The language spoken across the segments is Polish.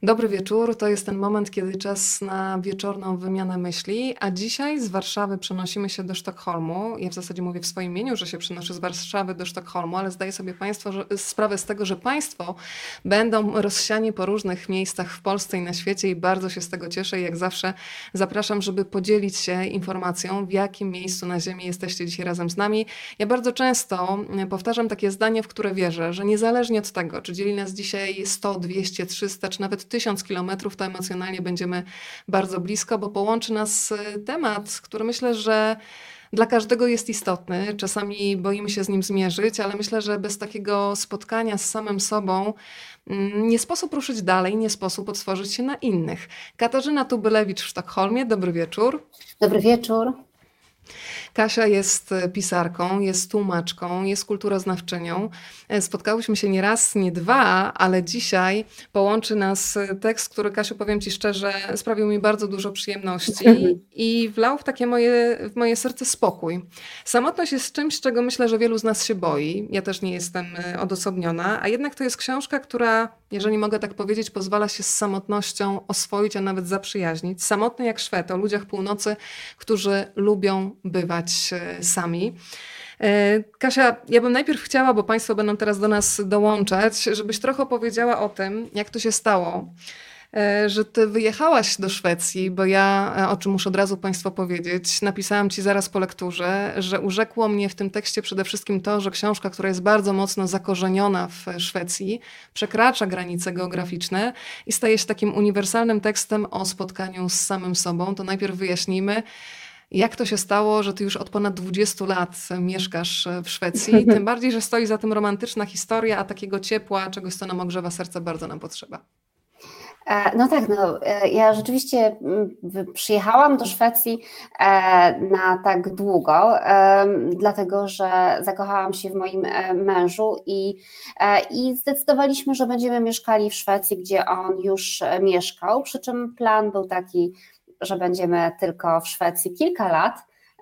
Dobry wieczór, to jest ten moment, kiedy czas na wieczorną wymianę myśli, a dzisiaj z Warszawy przenosimy się do Sztokholmu. Ja w zasadzie mówię w swoim imieniu, że się przenoszę z Warszawy do Sztokholmu, ale zdaję sobie sprawę z tego, że Państwo będą rozsiani po różnych miejscach w Polsce i na świecie i bardzo się z tego cieszę i jak zawsze zapraszam, żeby podzielić się informacją, w jakim miejscu na Ziemi jesteście dzisiaj razem z nami. Ja bardzo często powtarzam takie zdanie, w które wierzę, że niezależnie od tego, czy dzieli nas dzisiaj 100, 200, 300, czy nawet 1000 kilometrów, to emocjonalnie będziemy bardzo blisko, bo połączy nas temat, który myślę, że dla każdego jest istotny. Czasami boimy się z nim zmierzyć, ale myślę, że bez takiego spotkania z samym sobą nie sposób ruszyć dalej, nie sposób otworzyć się na innych. Katarzyna Tubylewicz w Sztokholmie, dobry wieczór. Dobry wieczór. Kasia jest pisarką, jest tłumaczką, jest kulturoznawczynią. Spotkałyśmy się nie raz, nie dwa, ale dzisiaj połączy nas tekst, który, Kasiu, powiem Ci szczerze, sprawił mi bardzo dużo przyjemności i wlał w w moje serce spokój. Samotność jest czymś, czego myślę, że wielu z nas się boi. Ja też nie jestem odosobniona, a jednak to jest książka, która, jeżeli mogę tak powiedzieć, pozwala się z samotnością oswoić, a nawet zaprzyjaźnić. Samotny jak Szwed, o ludziach północy, którzy lubią bywać sami. Kasia, ja bym najpierw chciała, bo Państwo będą teraz do nas dołączać, żebyś trochę opowiedziała o tym, jak to się stało, że Ty wyjechałaś do Szwecji, bo ja, o czym muszę od razu Państwu powiedzieć, napisałam Ci zaraz po lekturze, że urzekło mnie w tym tekście przede wszystkim to, że książka, która jest bardzo mocno zakorzeniona w Szwecji, przekracza granice geograficzne i staje się takim uniwersalnym tekstem o spotkaniu z samym sobą. To najpierw wyjaśnijmy, jak to się stało, że ty już od ponad 20 lat mieszkasz w Szwecji? Tym bardziej, że stoi za tym romantyczna historia, a takiego ciepła, czegoś, co nam ogrzewa serce, bardzo nam potrzeba. No tak, ja rzeczywiście przyjechałam do Szwecji na tak długo, dlatego że zakochałam się w moim mężu i zdecydowaliśmy, że będziemy mieszkali w Szwecji, gdzie on już mieszkał, przy czym plan był taki, że będziemy tylko w Szwecji kilka lat,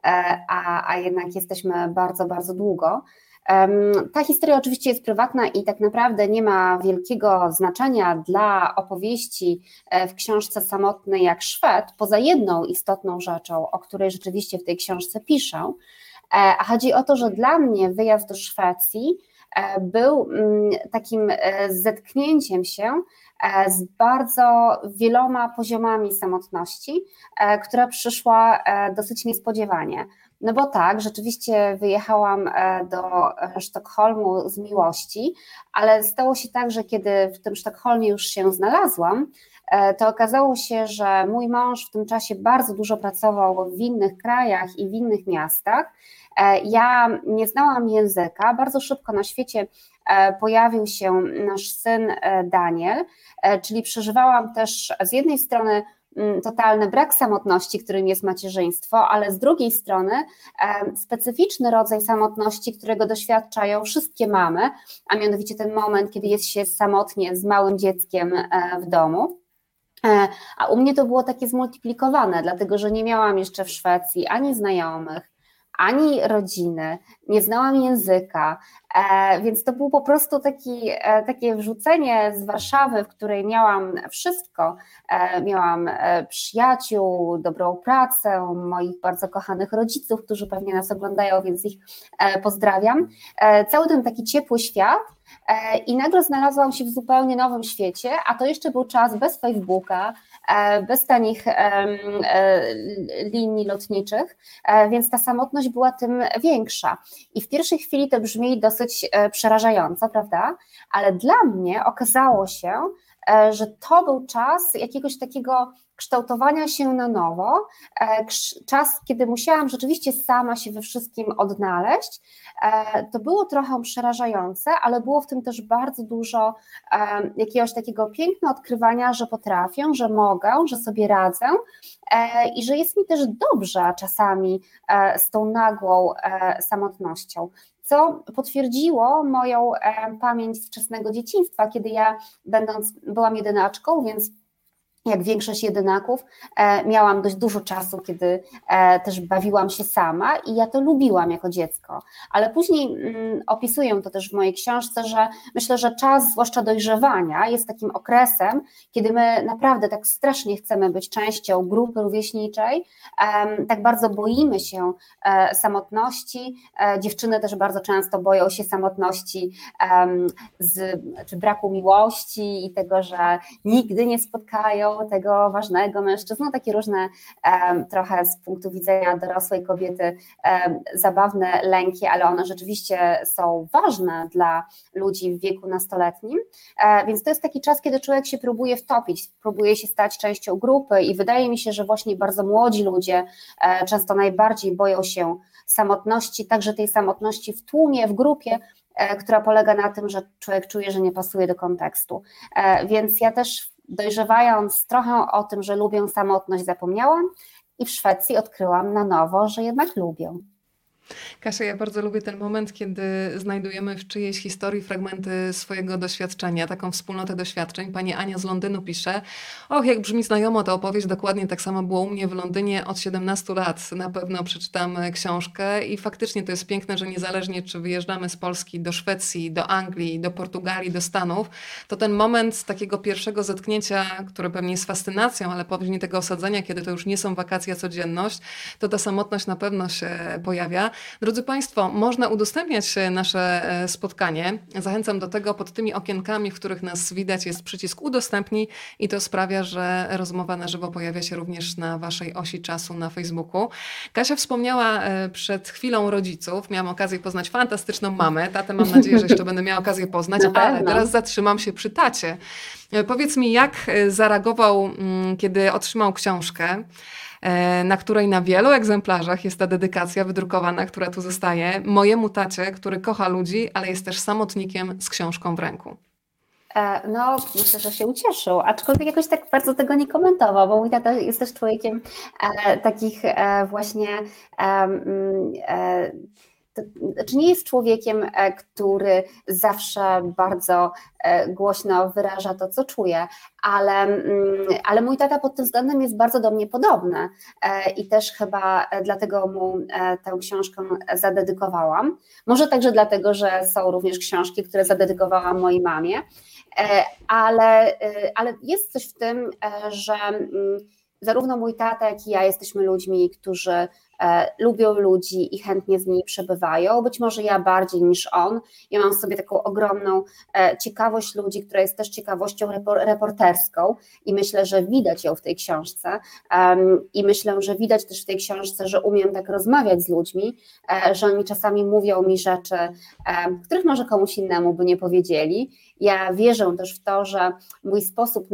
a jednak jesteśmy bardzo, bardzo długo. Ta historia oczywiście jest prywatna i tak naprawdę nie ma wielkiego znaczenia dla opowieści w książce Samotny jak Szwed, poza jedną istotną rzeczą, o której rzeczywiście w tej książce piszę, a chodzi o to, że dla mnie wyjazd do Szwecji był takim zetknięciem się z bardzo wieloma poziomami samotności, która przyszła dosyć niespodziewanie. No bo tak, rzeczywiście wyjechałam do Sztokholmu z miłości, ale stało się tak, że kiedy w tym Sztokholmie już się znalazłam, to okazało się, że mój mąż w tym czasie bardzo dużo pracował w innych krajach i w innych miastach. Ja nie znałam języka, bardzo szybko na świecie pojawił się nasz syn Daniel, czyli przeżywałam też z jednej strony totalny brak samotności, którym jest macierzyństwo, ale z drugiej strony specyficzny rodzaj samotności, którego doświadczają wszystkie mamy, a mianowicie ten moment, kiedy jest się samotnie z małym dzieckiem w domu. A u mnie to było takie zmultiplikowane, dlatego że nie miałam jeszcze w Szwecji ani znajomych, ani rodziny, nie znałam języka, więc to było po prostu takie wrzucenie z Warszawy, w której miałam wszystko. Miałam przyjaciół, dobrą pracę, moich bardzo kochanych rodziców, którzy pewnie nas oglądają, więc ich pozdrawiam. Cały ten taki ciepły świat i nagle znalazłam się w zupełnie nowym świecie, a to jeszcze był czas bez Facebooka, bez tanich linii lotniczych, więc ta samotność była tym większa. I w pierwszej chwili to brzmi dosyć przerażająco, prawda? Ale dla mnie okazało się, że to był czas jakiegoś takiego kształtowania się na nowo, czas, kiedy musiałam rzeczywiście sama się we wszystkim odnaleźć. To było trochę przerażające, ale było w tym też bardzo dużo jakiegoś takiego piękna odkrywania, że potrafię, że mogę, że sobie radzę i że jest mi też dobrze czasami z tą nagłą samotnością, co potwierdziło moją pamięć z wczesnego dzieciństwa, kiedy ja byłam jedynaczką, więc jak większość jedynaków, miałam dość dużo czasu, kiedy też bawiłam się sama i ja to lubiłam jako dziecko. Ale później opisuję to też w mojej książce, że myślę, że czas, zwłaszcza dojrzewania, jest takim okresem, kiedy my naprawdę tak strasznie chcemy być częścią grupy rówieśniczej, tak bardzo boimy się samotności. Dziewczyny też bardzo często boją się samotności, czy braku miłości i tego, że nigdy nie spotkają tego ważnego mężczyzny, no takie różne trochę z punktu widzenia dorosłej kobiety zabawne lęki, ale one rzeczywiście są ważne dla ludzi w wieku nastoletnim, więc to jest taki czas, kiedy człowiek się próbuje wtopić, próbuje się stać częścią grupy i wydaje mi się, że właśnie bardzo młodzi ludzie często najbardziej boją się samotności, także tej samotności w tłumie, w grupie, która polega na tym, że człowiek czuje, że nie pasuje do kontekstu, więc ja też dojrzewając trochę o tym, że lubię samotność, zapomniałam i w Szwecji odkryłam na nowo, że jednak lubię. Kasia, ja bardzo lubię ten moment, kiedy znajdujemy w czyjejś historii fragmenty swojego doświadczenia, taką wspólnotę doświadczeń. Pani Ania z Londynu pisze: och, jak brzmi znajomo ta opowieść, dokładnie tak samo było u mnie w Londynie od 17 lat. Na pewno przeczytam książkę i faktycznie to jest piękne, że niezależnie czy wyjeżdżamy z Polski do Szwecji, do Anglii, do Portugalii, do Stanów, to ten moment takiego pierwszego zetknięcia, które pewnie jest fascynacją, ale później tego osadzenia, kiedy to już nie są wakacje, a codzienność, to ta samotność na pewno się pojawia. Drodzy Państwo, można udostępniać nasze spotkanie. Zachęcam do tego, pod tymi okienkami, w których nas widać, jest przycisk udostępnij i to sprawia, że rozmowa na żywo pojawia się również na Waszej osi czasu na Facebooku. Kasia wspomniała przed chwilą rodziców. Miałam okazję poznać fantastyczną mamę. Tatę mam nadzieję, że jeszcze będę miała okazję poznać, ale teraz zatrzymam się przy tacie. Powiedz mi, jak zareagował, kiedy otrzymał książkę, na której na wielu egzemplarzach jest ta dedykacja wydrukowana, która tu zostaje, mojemu tacie, który kocha ludzi, ale jest też samotnikiem z książką w ręku. No, myślę, że się ucieszył, aczkolwiek jakoś tak bardzo tego nie komentował, bo mój tata jest też człowiekiem takich właśnie to znaczy nie jest człowiekiem, który zawsze bardzo głośno wyraża to, co czuje, ale mój tata pod tym względem jest bardzo do mnie podobny i też chyba dlatego mu tę książkę zadedykowałam. Może także dlatego, że są również książki, które zadedykowałam mojej mamie, ale jest coś w tym, że zarówno mój tata, jak i ja jesteśmy ludźmi, którzy lubią ludzi i chętnie z nimi przebywają, być może ja bardziej niż on. Ja mam w sobie taką ogromną ciekawość ludzi, która jest też ciekawością reporterską i myślę, że widać ją w tej książce i myślę, że widać też w tej książce, że umiem tak rozmawiać z ludźmi, że oni czasami mówią mi rzeczy, których może komuś innemu by nie powiedzieli. Ja wierzę też w to, że mój sposób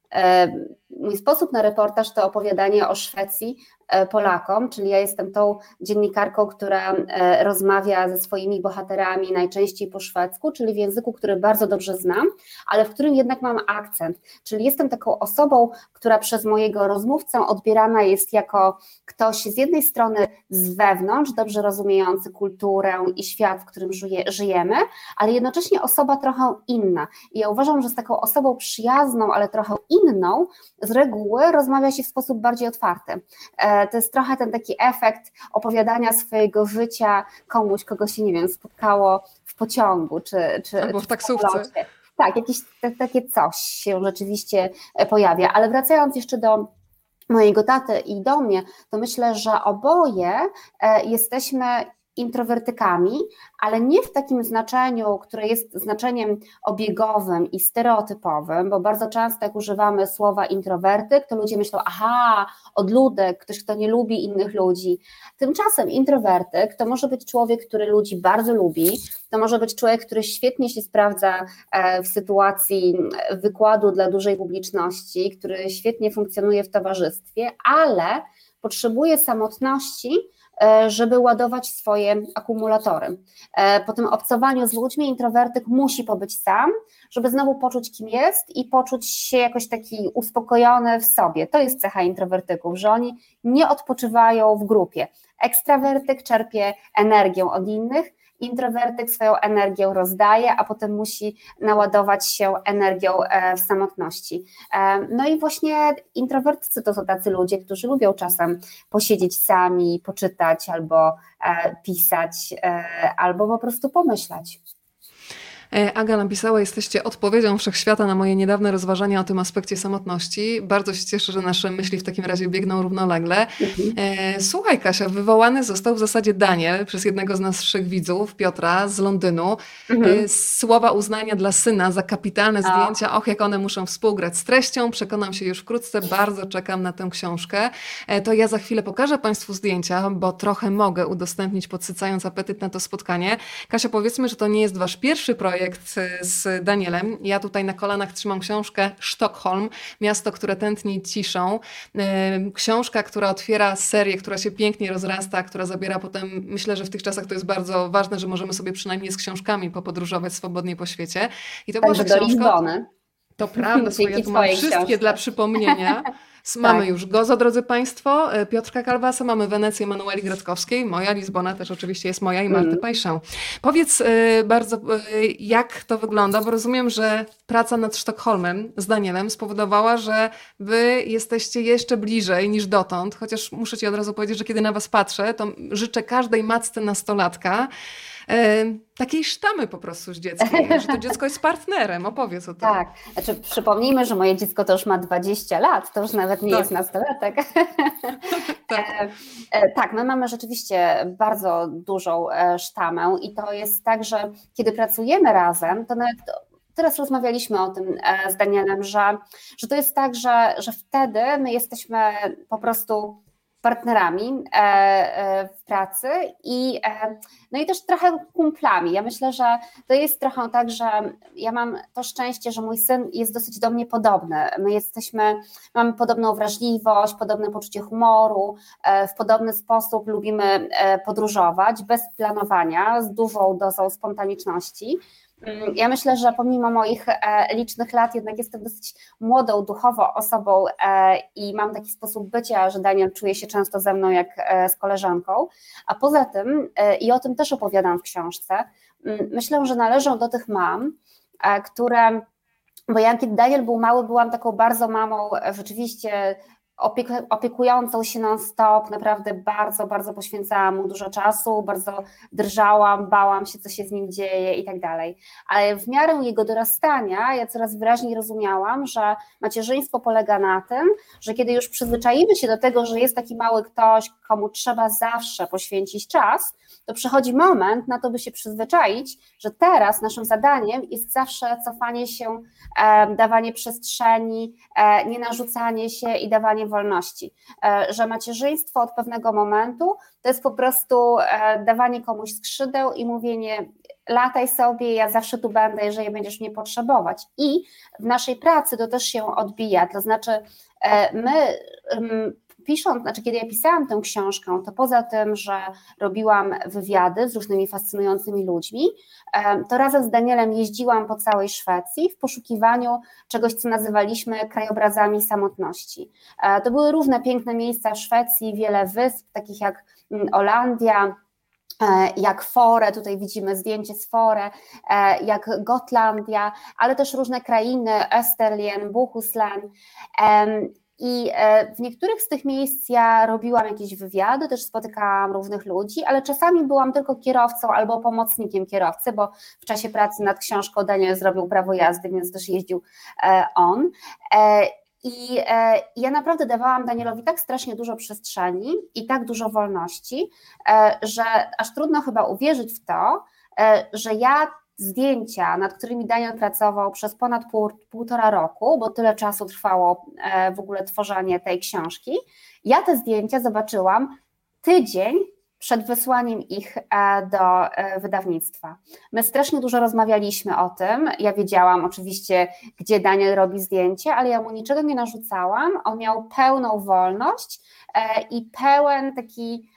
na reportaż to opowiadanie o Szwecji Polakom, czyli ja jestem tą dziennikarką, która rozmawia ze swoimi bohaterami najczęściej po szwedzku, czyli w języku, który bardzo dobrze znam, ale w którym jednak mam akcent, czyli jestem taką osobą, która przez mojego rozmówcę odbierana jest jako ktoś z jednej strony z wewnątrz, dobrze rozumiejący kulturę i świat, w którym żyjemy, ale jednocześnie osoba trochę inna i ja uważam, że z taką osobą przyjazną, ale trochę inną z reguły rozmawia się w sposób bardziej otwarty. To jest trochę ten taki efekt opowiadania swojego życia komuś, kogo się, nie wiem, spotkało w pociągu, czy albo w taksówce. Tak, jakieś takie coś się rzeczywiście pojawia, ale wracając jeszcze do mojego taty i do mnie, to myślę, że oboje jesteśmy introwertykami, ale nie w takim znaczeniu, które jest znaczeniem obiegowym i stereotypowym, bo bardzo często jak używamy słowa introwertyk, to ludzie myślą, aha, odludek, ktoś, kto nie lubi innych ludzi. Tymczasem introwertyk to może być człowiek, który ludzi bardzo lubi, to może być człowiek, który świetnie się sprawdza w sytuacji wykładu dla dużej publiczności, który świetnie funkcjonuje w towarzystwie, ale potrzebuje samotności, żeby ładować swoje akumulatory. Po tym obcowaniu z ludźmi introwertyk musi pobyć sam, żeby znowu poczuć, kim jest i poczuć się jakoś taki uspokojony w sobie. To jest cecha introwertyków, że oni nie odpoczywają w grupie. Ekstrawertyk czerpie energię od innych, introwertyk swoją energię rozdaje, a potem musi naładować się energią w samotności. No i właśnie introwertycy to są tacy ludzie, którzy lubią czasem posiedzieć sami, poczytać albo pisać, albo po prostu pomyśleć. Aga napisała, jesteście odpowiedzią wszechświata na moje niedawne rozważania o tym aspekcie samotności. Bardzo się cieszę, że nasze myśli w takim razie biegną równolegle. Słuchaj, Kasia, wywołany został w zasadzie Daniel przez jednego z naszych widzów, Piotra z Londynu. Słowa uznania dla syna za kapitalne zdjęcia. Och, jak one muszą współgrać z treścią. Przekonam się już wkrótce. Bardzo czekam na tę książkę. To ja za chwilę pokażę Państwu zdjęcia, bo trochę mogę udostępnić, podsycając apetyt na to spotkanie. Kasia, powiedzmy, że to nie jest Wasz pierwszy projekt z Danielem. Ja tutaj na kolanach trzymam książkę Sztokholm, miasto, które tętni ciszą. Książka, która otwiera serię, która się pięknie rozrasta, która zabiera potem, myślę, że w tych czasach to jest bardzo ważne, że możemy sobie przynajmniej z książkami popodróżować swobodnie po świecie. I to była ta książka. Lizbony. To prawda, ja tu mam wszystkie książki dla przypomnienia. Mamy już Gozo, drodzy Państwo, Piotrka Kalwasa, mamy Wenecję Manueli Gretkowskiej, moja Lizbona też oczywiście jest moja i Marty Pajszę. Powiedz bardzo, jak to wygląda, bo rozumiem, że praca nad Sztokholmem z Danielem spowodowała, że Wy jesteście jeszcze bliżej niż dotąd, chociaż muszę Ci od razu powiedzieć, że kiedy na Was patrzę, to życzę każdej matce nastolatka takiej sztamy po prostu z dzieckiem, że to dziecko jest partnerem. Opowiedz o tym. Tak, znaczy przypomnijmy, że moje dziecko to już ma 20 lat, to już nawet nie jest nastolatek. Tak, my mamy rzeczywiście bardzo dużą sztamę i to jest tak, że kiedy pracujemy razem, to nawet teraz rozmawialiśmy o tym z Danielem, że to jest tak, że wtedy my jesteśmy po prostu partnerami w pracy no i też trochę kumplami. Ja myślę, że to jest trochę tak, że ja mam to szczęście, że mój syn jest dosyć do mnie podobny. Mamy podobną wrażliwość, podobne poczucie humoru, w podobny sposób lubimy podróżować, bez planowania, z dużą dozą spontaniczności. Ja myślę, że pomimo moich licznych lat jednak jestem dosyć młodą duchowo osobą i mam taki sposób bycia, że Daniel czuje się często ze mną jak z koleżanką, a poza tym, i o tym też opowiadam w książce, myślę, że należą do tych mam, bo ja kiedy Daniel był mały, byłam taką bardzo mamą rzeczywiście opiekującą się non-stop, naprawdę bardzo, bardzo poświęcałam mu dużo czasu, bardzo drżałam, bałam się, co się z nim dzieje i tak dalej. Ale w miarę jego dorastania ja coraz wyraźniej rozumiałam, że macierzyństwo polega na tym, że kiedy już przyzwyczaimy się do tego, że jest taki mały ktoś, komu trzeba zawsze poświęcić czas, to przychodzi moment na to, by się przyzwyczaić, że teraz naszym zadaniem jest zawsze cofanie się, dawanie przestrzeni, nie narzucanie się i dawanie wolności, że macierzyństwo od pewnego momentu to jest po prostu dawanie komuś skrzydeł i mówienie: lataj sobie, ja zawsze tu będę, jeżeli będziesz mnie potrzebować. I w naszej pracy to też się odbija, to znaczy my kiedy ja pisałam tę książkę, to poza tym, że robiłam wywiady z różnymi fascynującymi ludźmi, to razem z Danielem jeździłam po całej Szwecji w poszukiwaniu czegoś, co nazywaliśmy krajobrazami samotności. To były różne piękne miejsca w Szwecji, wiele wysp, takich jak Olandia, jak Fore, tutaj widzimy zdjęcie z Fore, jak Gotlandia, ale też różne krainy, Österlen, Bohuslän. I w niektórych z tych miejsc ja robiłam jakieś wywiady, też spotykałam różnych ludzi, ale czasami byłam tylko kierowcą albo pomocnikiem kierowcy, bo w czasie pracy nad książką Daniel zrobił prawo jazdy, więc też jeździł on. I ja naprawdę dawałam Danielowi tak strasznie dużo przestrzeni i tak dużo wolności, że aż trudno chyba uwierzyć w to, że ja zdjęcia, nad którymi Daniel pracował przez ponad półtora roku, bo tyle czasu trwało w ogóle tworzenie tej książki, ja te zdjęcia zobaczyłam tydzień przed wysłaniem ich do wydawnictwa. My strasznie dużo rozmawialiśmy o tym, ja wiedziałam oczywiście, gdzie Daniel robi zdjęcie, ale ja mu niczego nie narzucałam, on miał pełną wolność i pełen taki,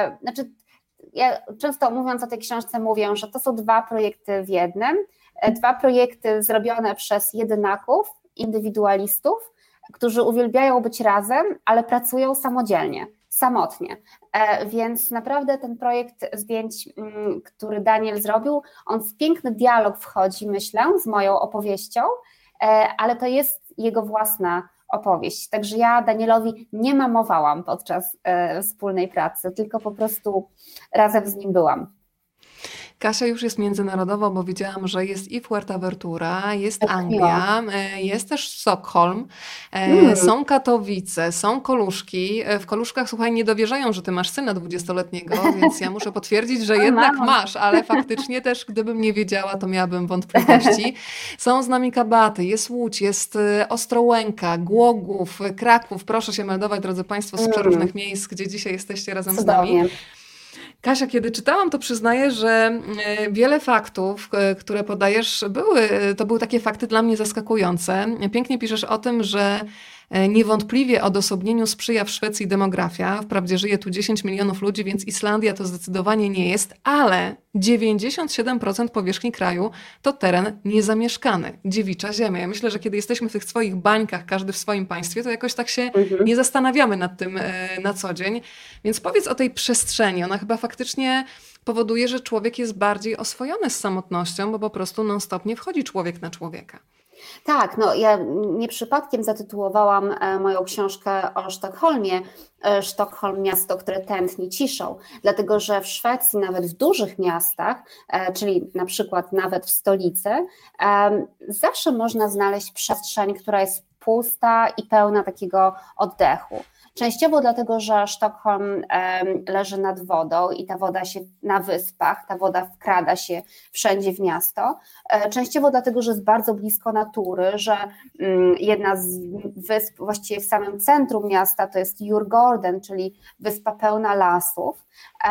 ja często mówiąc o tej książce mówię, że to są dwa projekty w jednym, dwa projekty zrobione przez jedynaków, indywidualistów, którzy uwielbiają być razem, ale pracują samodzielnie. samotnie. Więc naprawdę ten projekt zdjęć, który Daniel zrobił, on w piękny dialog wchodzi, myślę, z moją opowieścią, ale to jest jego własna opowieść. Także ja Danielowi nie mamowałam podczas wspólnej pracy, tylko po prostu razem z nim byłam. Kasia już jest międzynarodowa, bo widziałam, że jest i Fuerteventura, jest Anglia, jest też Sztokholm, są Katowice, są Koluszki. W Koluszkach, słuchaj, nie dowierzają, że ty masz syna 20-letniego, więc ja muszę potwierdzić, że jednak masz, ale faktycznie też, gdybym nie wiedziała, to miałabym wątpliwości. Są z nami Kabaty, jest Łódź, jest Ostrołęka, Głogów, Kraków. Proszę się meldować, drodzy Państwo, z przeróżnych miejsc, gdzie dzisiaj jesteście razem z nami. Kasia, kiedy czytałam, to przyznaję, że wiele faktów, które podajesz, to były takie fakty dla mnie zaskakujące. Pięknie piszesz o tym, że niewątpliwie odosobnieniu sprzyja w Szwecji demografia. Wprawdzie żyje tu 10 milionów ludzi, więc Islandia to zdecydowanie nie jest, ale 97% powierzchni kraju to teren niezamieszkany, dziewicza ziemia. Ja myślę, że kiedy jesteśmy w tych swoich bańkach, każdy w swoim państwie, to jakoś tak się nie zastanawiamy nad tym na co dzień. Więc powiedz o tej przestrzeni. Ona chyba faktycznie powoduje, że człowiek jest bardziej oswojony z samotnością, bo po prostu non-stop nie wchodzi człowiek na człowieka. Tak, no ja nie przypadkiem zatytułowałam moją książkę o Sztokholmie, Sztokholm, miasto, które tętni ciszą, dlatego że w Szwecji, nawet w dużych miastach, czyli na przykład nawet w stolicy, zawsze można znaleźć przestrzeń, która jest pusta i pełna takiego oddechu. Częściowo dlatego, że Sztokholm leży nad wodą i ta woda się na wyspach, ta woda wkrada się wszędzie w miasto. Częściowo dlatego, że jest bardzo blisko natury, że jedna z wysp właściwie w samym centrum miasta to jest Djurgården, czyli wyspa pełna lasów.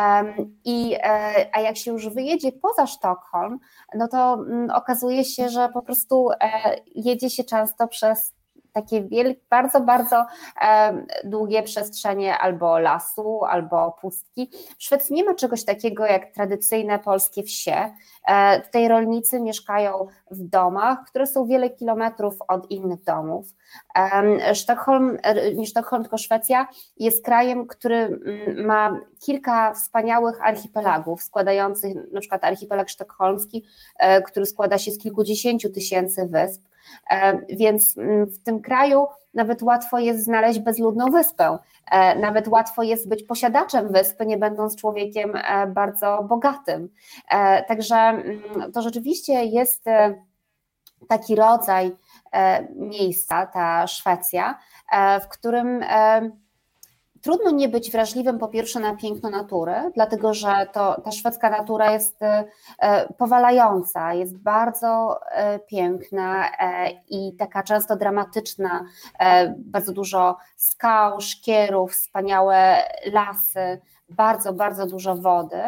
A jak się już wyjedzie poza Sztokholm, no to okazuje się, że po prostu jedzie się często przez takie bardzo, bardzo długie przestrzenie albo lasu, albo pustki. W Szwecji nie ma czegoś takiego jak tradycyjne polskie wsie. Tutaj rolnicy mieszkają w domach, które są wiele kilometrów od innych domów. Nie Sztokholm, tylko Szwecja jest krajem, który ma kilka wspaniałych archipelagów składających, na przykład archipelag sztokholmski, który składa się z kilkudziesięciu tysięcy wysp. Więc w tym kraju nawet łatwo jest znaleźć bezludną wyspę, nawet łatwo jest być posiadaczem wyspy, nie będąc człowiekiem bardzo bogatym. Także to rzeczywiście jest taki rodzaj miejsca, ta Szwecja, w którym trudno nie być wrażliwym po pierwsze na piękno natury, dlatego że ta szwedzka natura jest powalająca, jest bardzo piękna i taka często dramatyczna, bardzo dużo skał, szkierów, wspaniałe lasy, bardzo, bardzo dużo wody.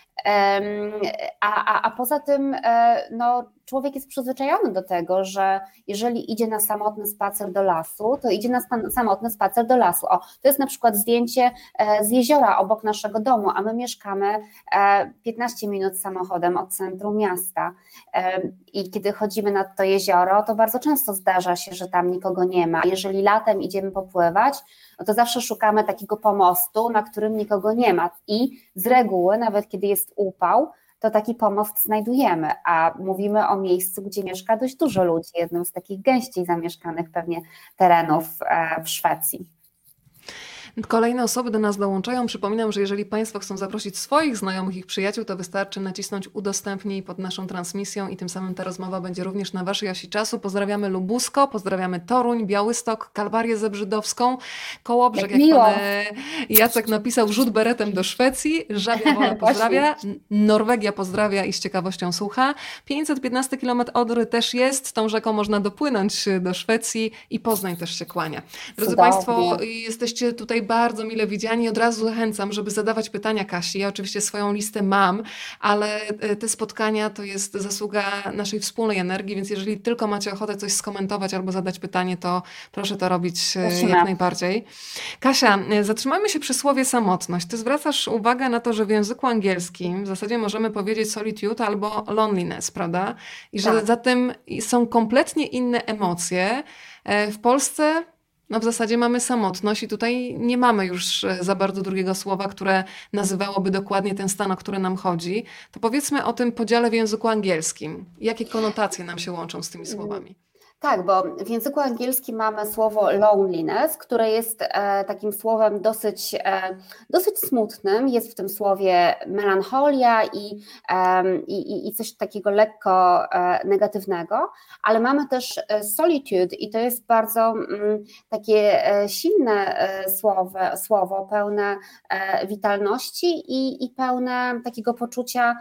A poza tym no, człowiek jest przyzwyczajony do tego, że jeżeli idzie na samotny spacer do lasu, to idzie na samotny spacer do lasu. O, to jest na przykład zdjęcie z jeziora obok naszego domu, a my mieszkamy 15 minut samochodem od centrum miasta. I kiedy chodzimy nad to jezioro, to bardzo często zdarza się, że tam nikogo nie ma. Jeżeli latem idziemy popływać, no to zawsze szukamy takiego pomostu, na którym nikogo nie ma. I z reguły, nawet kiedy jest upał, to taki pomost znajdujemy, a mówimy o miejscu, gdzie mieszka dość dużo ludzi, jednym z takich gęściej zamieszkanych pewnie terenów w Szwecji. Kolejne osoby do nas dołączają. Przypominam, że jeżeli Państwo chcą zaprosić swoich znajomych, ich przyjaciół, to wystarczy nacisnąć udostępnij pod naszą transmisją i tym samym ta rozmowa będzie również na Waszej osi czasu. Pozdrawiamy Lubusko, pozdrawiamy Toruń, Białystok, Kalwarię Zebrzydowską, Kołobrzeg, jak pan Jacek napisał, rzut beretem do Szwecji, Żabia Wola pozdrawia, Norwegia pozdrawia i z ciekawością słucha. 515 km Odry też jest, tą rzeką można dopłynąć do Szwecji i Poznań też się kłania. Drodzy Państwo, jesteście tutaj bardzo mile widziani. Od razu zachęcam, żeby zadawać pytania Kasi. Ja oczywiście swoją listę mam, ale te spotkania to jest zasługa naszej wspólnej energii, więc jeżeli tylko macie ochotę coś skomentować albo zadać pytanie, to proszę to robić jak najbardziej. Kasia, zatrzymajmy się przy słowie samotność. Ty zwracasz uwagę na to, że w języku angielskim w zasadzie możemy powiedzieć solitude albo loneliness, prawda? I że za tym są kompletnie inne emocje. W Polsce No w zasadzie mamy samotność i tutaj nie mamy już za bardzo drugiego słowa, które nazywałoby dokładnie ten stan, o który nam chodzi. To powiedzmy o tym podziale w języku angielskim. Jakie konotacje nam się łączą z tymi słowami? Tak, bo w języku angielskim mamy słowo loneliness, które jest takim słowem dosyć smutnym. Jest w tym słowie melancholia i coś takiego lekko negatywnego, ale mamy też solitude i to jest bardzo takie silne słowo pełne witalności i pełne takiego poczucia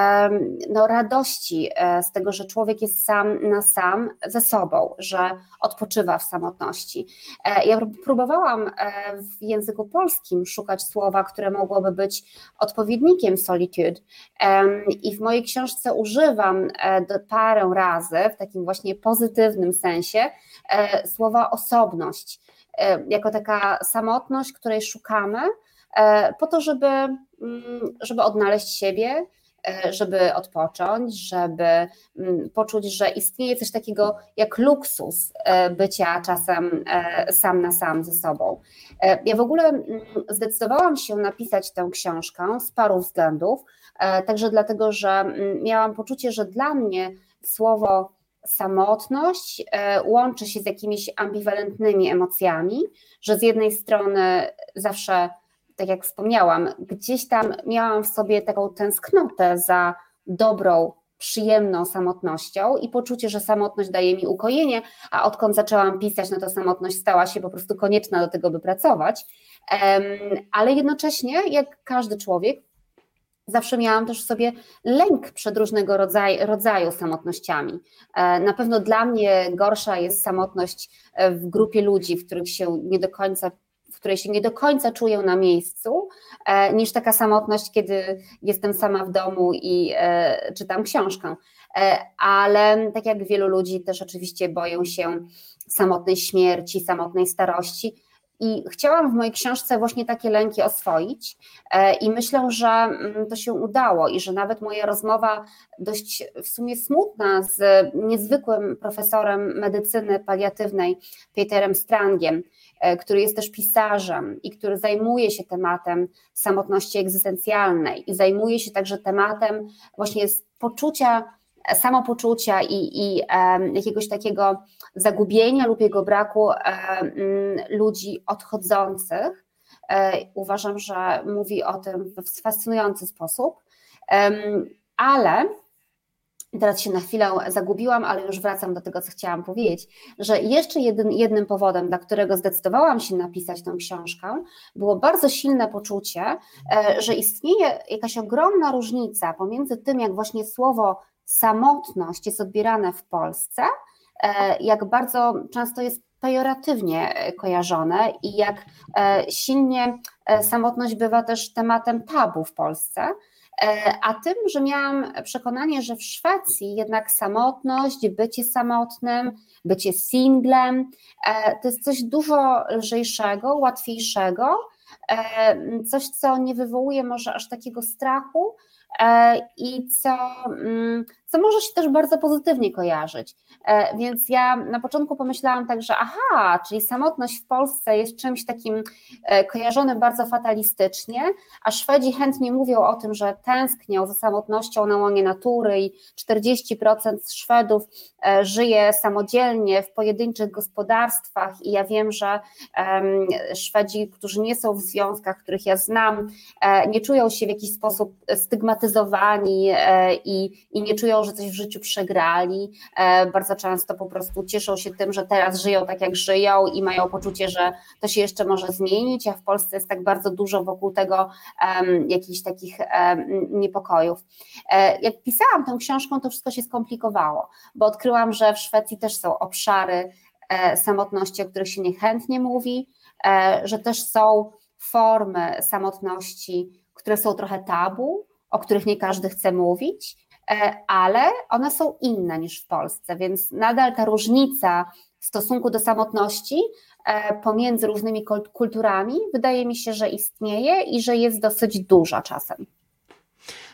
radości z tego, że człowiek jest sam na sam ze sobą, że odpoczywa w samotności. Ja próbowałam w języku polskim szukać słowa, które mogłoby być odpowiednikiem solitude i w mojej książce używam parę razy w takim właśnie pozytywnym sensie słowa osobność, jako taka samotność, której szukamy po to, żeby odnaleźć siebie, żeby odpocząć, żeby poczuć, że istnieje coś takiego jak luksus bycia czasem sam na sam ze sobą. Ja w ogóle zdecydowałam się napisać tę książkę z paru względów, także dlatego, że miałam poczucie, że dla mnie słowo samotność łączy się z jakimiś ambiwalentnymi emocjami, że z jednej strony zawsze, tak jak wspomniałam, gdzieś tam miałam w sobie taką tęsknotę za dobrą, przyjemną samotnością i poczucie, że samotność daje mi ukojenie, a odkąd zaczęłam pisać, no to samotność stała się po prostu konieczna do tego, by pracować, ale jednocześnie, jak każdy człowiek, zawsze miałam też w sobie lęk przed różnego rodzaju samotnościami. Na pewno dla mnie gorsza jest samotność w grupie ludzi, w której się nie do końca czuję na miejscu, niż taka samotność, kiedy jestem sama w domu i czytam książkę. Ale tak jak wielu ludzi też oczywiście boję się samotnej śmierci, samotnej starości. I chciałam w mojej książce właśnie takie lęki oswoić i myślę, że to się udało i że nawet moja rozmowa dość w sumie smutna z niezwykłym profesorem medycyny paliatywnej Peterem Strangiem, który jest też pisarzem i który zajmuje się tematem samotności egzystencjalnej i zajmuje się także tematem właśnie samopoczucia i jakiegoś takiego zagubienia lub jego braku ludzi odchodzących. Uważam, że mówi o tym w fascynujący sposób, ale teraz się na chwilę zagubiłam, ale już wracam do tego, co chciałam powiedzieć, że jeszcze jednym powodem, dla którego zdecydowałam się napisać tę książkę, było bardzo silne poczucie, że istnieje jakaś ogromna różnica pomiędzy tym, jak właśnie słowo samotność jest odbierane w Polsce, jak bardzo często jest pejoratywnie kojarzone i jak silnie samotność bywa też tematem tabu w Polsce, a tym, że miałam przekonanie, że w Szwecji jednak samotność, bycie samotnym, bycie singlem to jest coś dużo lżejszego, łatwiejszego, coś, co nie wywołuje może aż takiego strachu i co może się też bardzo pozytywnie kojarzyć. Więc ja na początku pomyślałam tak, że czyli samotność w Polsce jest czymś takim kojarzonym bardzo fatalistycznie, a Szwedzi chętnie mówią o tym, że tęsknią za samotnością na łonie natury i 40% Szwedów żyje samodzielnie w pojedynczych gospodarstwach i ja wiem, że Szwedzi, którzy nie są w związkach, których ja znam, nie czują się w jakiś sposób stygmatyzowani i nie czują, że coś w życiu przegrali. Bardzo często po prostu cieszą się tym, że teraz żyją tak, jak żyją i mają poczucie, że to się jeszcze może zmienić, a w Polsce jest tak bardzo dużo wokół tego jakichś takich niepokojów. Jak pisałam tę książkę, to wszystko się skomplikowało, bo odkryłam, że w Szwecji też są obszary samotności, o których się niechętnie mówi, że też są formy samotności, które są trochę tabu, o których nie każdy chce mówić, ale one są inne niż w Polsce, więc nadal ta różnica w stosunku do samotności pomiędzy różnymi kulturami wydaje mi się, że istnieje i że jest dosyć duża czasem.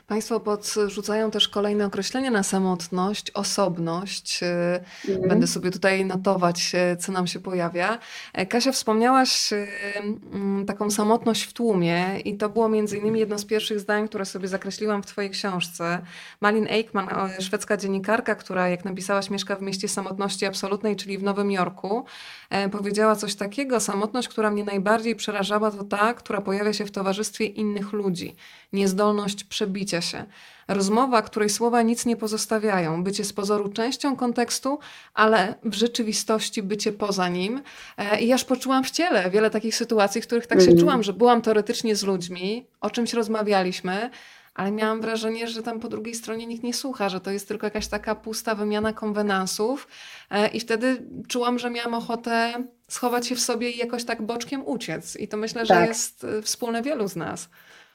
Państwo podrzucają też kolejne określenia na samotność, osobność. Będę Mhm. sobie tutaj notować, co nam się pojawia. Kasia, wspomniałaś taką samotność w tłumie i to było między innymi jedno z pierwszych zdań, które sobie zakreśliłam w twojej książce. Malin Eichmann, szwedzka dziennikarka, która, jak napisałaś, mieszka w mieście samotności absolutnej, czyli w Nowym Jorku, powiedziała coś takiego: samotność, która mnie najbardziej przerażała, to ta, która pojawia się w towarzystwie innych ludzi. Niezdolność przebicia się. Rozmowa, której słowa nic nie pozostawiają. Bycie z pozoru częścią kontekstu, ale w rzeczywistości bycie poza nim. I aż poczułam w ciele wiele takich sytuacji, w których tak się czułam, Mhm. że byłam teoretycznie z ludźmi, o czymś rozmawialiśmy, ale miałam wrażenie, że tam po drugiej stronie nikt nie słucha, że to jest tylko jakaś taka pusta wymiana konwenansów. I wtedy czułam, że miałam ochotę schować się w sobie i jakoś tak boczkiem uciec. I to myślę, że Tak. jest wspólne wielu z nas.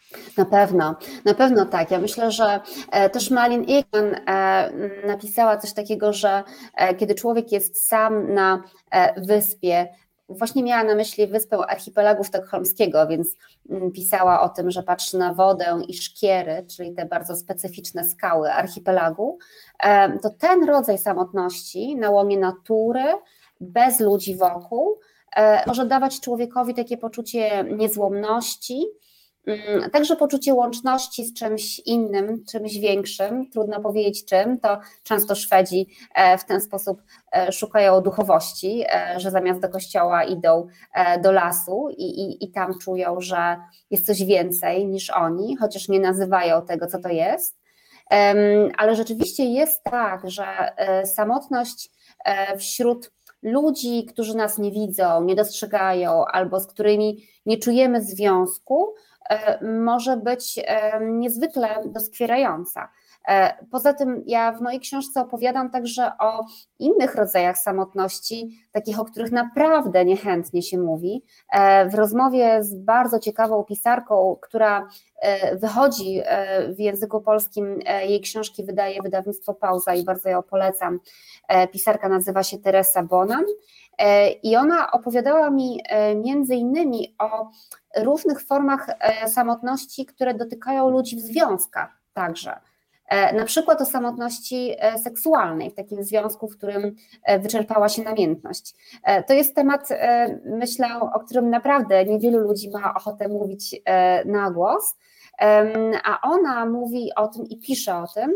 Na pewno tak. Ja myślę, że też Malin Ekman napisała coś takiego, że kiedy człowiek jest sam na wyspie, właśnie miała na myśli wyspę archipelagu sztokholmskiego, więc pisała o tym, że patrzy na wodę i szkiery, czyli te bardzo specyficzne skały archipelagu, to ten rodzaj samotności na łomie natury, bez ludzi wokół, może dawać człowiekowi takie poczucie niezłomności, także poczucie łączności z czymś innym, czymś większym, trudno powiedzieć czym, to często Szwedzi w ten sposób szukają duchowości, że zamiast do kościoła idą do lasu i tam czują, że jest coś więcej niż oni, chociaż nie nazywają tego, co to jest. Ale rzeczywiście jest tak, że samotność wśród ludzi, którzy nas nie widzą, nie dostrzegają albo z którymi nie czujemy związku, może być niezwykle doskwierająca. Poza tym ja w mojej książce opowiadam także o innych rodzajach samotności, takich, o których naprawdę niechętnie się mówi. W rozmowie z bardzo ciekawą pisarką, która wychodzi w języku polskim, jej książki wydaje wydawnictwo Pauza i bardzo ją polecam. Pisarka nazywa się Teresa Bonham i ona opowiadała mi między innymi o różnych formach samotności, które dotykają ludzi w związkach także. Na przykład o samotności seksualnej, w takim związku, w którym wyczerpała się namiętność. To jest temat, myślę, o którym naprawdę niewielu ludzi ma ochotę mówić na głos, a ona mówi o tym i pisze o tym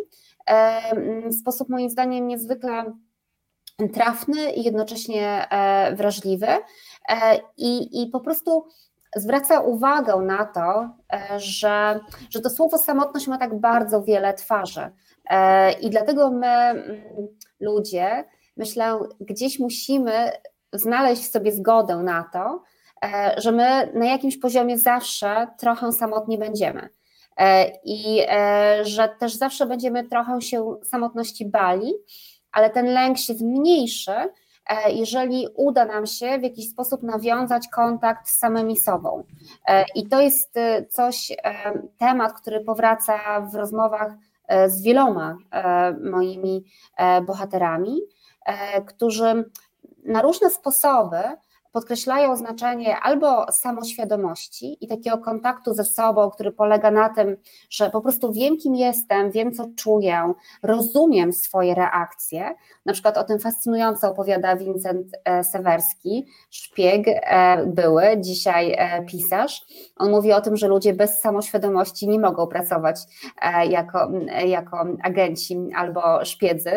w sposób moim zdaniem niezwykle trafny i jednocześnie wrażliwy i po prostu zwraca uwagę na to, że to słowo samotność ma tak bardzo wiele twarzy i dlatego my, ludzie, myślę, gdzieś musimy znaleźć w sobie zgodę na to, że my na jakimś poziomie zawsze trochę samotni będziemy i że też zawsze będziemy trochę się samotności bali, ale ten lęk się zmniejszy, jeżeli uda nam się w jakiś sposób nawiązać kontakt z samymi sobą. I to jest temat, który powraca w rozmowach z wieloma moimi bohaterami, którzy na różne sposoby podkreślają znaczenie albo samoświadomości i takiego kontaktu ze sobą, który polega na tym, że po prostu wiem, kim jestem, wiem, co czuję, rozumiem swoje reakcje. Na przykład o tym fascynująco opowiada Vincent Sewerski, szpieg były, dzisiaj pisarz. On mówi o tym, że ludzie bez samoświadomości nie mogą pracować jako agenci albo szpiedzy,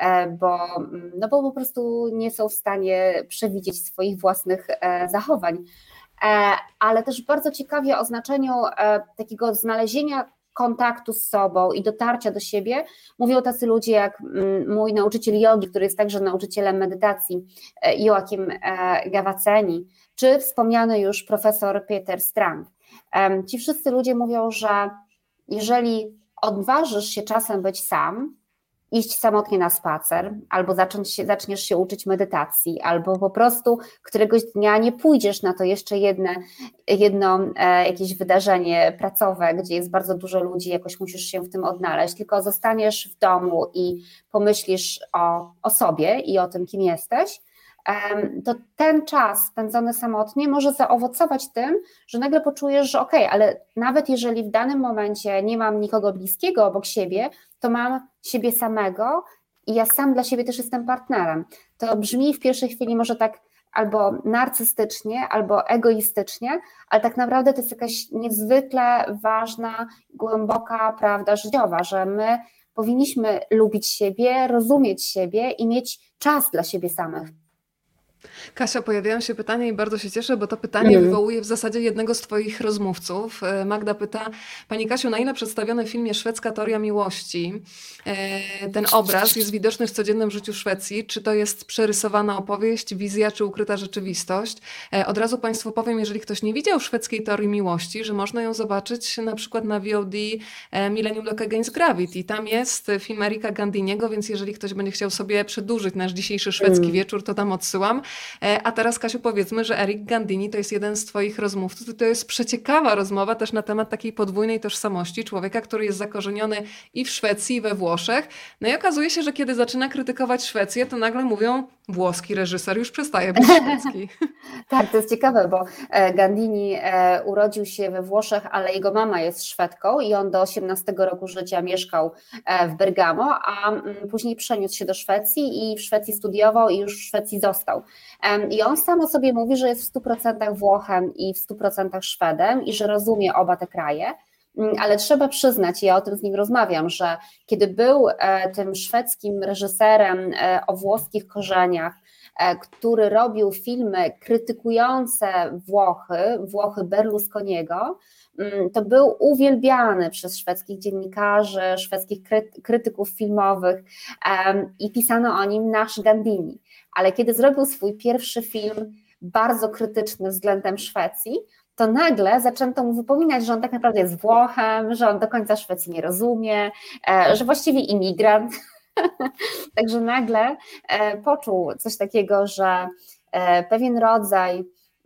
bo po prostu nie są w stanie przewidzieć swoich własnych zachowań. Ale też bardzo ciekawie o znaczeniu takiego znalezienia kontaktu z sobą i dotarcia do siebie mówią tacy ludzie jak mój nauczyciel jogi, który jest także nauczycielem medytacji, Joachim Gavaceni, czy wspomniany już profesor Peter Strang. Ci wszyscy ludzie mówią, że jeżeli odważysz się czasem być sam, iść samotnie na spacer, albo zaczniesz się uczyć medytacji, albo po prostu któregoś dnia nie pójdziesz na to jeszcze jedno jakieś wydarzenie pracowe, gdzie jest bardzo dużo ludzi, jakoś musisz się w tym odnaleźć, tylko zostaniesz w domu i pomyślisz o sobie i o tym, kim jesteś, to ten czas spędzony samotnie może zaowocować tym, że nagle poczujesz, że okej, ale nawet jeżeli w danym momencie nie mam nikogo bliskiego obok siebie, to mam siebie samego i ja sam dla siebie też jestem partnerem. To brzmi w pierwszej chwili może tak albo narcystycznie, albo egoistycznie, ale tak naprawdę to jest jakaś niezwykle ważna, głęboka prawda życiowa, że my powinniśmy lubić siebie, rozumieć siebie i mieć czas dla siebie samych. Kasia, pojawiają się pytania i bardzo się cieszę, bo to pytanie wywołuje w zasadzie jednego z Twoich rozmówców. Magda pyta, Pani Kasiu, na ile przedstawiony w filmie Szwedzka teoria miłości ten obraz jest widoczny w codziennym życiu Szwecji? Czy to jest przerysowana opowieść, wizja, czy ukryta rzeczywistość? Od razu Państwu powiem, jeżeli ktoś nie widział Szwedzkiej teorii miłości, że można ją zobaczyć na przykład na VOD Millennium Lock Against Gravity. Tam jest film Erika Gandiniego, więc jeżeli ktoś będzie chciał sobie przedłużyć nasz dzisiejszy szwedzki wieczór, to tam odsyłam. A teraz, Kasiu, powiedzmy, że Eric Gandini to jest jeden z Twoich rozmówców i to jest przeciekawa rozmowa też na temat takiej podwójnej tożsamości człowieka, który jest zakorzeniony i w Szwecji, i we Włoszech. No i okazuje się, że kiedy zaczyna krytykować Szwecję, to nagle mówią, włoski reżyser już przestaje być szwedzki. Tak, to jest ciekawe, bo Gandini urodził się we Włoszech, ale jego mama jest Szwedką i on do 18 roku życia mieszkał w Bergamo, a później przeniósł się do Szwecji i w Szwecji studiował i już w Szwecji został. I on sam o sobie mówi, że jest w 100% Włochem i w 100% Szwedem i że rozumie oba te kraje. Ale trzeba przyznać, ja o tym z nim rozmawiam, że kiedy był tym szwedzkim reżyserem o włoskich korzeniach, który robił filmy krytykujące Włochy Berlusconiego, to był uwielbiany przez szwedzkich dziennikarzy, szwedzkich krytyków filmowych i pisano o nim nasz Gandini. Ale kiedy zrobił swój pierwszy film bardzo krytyczny względem Szwecji, to nagle zaczęto mu wypominać, że on tak naprawdę jest Włochem, że on do końca Szwecji nie rozumie, że właściwie imigrant. Także nagle poczuł coś takiego, że pewien rodzaj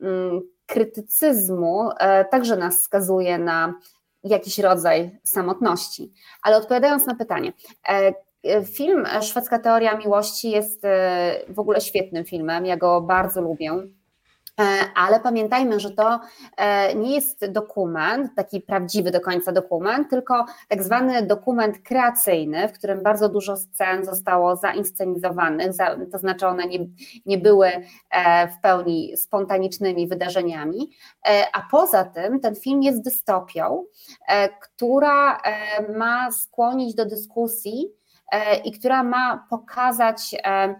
krytycyzmu także nas skazuje na jakiś rodzaj samotności. Ale odpowiadając na pytanie, film Szwedzka teoria miłości jest w ogóle świetnym filmem, ja go bardzo lubię. Ale pamiętajmy, że to nie jest dokument, taki prawdziwy do końca dokument, tylko tak zwany dokument kreacyjny, w którym bardzo dużo scen zostało zainscenizowanych, to znaczy one nie były w pełni spontanicznymi wydarzeniami, a poza tym ten film jest dystopią, która ma skłonić do dyskusji i która ma pokazać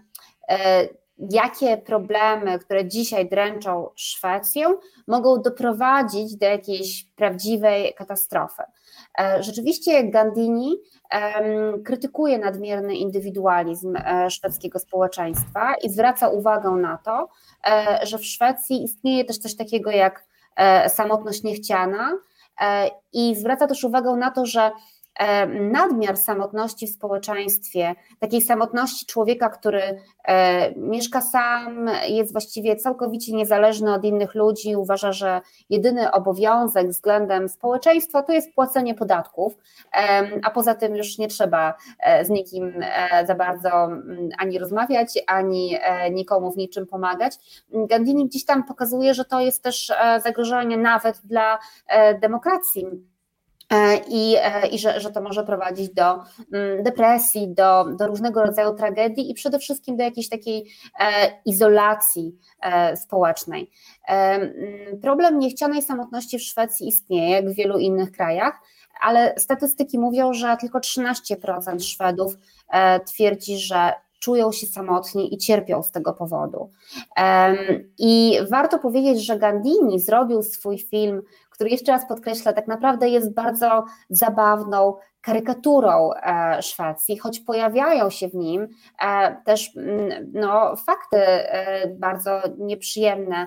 jakie problemy, które dzisiaj dręczą Szwecję, mogą doprowadzić do jakiejś prawdziwej katastrofy. Rzeczywiście Gandini krytykuje nadmierny indywidualizm szwedzkiego społeczeństwa i zwraca uwagę na to, że w Szwecji istnieje też coś takiego jak samotność niechciana i zwraca też uwagę na to, że nadmiar samotności w społeczeństwie, takiej samotności człowieka, który mieszka sam, jest właściwie całkowicie niezależny od innych ludzi, uważa, że jedyny obowiązek względem społeczeństwa to jest płacenie podatków, a poza tym już nie trzeba z nikim za bardzo ani rozmawiać, ani nikomu w niczym pomagać. Gandini gdzieś tam pokazuje, że to jest też zagrożenie nawet dla demokracji. I że to może prowadzić do depresji, do różnego rodzaju tragedii i przede wszystkim do jakiejś takiej izolacji społecznej. Problem niechcianej samotności w Szwecji istnieje, jak w wielu innych krajach, ale statystyki mówią, że tylko 13% Szwedów twierdzi, że czują się samotni i cierpią z tego powodu. I warto powiedzieć, że Gandini zrobił swój film, który jeszcze raz podkreśla, tak naprawdę jest bardzo zabawną karykaturą Szwecji, choć pojawiają się w nim też fakty bardzo nieprzyjemne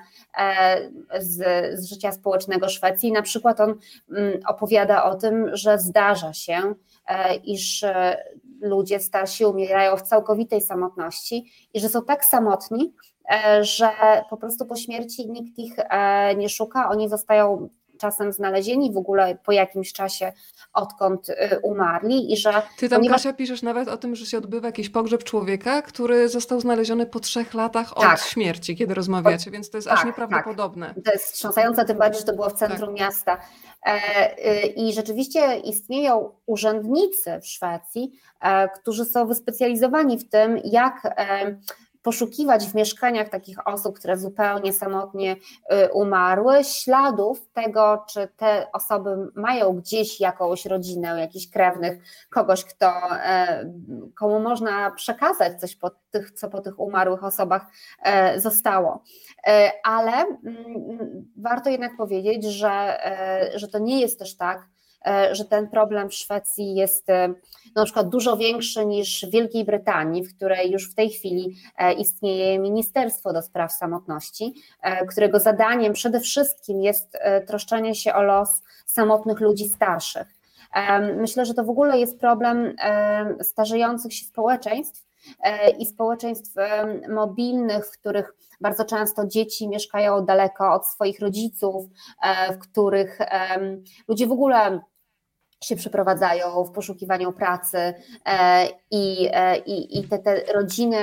z życia społecznego Szwecji. Na przykład on opowiada o tym, że zdarza się, iż ludzie starsi umierają w całkowitej samotności i że są tak samotni, że po prostu po śmierci nikt ich nie szuka, oni zostają czasem znalezieni w ogóle po jakimś czasie, odkąd umarli i że... Ty tam, Kasia, piszesz nawet o tym, że się odbywa jakiś pogrzeb człowieka, który został znaleziony po 3 latach od Tak. śmierci, kiedy rozmawiacie, więc to jest aż nieprawdopodobne. To jest wstrząsające, tym bardziej, że to było w centrum miasta. I rzeczywiście istnieją urzędnicy w Szwecji, którzy są wyspecjalizowani w tym, jak poszukiwać w mieszkaniach takich osób, które zupełnie samotnie umarły, śladów tego, czy te osoby mają gdzieś jakąś rodzinę, jakichś krewnych, kogoś, komu można przekazać coś co po tych umarłych osobach zostało. Ale warto jednak powiedzieć, że to nie jest też tak, że ten problem w Szwecji jest na przykład dużo większy niż w Wielkiej Brytanii, w której już w tej chwili istnieje Ministerstwo do Spraw Samotności, którego zadaniem przede wszystkim jest troszczenie się o los samotnych ludzi starszych. Myślę, że to w ogóle jest problem starzejących się społeczeństw i społeczeństw mobilnych, w których bardzo często dzieci mieszkają daleko od swoich rodziców, w których ludzie w ogóle się przeprowadzają w poszukiwaniu pracy i te rodziny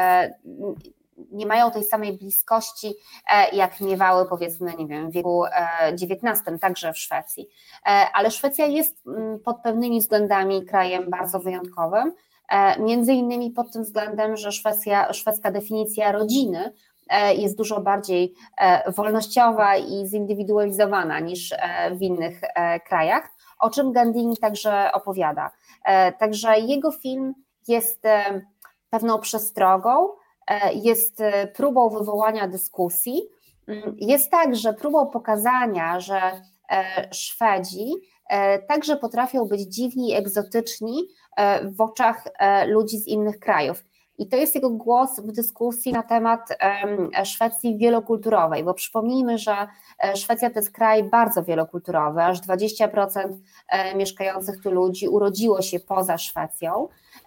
nie mają tej samej bliskości, jak miewały, powiedzmy, nie wiem, w wieku XIX, także w Szwecji. Ale Szwecja jest pod pewnymi względami krajem bardzo wyjątkowym, między innymi pod tym względem, że szwedzka definicja rodziny jest dużo bardziej wolnościowa i zindywidualizowana niż w innych krajach, o czym Gandini także opowiada. Także jego film jest pewną przestrogą, jest próbą wywołania dyskusji, jest także próbą pokazania, że Szwedzi także potrafią być dziwni i egzotyczni w oczach ludzi z innych krajów. I to jest jego głos w dyskusji na temat Szwecji wielokulturowej, bo przypomnijmy, że Szwecja to jest kraj bardzo wielokulturowy, aż 20% mieszkających tu ludzi urodziło się poza Szwecją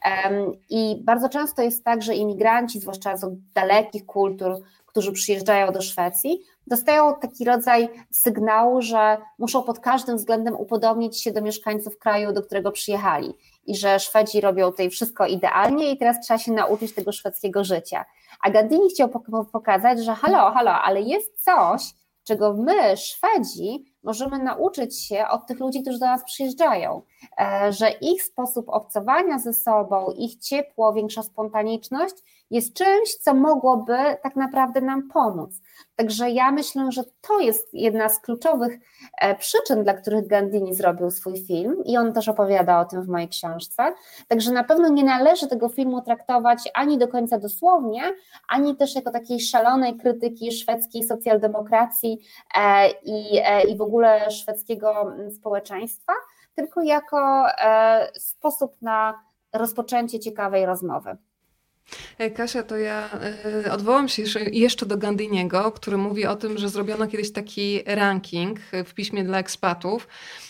i bardzo często jest tak, że imigranci, zwłaszcza z dalekich kultur, którzy przyjeżdżają do Szwecji, dostają taki rodzaj sygnału, że muszą pod każdym względem upodobnić się do mieszkańców kraju, do którego przyjechali i że Szwedzi robią tutaj wszystko idealnie i teraz trzeba się nauczyć tego szwedzkiego życia. A Gandini chciał pokazać, że halo, ale jest coś, czego my, Szwedzi, możemy nauczyć się od tych ludzi, którzy do nas przyjeżdżają, że ich sposób obcowania ze sobą, ich ciepło, większa spontaniczność jest czymś, co mogłoby tak naprawdę nam pomóc. Także ja myślę, że to jest jedna z kluczowych przyczyn, dla których Gandini zrobił swój film i on też opowiada o tym w mojej książce. Także na pewno nie należy tego filmu traktować ani do końca dosłownie, ani też jako takiej szalonej krytyki szwedzkiej socjaldemokracji i w ogóle szwedzkiego społeczeństwa, tylko jako sposób na rozpoczęcie ciekawej rozmowy. Kasia, to ja odwołam się jeszcze do Gandiniego, który mówi o tym, że zrobiono kiedyś taki ranking w piśmie dla ekspatów,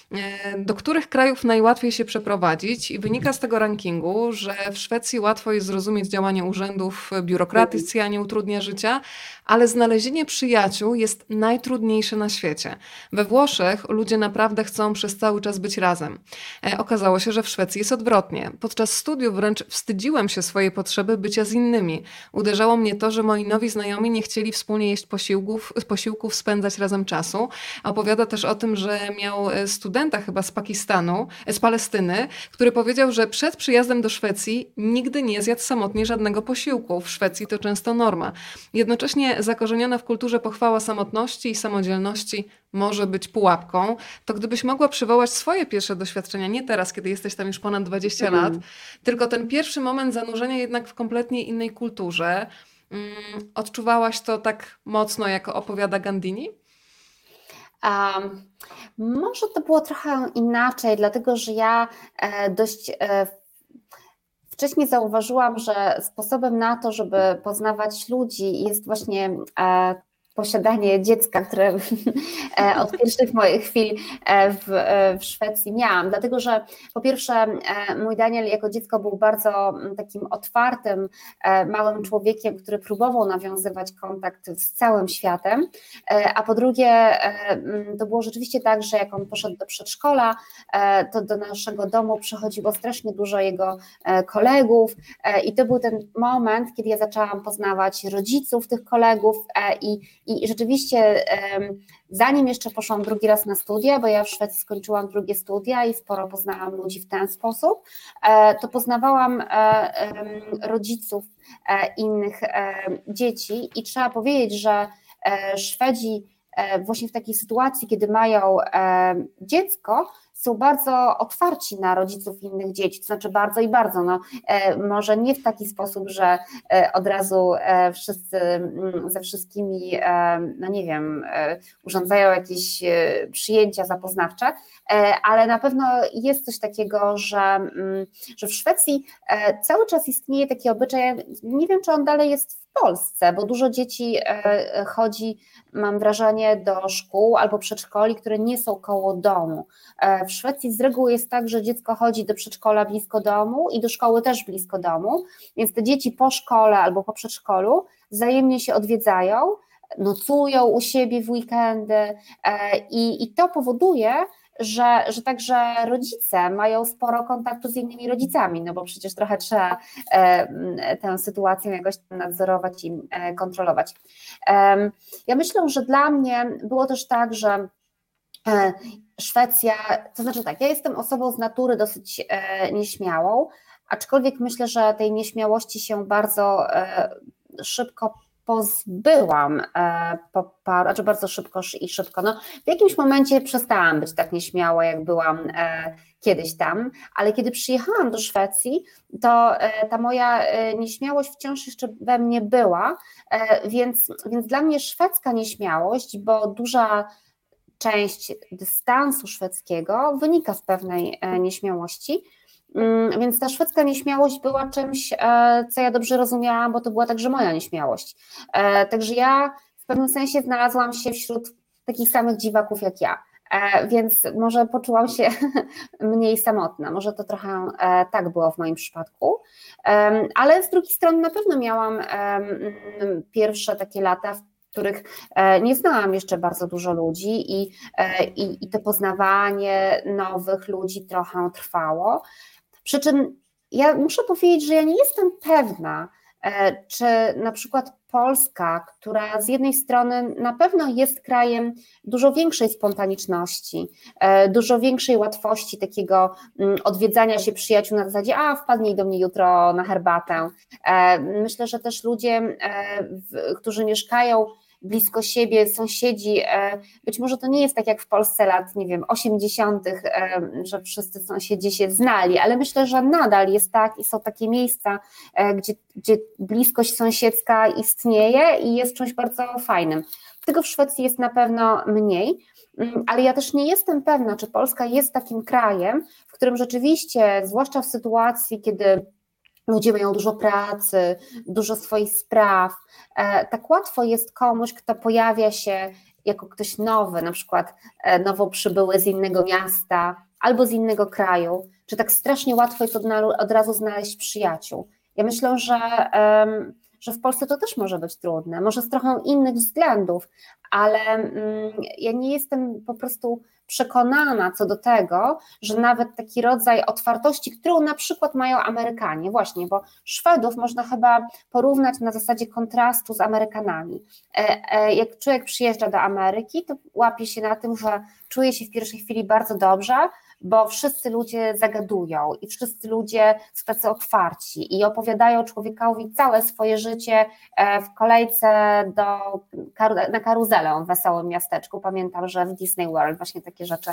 do których krajów najłatwiej się przeprowadzić i wynika z tego rankingu, że w Szwecji łatwo jest zrozumieć działanie urzędów, biurokratycja nie utrudnia życia, ale znalezienie przyjaciół jest najtrudniejsze na świecie. We Włoszech ludzie naprawdę chcą przez cały czas być razem. Okazało się, że w Szwecji jest odwrotnie. Podczas studiów wręcz wstydziłem się swojej potrzeby bycia z innymi. Uderzało mnie to, że moi nowi znajomi nie chcieli wspólnie jeść posiłków, spędzać razem czasu. Opowiada też o tym, że miał studenta chyba z Palestyny, który powiedział, że przed przyjazdem do Szwecji nigdy nie zjadł samotnie żadnego posiłku. W Szwecji to często norma. Jednocześnie zakorzeniona w kulturze pochwała samotności i samodzielności może być pułapką. To gdybyś mogła przywołać swoje pierwsze doświadczenia, nie teraz, kiedy jesteś tam już ponad 20 lat, tylko ten pierwszy moment zanurzenia jednak w kompletnie innej kulturze. Odczuwałaś to tak mocno, jak opowiada Gandini? Może to było trochę inaczej, dlatego że ja dość wcześniej zauważyłam, że sposobem na to, żeby poznawać ludzi jest właśnie posiadanie dziecka, które od pierwszych moich chwil w Szwecji miałam, dlatego że po pierwsze mój Daniel jako dziecko był bardzo takim otwartym, małym człowiekiem, który próbował nawiązywać kontakt z całym światem, a po drugie to było rzeczywiście tak, że jak on poszedł do przedszkola, to do naszego domu przychodziło strasznie dużo jego kolegów i to był ten moment, kiedy ja zaczęłam poznawać rodziców tych kolegów i rzeczywiście zanim jeszcze poszłam drugi raz na studia, bo ja w Szwecji skończyłam drugie studia i sporo poznałam ludzi w ten sposób, to poznawałam rodziców innych dzieci i trzeba powiedzieć, że Szwedzi właśnie w takiej sytuacji, kiedy mają dziecko, są bardzo otwarci na rodziców innych dzieci, to znaczy bardzo i bardzo, no, może nie w taki sposób, że od razu wszyscy ze wszystkimi, no nie wiem, urządzają jakieś przyjęcia zapoznawcze, ale na pewno jest coś takiego, że w Szwecji cały czas istnieje taki obyczaj, nie wiem, czy on dalej jest w Polsce, bo dużo dzieci chodzi, mam wrażenie, do szkół albo przedszkoli, które nie są koło domu. W Szwecji z reguły jest tak, że dziecko chodzi do przedszkola blisko domu i do szkoły też blisko domu, więc te dzieci po szkole albo po przedszkolu wzajemnie się odwiedzają, nocują u siebie w weekendy i to powoduje, że także rodzice mają sporo kontaktu z innymi rodzicami, no bo przecież trochę trzeba tę sytuację jakoś nadzorować i kontrolować. Ja myślę, że dla mnie było też tak, że Szwecja, to znaczy tak, ja jestem osobą z natury dosyć nieśmiałą, aczkolwiek myślę, że tej nieśmiałości się bardzo szybko pozbyłam, znaczy bardzo szybko i szybko. No, w jakimś momencie przestałam być tak nieśmiała, jak byłam kiedyś tam, ale kiedy przyjechałam do Szwecji, to ta moja nieśmiałość wciąż jeszcze we mnie była, więc dla mnie szwedzka nieśmiałość, bo duża część dystansu szwedzkiego wynika z pewnej nieśmiałości, więc ta szwedzka nieśmiałość była czymś, co ja dobrze rozumiałam, bo to była także moja nieśmiałość. Także ja w pewnym sensie znalazłam się wśród takich samych dziwaków jak ja, więc może poczułam się mniej samotna, może to trochę tak było w moim przypadku, ale z drugiej strony na pewno miałam pierwsze takie lata, w których nie znałam jeszcze bardzo dużo ludzi i to poznawanie nowych ludzi trochę trwało. Przy czym ja muszę powiedzieć, że ja nie jestem pewna, czy na przykład Polska, która z jednej strony na pewno jest krajem dużo większej spontaniczności, dużo większej łatwości takiego odwiedzania się przyjaciół na zasadzie, wpadnij do mnie jutro na herbatę. Myślę, że też ludzie, którzy mieszkają blisko siebie, sąsiedzi, być może to nie jest tak jak w Polsce lat, nie wiem, 80., że wszyscy sąsiedzi się znali, ale myślę, że nadal jest tak i są takie miejsca, gdzie bliskość sąsiedzka istnieje i jest czymś bardzo fajnym. Tego w Szwecji jest na pewno mniej, ale ja też nie jestem pewna, czy Polska jest takim krajem, w którym rzeczywiście, zwłaszcza w sytuacji, kiedy ludzie mają dużo pracy, dużo swoich spraw, tak łatwo jest komuś, kto pojawia się jako ktoś nowy, na przykład nowo przybyły z innego miasta albo z innego kraju, czy tak strasznie łatwo jest od razu znaleźć przyjaciół. Ja myślę, że w Polsce to też może być trudne, może z trochę innych względów, ale ja nie jestem po prostu przekonana co do tego, że nawet taki rodzaj otwartości, którą na przykład mają Amerykanie, właśnie, bo Szwedów można chyba porównać na zasadzie kontrastu z Amerykanami. Jak człowiek przyjeżdża do Ameryki, to łapie się na tym, że czuje się w pierwszej chwili bardzo dobrze, bo wszyscy ludzie zagadują i wszyscy ludzie są tacy otwarci i opowiadają człowiekowi całe swoje życie w kolejce na karuzelę w wesołym miasteczku. Pamiętam, że w Disney World właśnie takie rzeczy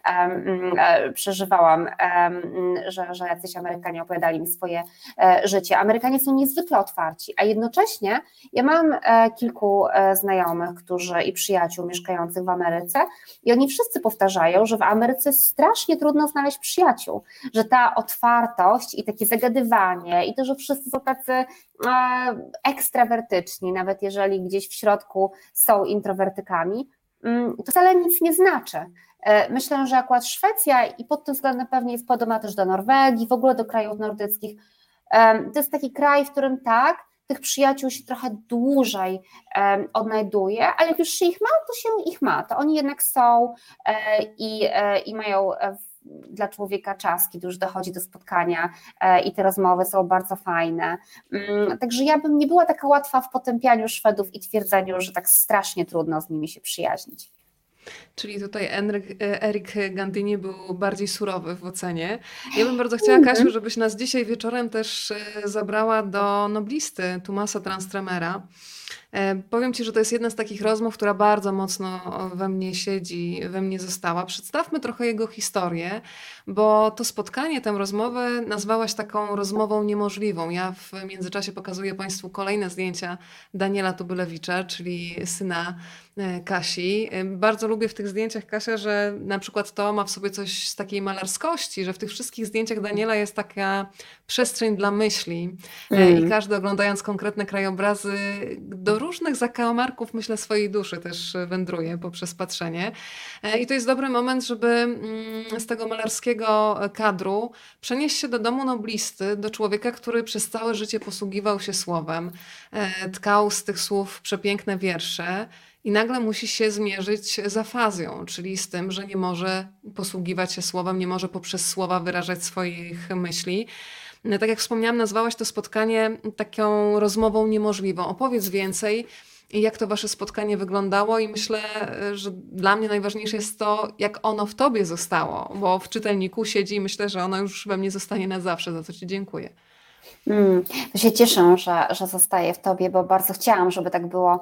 przeżywałam, że jacyś Amerykanie opowiadali mi swoje życie. Amerykanie są niezwykle otwarci, a jednocześnie ja mam kilku znajomych, i przyjaciół mieszkających w Ameryce i oni wszyscy powtarzają, że w Ameryce jest strasznie trudno trudno znaleźć przyjaciół, że ta otwartość i takie zagadywanie i to, że wszyscy są tacy ekstrawertyczni, nawet jeżeli gdzieś w środku są introwertykami, to wcale nic nie znaczy. Myślę, że akurat Szwecja i pod tym względem pewnie jest podobna też do Norwegii, w ogóle do krajów nordyckich. To jest taki kraj, w którym tak, tych przyjaciół się trochę dłużej odnajduje, ale jak już się ich ma, to się ich ma. To oni jednak są i mają dla człowieka czas, kiedy już dochodzi do spotkania i te rozmowy są bardzo fajne. Także ja bym nie była taka łatwa w potępianiu Szwedów i twierdzeniu, że tak strasznie trudno z nimi się przyjaźnić. Czyli tutaj Erik Gandini był bardziej surowy w ocenie. Ja bym bardzo chciała, Kasiu, żebyś nas dzisiaj wieczorem też zabrała do noblisty Thomasa Tranströmera. Powiem Ci, że to jest jedna z takich rozmów, która bardzo mocno we mnie siedzi, we mnie została. Przedstawmy trochę jego historię, bo to spotkanie, tę rozmowę nazwałaś taką rozmową niemożliwą. Ja w międzyczasie pokazuję Państwu kolejne zdjęcia Daniela Tubylewicza, czyli syna Kasi. Bardzo lubię w tych zdjęciach, Kasia, że na przykład to ma w sobie coś z takiej malarskości, że w tych wszystkich zdjęciach Daniela jest taka przestrzeń dla myśli i każdy oglądając konkretne krajobrazy do różnych zakamarków, myślę, swojej duszy też wędruje poprzez patrzenie. I to jest dobry moment, żeby z tego malarskiego kadru przenieść się do domu noblisty, do człowieka, który przez całe życie posługiwał się słowem, tkał z tych słów przepiękne wiersze i nagle musi się zmierzyć z afazją, czyli z tym, że nie może posługiwać się słowem, nie może poprzez słowa wyrażać swoich myśli. Tak jak wspomniałam, nazwałaś to spotkanie taką rozmową niemożliwą. Opowiedz więcej, jak to wasze spotkanie wyglądało i myślę, że dla mnie najważniejsze jest to, jak ono w tobie zostało, bo w czytelniku siedzi i myślę, że ono już we mnie zostanie na zawsze, za co ci dziękuję. To się cieszę, że zostaje w tobie, bo bardzo chciałam, żeby tak było.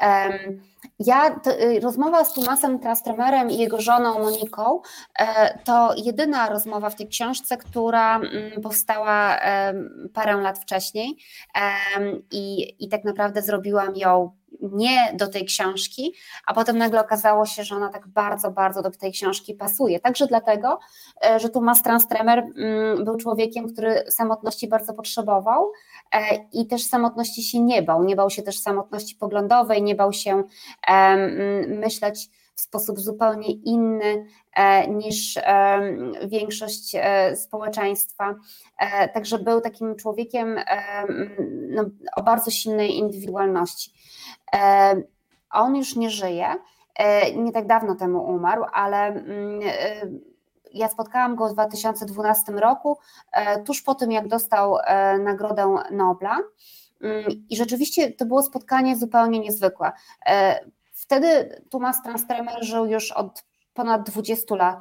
Rozmowa z Thomasem Tranströmerem i jego żoną Moniką to jedyna rozmowa w tej książce, która powstała parę lat wcześniej i tak naprawdę zrobiłam ją nie do tej książki, a potem nagle okazało się, że ona tak bardzo, bardzo do tej książki pasuje. Także dlatego, że Thomas Tranströmer był człowiekiem, który samotności bardzo potrzebował i też samotności się nie bał. Nie bał się też samotności poglądowej, nie bał się myśleć w sposób zupełnie inny niż większość społeczeństwa. Także był takim człowiekiem o bardzo silnej indywidualności. On już nie żyje, nie tak dawno temu umarł, ale ja spotkałam go w 2012 roku, tuż po tym, jak dostał Nagrodę Nobla i rzeczywiście to było spotkanie zupełnie niezwykłe. Wtedy Thomas Tranströmer żył już od ponad 20 lat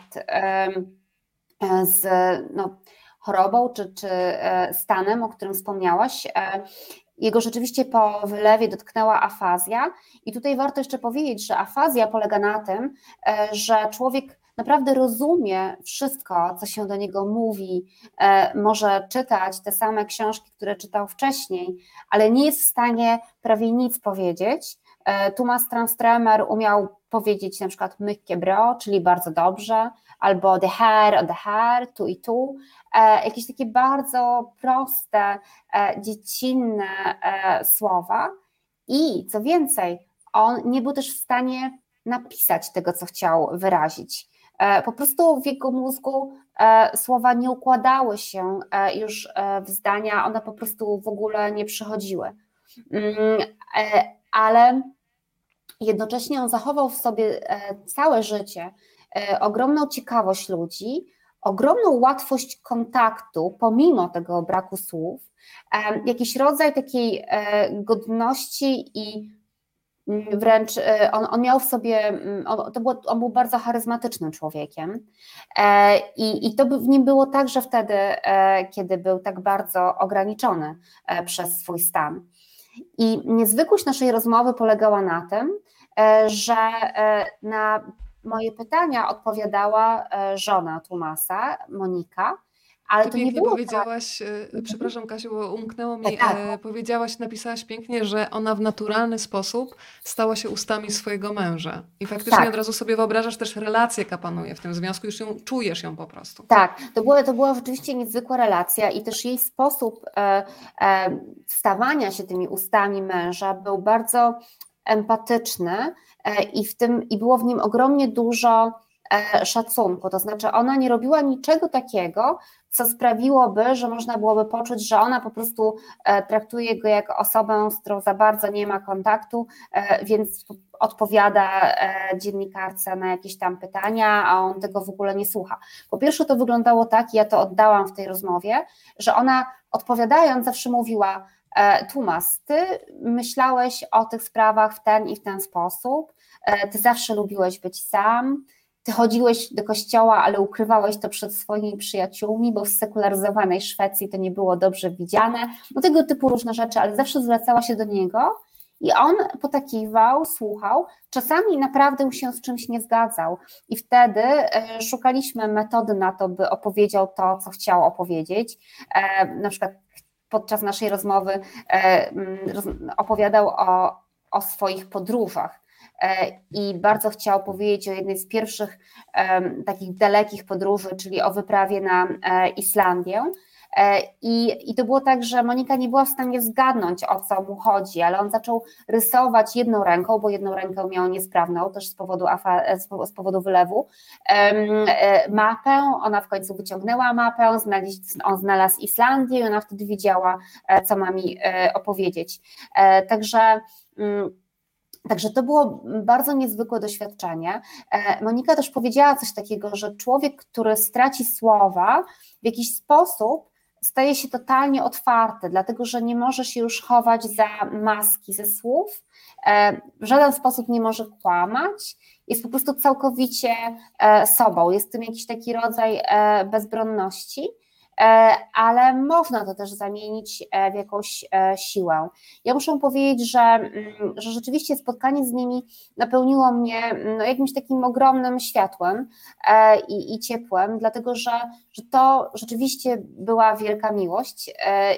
z chorobą czy stanem, o którym wspomniałaś. Jego rzeczywiście po wylewie dotknęła afazja i tutaj warto jeszcze powiedzieć, że afazja polega na tym, że człowiek naprawdę rozumie wszystko, co się do niego mówi, może czytać te same książki, które czytał wcześniej, ale nie jest w stanie prawie nic powiedzieć. Thomas Tranströmer umiał powiedzieć na przykład mycket bra, czyli bardzo dobrze, albo det här, tu i tu. Jakieś takie bardzo proste, dziecinne słowa i co więcej, on nie był też w stanie napisać tego, co chciał wyrazić. Po prostu w jego mózgu słowa nie układały się już w zdania, one po prostu w ogóle nie przychodziły. Ale jednocześnie on zachował w sobie całe życie ogromną ciekawość ludzi, ogromną łatwość kontaktu, pomimo tego braku słów, jakiś rodzaj takiej godności i wręcz on miał w sobie, on był bardzo charyzmatycznym człowiekiem i to w nim było także wtedy, kiedy był tak bardzo ograniczony przez swój stan. I niezwykłość naszej rozmowy polegała na tym, że na moje pytania odpowiadała żona Thomasa, Monika, Ale Ty to nie pięknie było tak. powiedziałaś, Mhm. przepraszam Kasiu, bo umknęło mi, Tak, powiedziałaś, napisałaś pięknie, że ona w naturalny sposób stała się ustami swojego męża. I faktycznie od tak. razu sobie wyobrażasz też relację, jaka panuje w tym związku, już ją czujesz ją po prostu. Tak, to była rzeczywiście niezwykła relacja i też jej sposób stawania się tymi ustami męża był bardzo empatyczny i było w nim ogromnie dużo szacunku. To znaczy, ona nie robiła niczego takiego, co sprawiłoby, że można byłoby poczuć, że ona po prostu traktuje go jako osobę, z którą za bardzo nie ma kontaktu, więc odpowiada dziennikarce na jakieś tam pytania, a on tego w ogóle nie słucha. Po pierwsze to wyglądało tak, ja to oddałam w tej rozmowie, że ona odpowiadając zawsze mówiła: Tumas, ty myślałeś o tych sprawach w ten i w ten sposób, ty zawsze lubiłeś być sam, ty chodziłeś do kościoła, ale ukrywałeś to przed swoimi przyjaciółmi, bo w sekularyzowanej Szwecji to nie było dobrze widziane, no tego typu różne rzeczy, ale zawsze zwracała się do niego i on potakiwał, słuchał, czasami naprawdę się z czymś nie zgadzał i wtedy szukaliśmy metody na to, by opowiedział to, co chciał opowiedzieć, na przykład podczas naszej rozmowy opowiadał o swoich podróżach i bardzo chciał powiedzieć o jednej z pierwszych takich dalekich podróży, czyli o wyprawie na Islandię. I to było tak, że Monika nie była w stanie zgadnąć, o co mu chodzi, ale on zaczął rysować jedną ręką, bo jedną rękę miał niesprawną, też z powodu wylewu, mapę, ona w końcu wyciągnęła mapę, on znalazł Islandię i ona wtedy wiedziała, co ma mi opowiedzieć. Także to było bardzo niezwykłe doświadczenie. Monika też powiedziała coś takiego, że człowiek, który straci słowa, w jakiś sposób staje się totalnie otwarty, dlatego że nie może się już chować za maski ze słów, w żaden sposób nie może kłamać, jest po prostu całkowicie sobą. Jest w tym jakiś taki rodzaj bezbronności, ale można to też zamienić w jakąś siłę. Ja muszę powiedzieć, że rzeczywiście spotkanie z nimi napełniło mnie jakimś takim ogromnym światłem i ciepłem, dlatego że to rzeczywiście była wielka miłość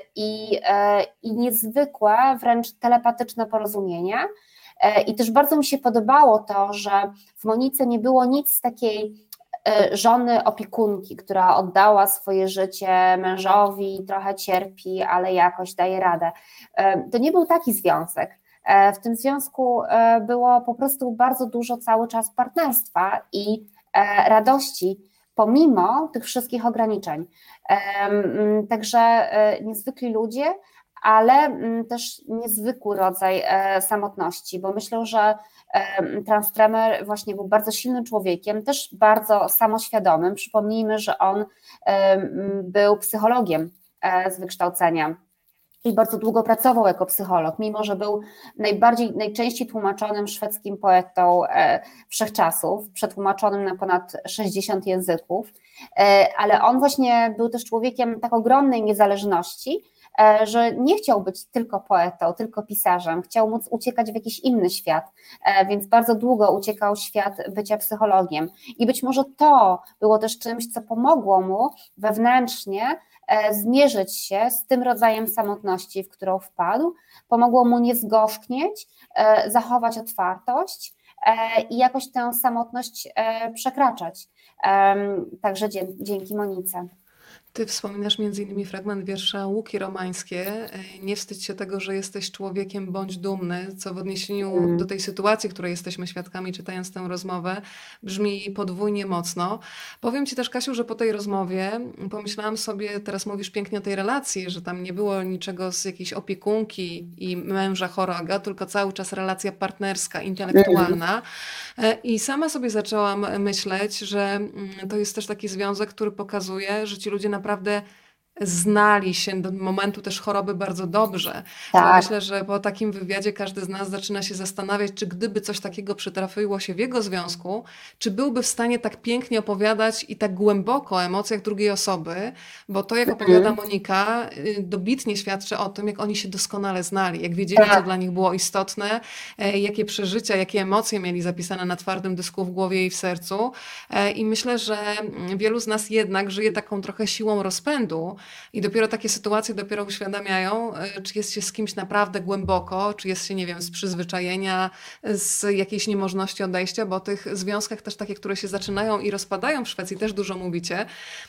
i niezwykłe, wręcz telepatyczne porozumienie. I też bardzo mi się podobało to, że w Monice nie było nic z takiej żony opiekunki, która oddała swoje życie mężowi, trochę cierpi, ale jakoś daje radę. To nie był taki związek. W tym związku było po prostu bardzo dużo cały czas partnerstwa i radości, pomimo tych wszystkich ograniczeń. Także niezwykli ludzie, ale też niezwykły rodzaj samotności, bo myślę, że Trans Tremer właśnie był bardzo silnym człowiekiem, też bardzo samoświadomym. Przypomnijmy, że on był psychologiem z wykształcenia i bardzo długo pracował jako psycholog, mimo że był najczęściej tłumaczonym szwedzkim poetą wszechczasów, przetłumaczonym na ponad 60 języków, ale on właśnie był też człowiekiem tak ogromnej niezależności, że nie chciał być tylko poetą, tylko pisarzem, chciał móc uciekać w jakiś inny świat, więc bardzo długo uciekał w świat bycia psychologiem i być może to było też czymś, co pomogło mu wewnętrznie zmierzyć się z tym rodzajem samotności, w którą wpadł, pomogło mu nie zgorzknieć, zachować otwartość i jakoś tę samotność przekraczać. Także dzięki Monice. Ty wspominasz między innymi fragment wiersza Łuki Romańskie. Nie wstydź się tego, że jesteś człowiekiem, bądź dumny, co w odniesieniu do tej sytuacji, której jesteśmy świadkami, czytając tę rozmowę, brzmi podwójnie mocno. Powiem Ci też, Kasiu, że po tej rozmowie pomyślałam sobie, teraz mówisz pięknie o tej relacji, że tam nie było niczego z jakiejś opiekunki i męża chorego, tylko cały czas relacja partnerska, intelektualna. I sama sobie zaczęłam myśleć, że to jest też taki związek, który pokazuje, że ci ludzie naprawdę znali się do momentu też choroby bardzo dobrze. Bo Tak. myślę, że po takim wywiadzie każdy z nas zaczyna się zastanawiać, czy gdyby coś takiego przytrafiło się w jego związku, czy byłby w stanie tak pięknie opowiadać i tak głęboko o emocjach drugiej osoby, bo to, jak opowiada Monika, dobitnie świadczy o tym, jak oni się doskonale znali, jak wiedzieli, co Tak. dla nich było istotne, jakie przeżycia, jakie emocje mieli zapisane na twardym dysku w głowie i w sercu. I myślę, że wielu z nas jednak żyje taką trochę siłą rozpędu i dopiero takie sytuacje dopiero uświadamiają, czy jest się z kimś naprawdę głęboko, czy jest się, nie wiem, z przyzwyczajenia, z jakiejś niemożności odejścia, bo o tych związkach też takie, które się zaczynają i rozpadają w Szwecji, też dużo mówicie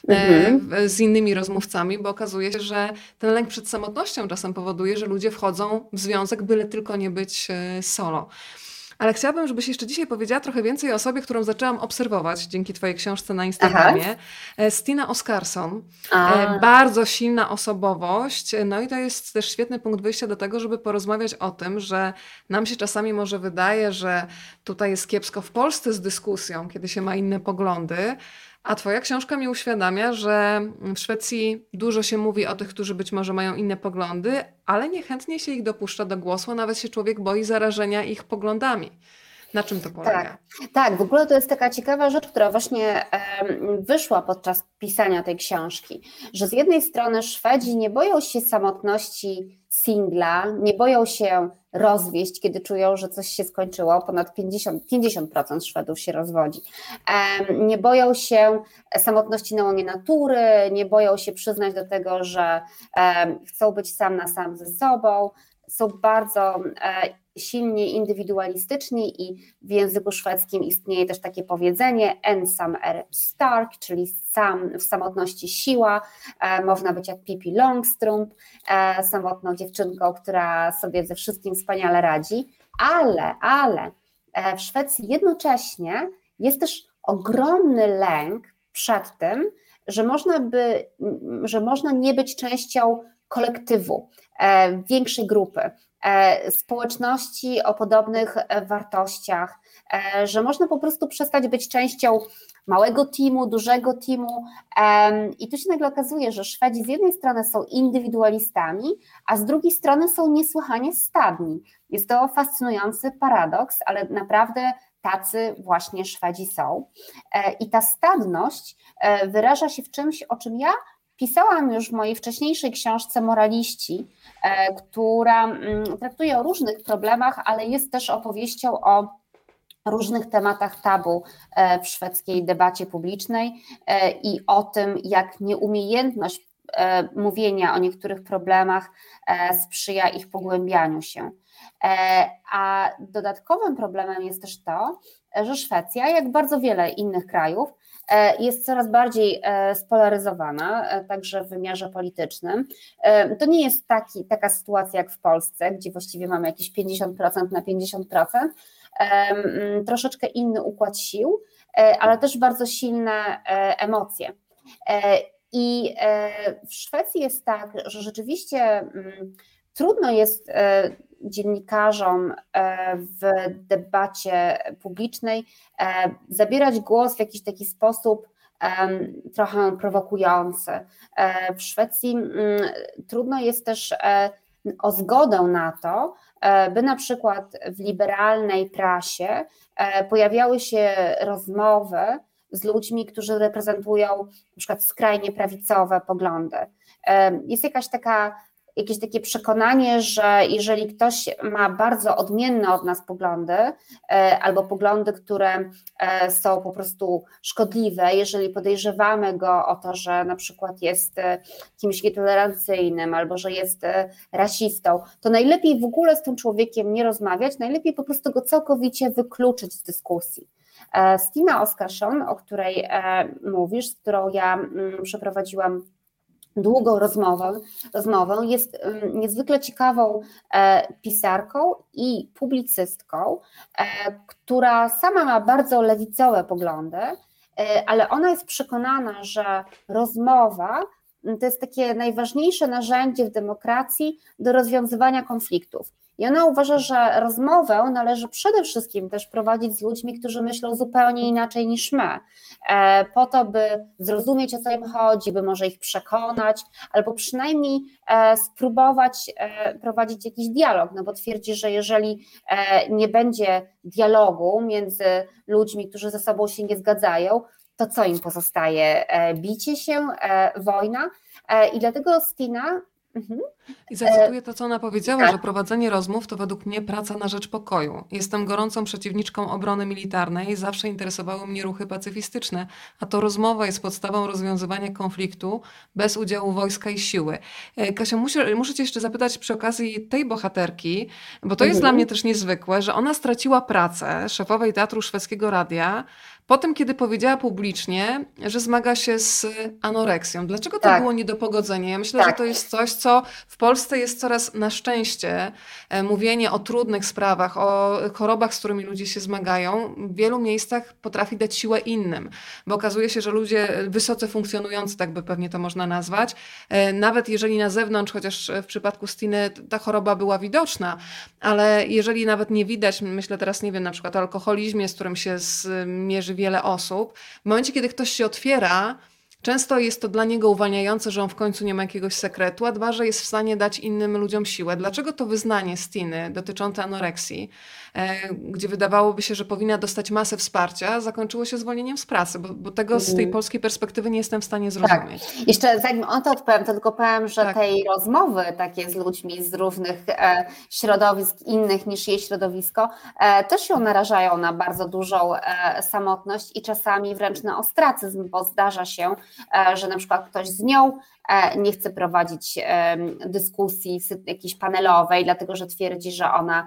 z innymi rozmówcami, bo okazuje się, że ten lęk przed samotnością czasem powoduje, że ludzie wchodzą w związek, byle tylko nie być solo. Ale chciałabym, żebyś jeszcze dzisiaj powiedziała trochę więcej o osobie, którą zaczęłam obserwować dzięki twojej książce na Instagramie. Stina Oskarsson. Bardzo silna osobowość. No i to jest też świetny punkt wyjścia do tego, żeby porozmawiać o tym, że nam się czasami może wydaje, że tutaj jest kiepsko w Polsce z dyskusją, kiedy się ma inne poglądy, a twoja książka mi uświadamia, że w Szwecji dużo się mówi o tych, którzy być może mają inne poglądy, ale niechętnie się ich dopuszcza do głosu, a nawet się człowiek boi zarażenia ich poglądami. Na czym to polega? Tak, w ogóle to jest taka ciekawa rzecz, która właśnie wyszła podczas pisania tej książki, że z jednej strony Szwedzi nie boją się samotności singla, nie boją się rozwieść, kiedy czują, że coś się skończyło, ponad 50% Szwedów się rozwodzi. Nie boją się samotności na łonie natury, nie boją się przyznać do tego, że chcą być sam na sam ze sobą, są bardzo silnie indywidualistyczni i w języku szwedzkim istnieje też takie powiedzenie ensam är stark, czyli sam w samotności siła. Można być jak Pippi Longstrump, samotną dziewczynką, która sobie ze wszystkim wspaniale radzi, ale w Szwecji jednocześnie jest też ogromny lęk przed tym, że można nie być częścią kolektywu, większej grupy, społeczności o podobnych wartościach, że można po prostu przestać być częścią małego teamu, dużego teamu i tu się nagle okazuje, że Szwedzi z jednej strony są indywidualistami, a z drugiej strony są niesłychanie stadni. Jest to fascynujący paradoks, ale naprawdę tacy właśnie Szwedzi są. I ta stadność wyraża się w czymś, o czym ja pisałam już w mojej wcześniejszej książce Moraliści, która traktuje o różnych problemach, ale jest też opowieścią o różnych tematach tabu w szwedzkiej debacie publicznej i o tym, jak nieumiejętność mówienia o niektórych problemach sprzyja ich pogłębianiu się. A dodatkowym problemem jest też to, że Szwecja, jak bardzo wiele innych krajów, jest coraz bardziej spolaryzowana, także w wymiarze politycznym. To nie jest taka sytuacja jak w Polsce, gdzie właściwie mamy jakieś 50% na 50%, troszeczkę inny układ sił, ale też bardzo silne emocje. I w Szwecji jest tak, że rzeczywiście trudno jest dziennikarzom w debacie publicznej zabierać głos w jakiś taki sposób trochę prowokujący. W Szwecji trudno jest też o zgodę na to, by na przykład w liberalnej prasie pojawiały się rozmowy z ludźmi, którzy reprezentują na przykład skrajnie prawicowe poglądy. Jest jakieś takie przekonanie, że jeżeli ktoś ma bardzo odmienne od nas poglądy, albo poglądy, które są po prostu szkodliwe, jeżeli podejrzewamy go o to, że na przykład jest kimś nietolerancyjnym, albo że jest rasistą, to najlepiej w ogóle z tym człowiekiem nie rozmawiać, najlepiej po prostu go całkowicie wykluczyć z dyskusji. Stina Oskarsson, o której mówisz, z którą ja przeprowadziłam długą rozmowę, jest niezwykle ciekawą pisarką i publicystką, która sama ma bardzo lewicowe poglądy, ale ona jest przekonana, że rozmowa to jest takie najważniejsze narzędzie w demokracji do rozwiązywania konfliktów. I ona uważa, że rozmowę należy przede wszystkim też prowadzić z ludźmi, którzy myślą zupełnie inaczej niż my, po to, by zrozumieć, o co im chodzi, by może ich przekonać, albo przynajmniej spróbować prowadzić jakiś dialog, no bo twierdzi, że jeżeli nie będzie dialogu między ludźmi, którzy ze sobą się nie zgadzają, to co im pozostaje? Bicie się, wojna. I dlatego Stina... I zacytuję to, co ona powiedziała, Tak. że prowadzenie rozmów to według mnie praca na rzecz pokoju. Jestem gorącą przeciwniczką obrony militarnej, zawsze interesowały mnie ruchy pacyfistyczne, a to rozmowa jest podstawą rozwiązywania konfliktu bez udziału wojska i siły. Kasia, muszę cię jeszcze zapytać przy okazji tej bohaterki, bo to jest dla mnie też niezwykłe, że ona straciła pracę szefowej Teatru Szwedzkiego Radia po tym, kiedy powiedziała publicznie, że zmaga się z anoreksją. Dlaczego to było nie do pogodzenia? Ja myślę, że to jest coś, co w Polsce jest coraz na szczęście mówienie o trudnych sprawach, o chorobach, z którymi ludzie się zmagają, w wielu miejscach potrafi dać siłę innym, bo okazuje się, że ludzie wysoce funkcjonujący, tak by pewnie to można nazwać, nawet jeżeli na zewnątrz, chociaż w przypadku Stiny ta choroba była widoczna, ale jeżeli nawet nie widać, myślę teraz, nie wiem, na przykład o alkoholizmie, z którym się mierzy wiele osób, w momencie, kiedy ktoś się otwiera, często jest to dla niego uwalniające, że on w końcu nie ma jakiegoś sekretu, a dwa, że jest w stanie dać innym ludziom siłę. Dlaczego to wyznanie Stiny dotyczące anoreksji, gdzie wydawałoby się, że powinna dostać masę wsparcia, zakończyło się zwolnieniem z pracy, bo tego z tej polskiej perspektywy nie jestem w stanie zrozumieć. Tak. Jeszcze zanim o to odpowiem, to tylko powiem, że tej rozmowy takie z ludźmi z różnych środowisk innych niż jej środowisko też ją narażają na bardzo dużą samotność i czasami wręcz na ostracyzm, bo zdarza się, że na przykład ktoś z nią nie chce prowadzić dyskusji jakiejś panelowej, dlatego że twierdzi, że ona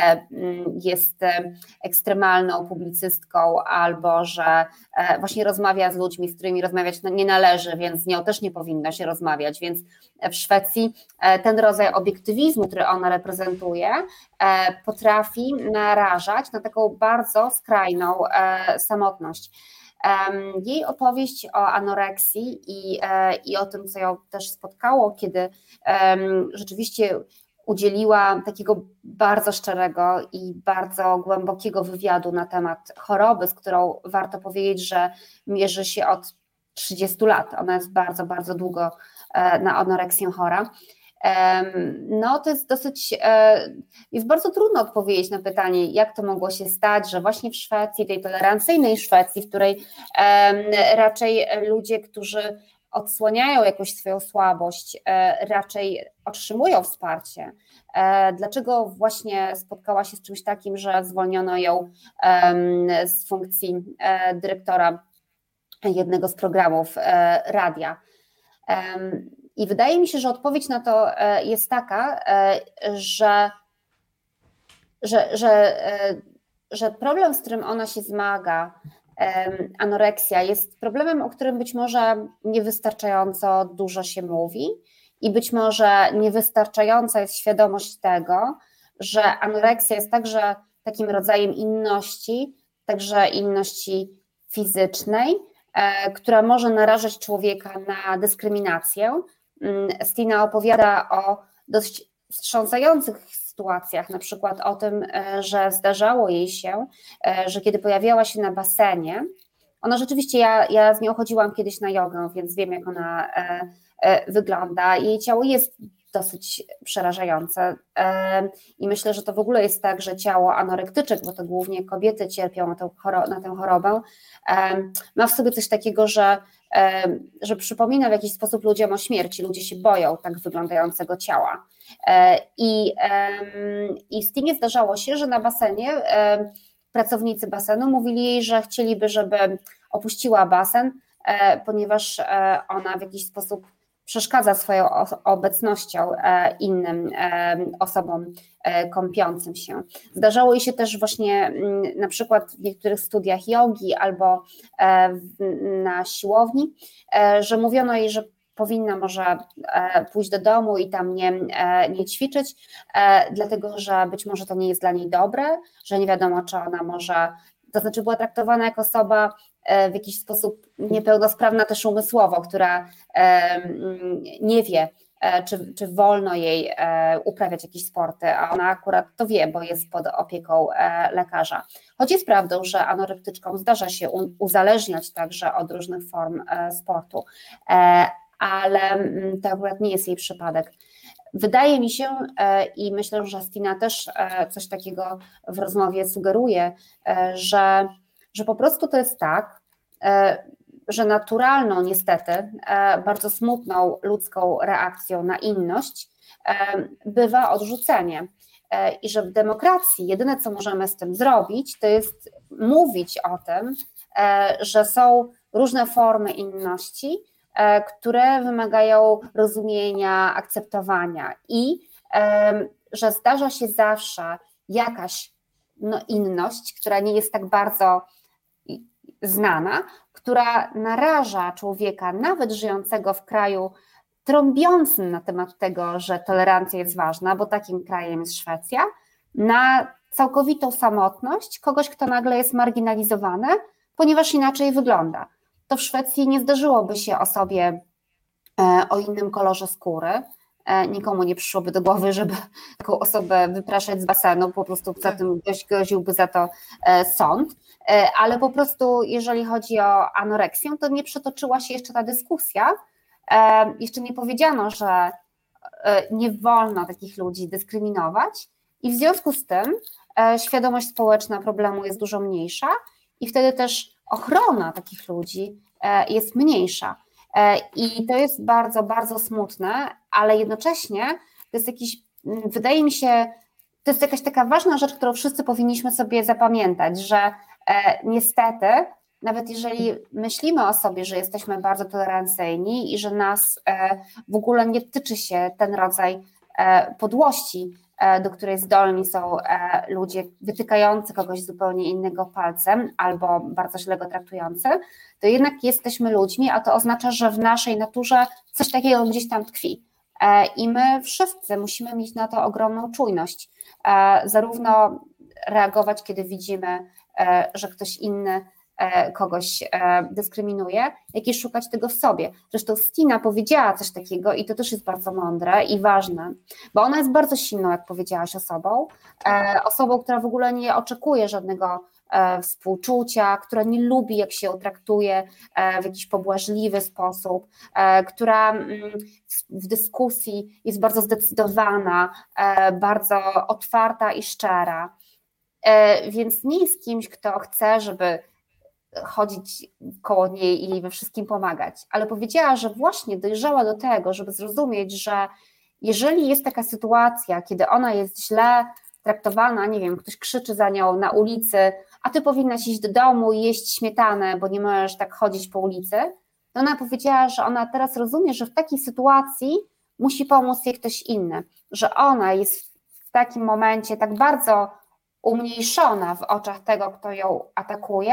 jest ekstremalną publicystką albo że właśnie rozmawia z ludźmi, z którymi rozmawiać nie należy, więc z nią też nie powinno się rozmawiać, więc w Szwecji ten rodzaj obiektywizmu, który ona reprezentuje, potrafi narażać na taką bardzo skrajną samotność. Jej opowieść o anoreksji i o tym, co ją też spotkało, kiedy rzeczywiście udzieliła takiego bardzo szczerego i bardzo głębokiego wywiadu na temat choroby, z którą warto powiedzieć, że mierzy się od 30 lat. Ona jest bardzo, bardzo długo na anoreksję chora. No to jest jest bardzo trudno odpowiedzieć na pytanie, jak to mogło się stać, że właśnie w Szwecji, tej tolerancyjnej Szwecji, w której raczej ludzie, którzy odsłaniają jakąś swoją słabość, raczej otrzymują wsparcie. Dlaczego właśnie spotkała się z czymś takim, że zwolniono ją z funkcji dyrektora jednego z programów radia? I wydaje mi się, że odpowiedź na to jest taka, że problem, z którym ona się zmaga, anoreksja, jest problemem, o którym być może niewystarczająco dużo się mówi i być może niewystarczająca jest świadomość tego, że anoreksja jest także takim rodzajem inności, także inności fizycznej, która może narażać człowieka na dyskryminację. Stina opowiada o dość wstrząsających sytuacjach, na przykład o tym, że zdarzało jej się, że kiedy pojawiała się na basenie, ona rzeczywiście, ja z nią chodziłam kiedyś na jogę, więc wiem, jak ona wygląda. Jej ciało jest dosyć przerażające i myślę, że to w ogóle jest tak, że ciało anorektyczek, bo to głównie kobiety cierpią na tę chorobę, ma w sobie coś takiego, że przypomina w jakiś sposób ludziom o śmierci, ludzie się boją tak wyglądającego ciała. I Stinie zdarzało się, że na basenie pracownicy basenu mówili jej, że chcieliby, żeby opuściła basen, ponieważ ona w jakiś sposób przeszkadza swoją obecnością innym osobom kąpiącym się. Zdarzało jej się też właśnie na przykład w niektórych studiach jogi albo na siłowni, że mówiono jej, że powinna może pójść do domu i tam nie ćwiczyć, dlatego że być może to nie jest dla niej dobre, że nie wiadomo, czy ona może, to znaczy była traktowana jako osoba w jakiś sposób niepełnosprawna też umysłowo, która nie wie, czy wolno jej uprawiać jakieś sporty, a ona akurat to wie, bo jest pod opieką lekarza. Choć jest prawdą, że anorektyczkom zdarza się uzależniać także od różnych form sportu, ale to akurat nie jest jej przypadek. Wydaje mi się i myślę, że Stina też coś takiego w rozmowie sugeruje, że po prostu to jest tak, że naturalną niestety, bardzo smutną ludzką reakcją na inność bywa odrzucenie. I że w demokracji jedyne, co możemy z tym zrobić, to jest mówić o tym, że są różne formy inności, które wymagają rozumienia, akceptowania i że zdarza się zawsze jakaś inność, która nie jest tak bardzo znana, która naraża człowieka, nawet żyjącego w kraju trąbiącym na temat tego, że tolerancja jest ważna, bo takim krajem jest Szwecja, na całkowitą samotność kogoś, kto nagle jest marginalizowany, ponieważ inaczej wygląda. To w Szwecji nie zdarzyłoby się osobie o innym kolorze skóry. Nikomu nie przyszłoby do głowy, żeby taką osobę wypraszać z basenu, po prostu za tym groziłby za to sąd, ale po prostu jeżeli chodzi o anoreksję, to nie przetoczyła się jeszcze ta dyskusja, jeszcze nie powiedziano, że nie wolno takich ludzi dyskryminować i w związku z tym świadomość społeczna problemu jest dużo mniejsza i wtedy też ochrona takich ludzi jest mniejsza. I to jest bardzo, bardzo smutne, ale jednocześnie to jest wydaje mi się, to jest jakaś taka ważna rzecz, którą wszyscy powinniśmy sobie zapamiętać, że niestety, nawet jeżeli myślimy o sobie, że jesteśmy bardzo tolerancyjni i że nas w ogóle nie tyczy się ten rodzaj podłości, do której zdolni są ludzie wytykający kogoś zupełnie innego palcem albo bardzo źle go traktujący, to jednak jesteśmy ludźmi, a to oznacza, że w naszej naturze coś takiego gdzieś tam tkwi. I my wszyscy musimy mieć na to ogromną czujność, zarówno reagować, kiedy widzimy, że ktoś inny kogoś dyskryminuje, jak i szukać tego w sobie. Zresztą Stina powiedziała coś takiego i to też jest bardzo mądre i ważne, bo ona jest bardzo silną, jak powiedziałaś, osobą, która w ogóle nie oczekuje żadnego współczucia, która nie lubi, jak się ją traktuje w jakiś pobłażliwy sposób, która w dyskusji jest bardzo zdecydowana, bardzo otwarta i szczera, więc nie jest kimś, kto chce, żeby chodzić koło niej i jej we wszystkim pomagać, ale powiedziała, że właśnie dojrzała do tego, żeby zrozumieć, że jeżeli jest taka sytuacja, kiedy ona jest źle traktowana, nie wiem, ktoś krzyczy za nią na ulicy, a ty powinnaś iść do domu i jeść śmietanę, bo nie możesz tak chodzić po ulicy, to ona powiedziała, że ona teraz rozumie, że w takiej sytuacji musi pomóc jej ktoś inny, że ona jest w takim momencie tak bardzo umniejszona w oczach tego, kto ją atakuje,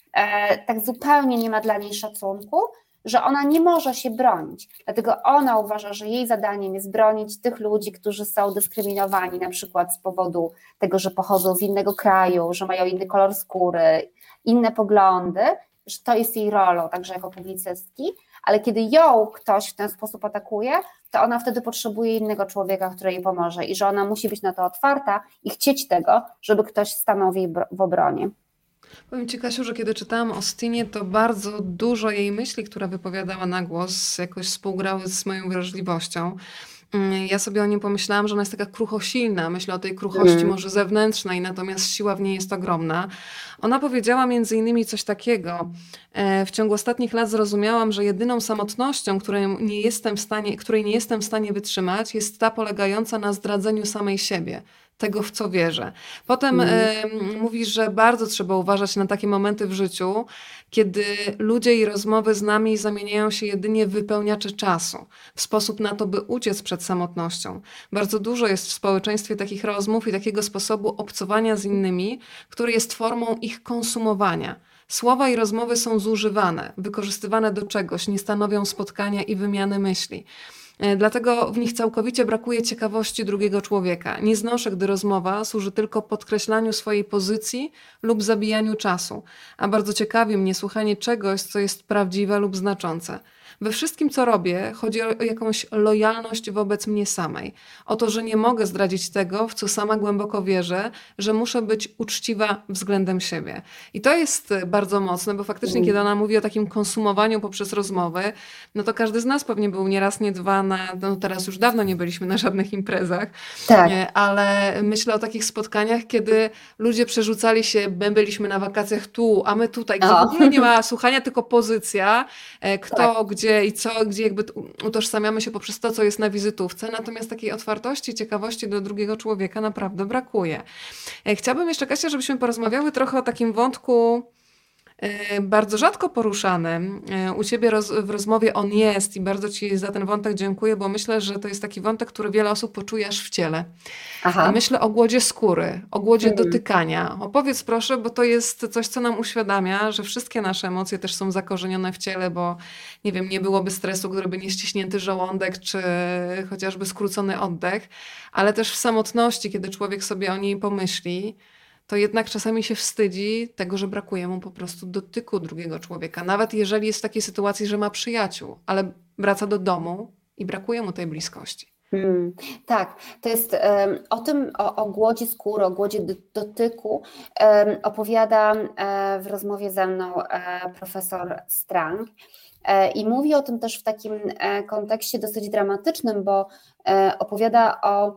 tak zupełnie nie ma dla niej szacunku, że ona nie może się bronić. Dlatego ona uważa, że jej zadaniem jest bronić tych ludzi, którzy są dyskryminowani, na przykład z powodu tego, że pochodzą z innego kraju, że mają inny kolor skóry, inne poglądy, że to jest jej rolą, także jako publicystki, ale kiedy ją ktoś w ten sposób atakuje, to ona wtedy potrzebuje innego człowieka, który jej pomoże i że ona musi być na to otwarta i chcieć tego, żeby ktoś stanął jej w obronie. Powiem Ci, Kasiu, że kiedy czytałam o Stinie, to bardzo dużo jej myśli, które wypowiadała na głos, jakoś współgrały z moją wrażliwością. Ja sobie o nim pomyślałam, że ona jest taka kruchosilna. Myślę o tej kruchości może zewnętrznej, natomiast siła w niej jest ogromna. Ona powiedziała między innymi coś takiego. W ciągu ostatnich lat zrozumiałam, że jedyną samotnością, której nie jestem w stanie wytrzymać, jest ta polegająca na zdradzeniu samej siebie. Tego, w co wierzę. Potem mówi, że bardzo trzeba uważać na takie momenty w życiu, kiedy ludzie i rozmowy z nami zamieniają się jedynie w wypełniacze czasu, w sposób na to, by uciec przed samotnością. Bardzo dużo jest w społeczeństwie takich rozmów i takiego sposobu obcowania z innymi, który jest formą ich konsumowania. Słowa i rozmowy są zużywane, wykorzystywane do czegoś, nie stanowią spotkania i wymiany myśli. Dlatego w nich całkowicie brakuje ciekawości drugiego człowieka. Nie znoszę, gdy rozmowa służy tylko podkreślaniu swojej pozycji lub zabijaniu czasu, a bardzo ciekawi mnie słuchanie czegoś, co jest prawdziwe lub znaczące. We wszystkim, co robię, chodzi o jakąś lojalność wobec mnie samej. O to, że nie mogę zdradzić tego, w co sama głęboko wierzę, że muszę być uczciwa względem siebie. I to jest bardzo mocne, bo faktycznie, kiedy ona mówi o takim konsumowaniu poprzez rozmowy, no to każdy z nas pewnie był nie raz, nie dwa no teraz już dawno nie byliśmy na żadnych imprezach, Tak. ale myślę o takich spotkaniach, kiedy ludzie przerzucali się, my byliśmy na wakacjach tu, a my tutaj, gdzie w ogóle nie ma słuchania, tylko pozycja, kto, gdzie i co, gdzie jakby utożsamiamy się poprzez to, co jest na wizytówce, natomiast takiej otwartości, ciekawości do drugiego człowieka naprawdę brakuje. Chciałabym jeszcze, Kasia, żebyśmy porozmawiały trochę o takim wątku bardzo rzadko poruszanym. U Ciebie w rozmowie on jest i bardzo Ci za ten wątek dziękuję, bo myślę, że to jest taki wątek, który wiele osób poczuje aż w ciele. Aha. Myślę o głodzie skóry, o głodzie dotykania. Opowiedz proszę, bo to jest coś, co nam uświadamia, że wszystkie nasze emocje też są zakorzenione w ciele, bo nie wiem, nie byłoby stresu, gdyby nie ściśnięty żołądek, czy chociażby skrócony oddech, ale też w samotności, kiedy człowiek sobie o niej pomyśli, to jednak czasami się wstydzi tego, że brakuje mu po prostu dotyku drugiego człowieka. Nawet jeżeli jest w takiej sytuacji, że ma przyjaciół, ale wraca do domu i brakuje mu tej bliskości. Tak, to jest o tym, o głodzie skóry, o głodzie dotyku opowiada w rozmowie ze mną profesor Strang i mówi o tym też w takim kontekście dosyć dramatycznym, bo opowiada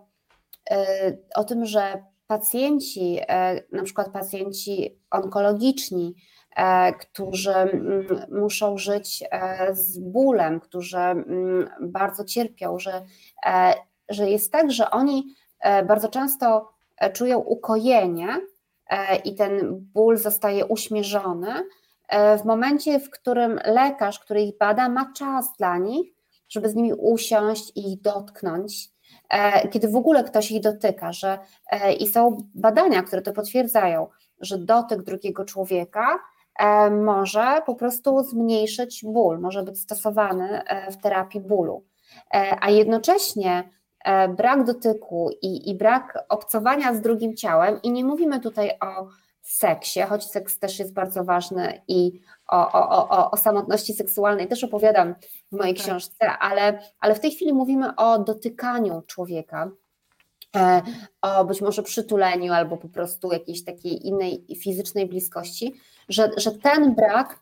o tym, że pacjenci, na przykład pacjenci onkologiczni, którzy muszą żyć z bólem, którzy bardzo cierpią, że jest tak, że oni bardzo często czują ukojenie i ten ból zostaje uśmierzony w momencie, w którym lekarz, który ich bada, ma czas dla nich, żeby z nimi usiąść i ich dotknąć, kiedy w ogóle ktoś ich dotyka, i są badania, które to potwierdzają, że dotyk drugiego człowieka może po prostu zmniejszyć ból, może być stosowany w terapii bólu, a jednocześnie brak dotyku i brak obcowania z drugim ciałem, i nie mówimy tutaj o seksie, choć seks też jest bardzo ważny i o samotności seksualnej też opowiadam w mojej książce, ale w tej chwili mówimy o dotykaniu człowieka, o być może przytuleniu albo po prostu jakiejś takiej innej fizycznej bliskości, że ten brak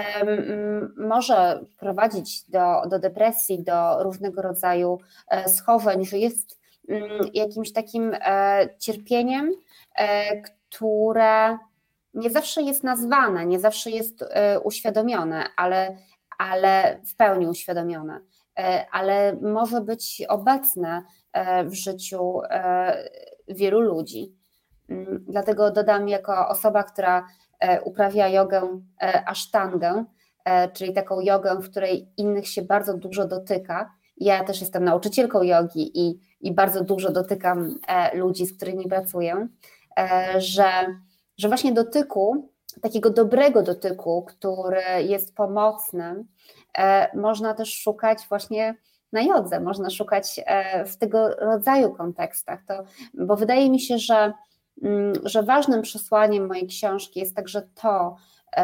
może prowadzić do depresji, do różnego rodzaju schowań, że jest jakimś takim cierpieniem, które nie zawsze jest nazwane, nie zawsze jest uświadomione, ale w pełni uświadomione, ale może być obecne w życiu wielu ludzi. Dlatego dodam, jako osoba, która uprawia jogę asztangę, czyli taką jogę, w której innych się bardzo dużo dotyka. Ja też jestem nauczycielką jogi i bardzo dużo dotykam ludzi, z którymi pracuję, że właśnie dotyku, takiego dobrego dotyku, który jest pomocny, można też szukać właśnie na jodze, można szukać w tego rodzaju kontekstach, bo wydaje mi się, że ważnym przesłaniem mojej książki jest także to,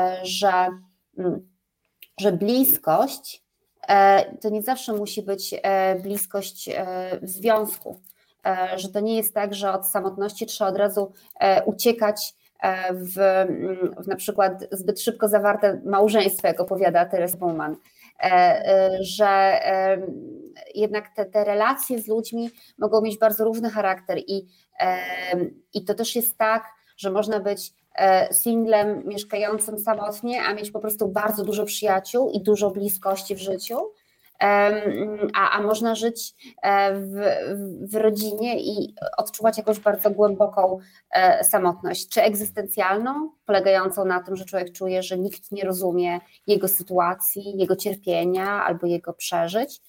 że bliskość to nie zawsze musi być bliskość w związku, że to nie jest tak, że od samotności trzeba od razu uciekać w na przykład zbyt szybko zawarte małżeństwo, jak opowiada Therese Bowman, że jednak te relacje z ludźmi mogą mieć bardzo różny charakter i to też jest tak, że można być singlem mieszkającym samotnie, a mieć po prostu bardzo dużo przyjaciół i dużo bliskości w życiu, a można żyć w rodzinie i odczuwać jakąś bardzo głęboką samotność, czy egzystencjalną, polegającą na tym, że człowiek czuje, że nikt nie rozumie jego sytuacji, jego cierpienia albo jego przeżyć,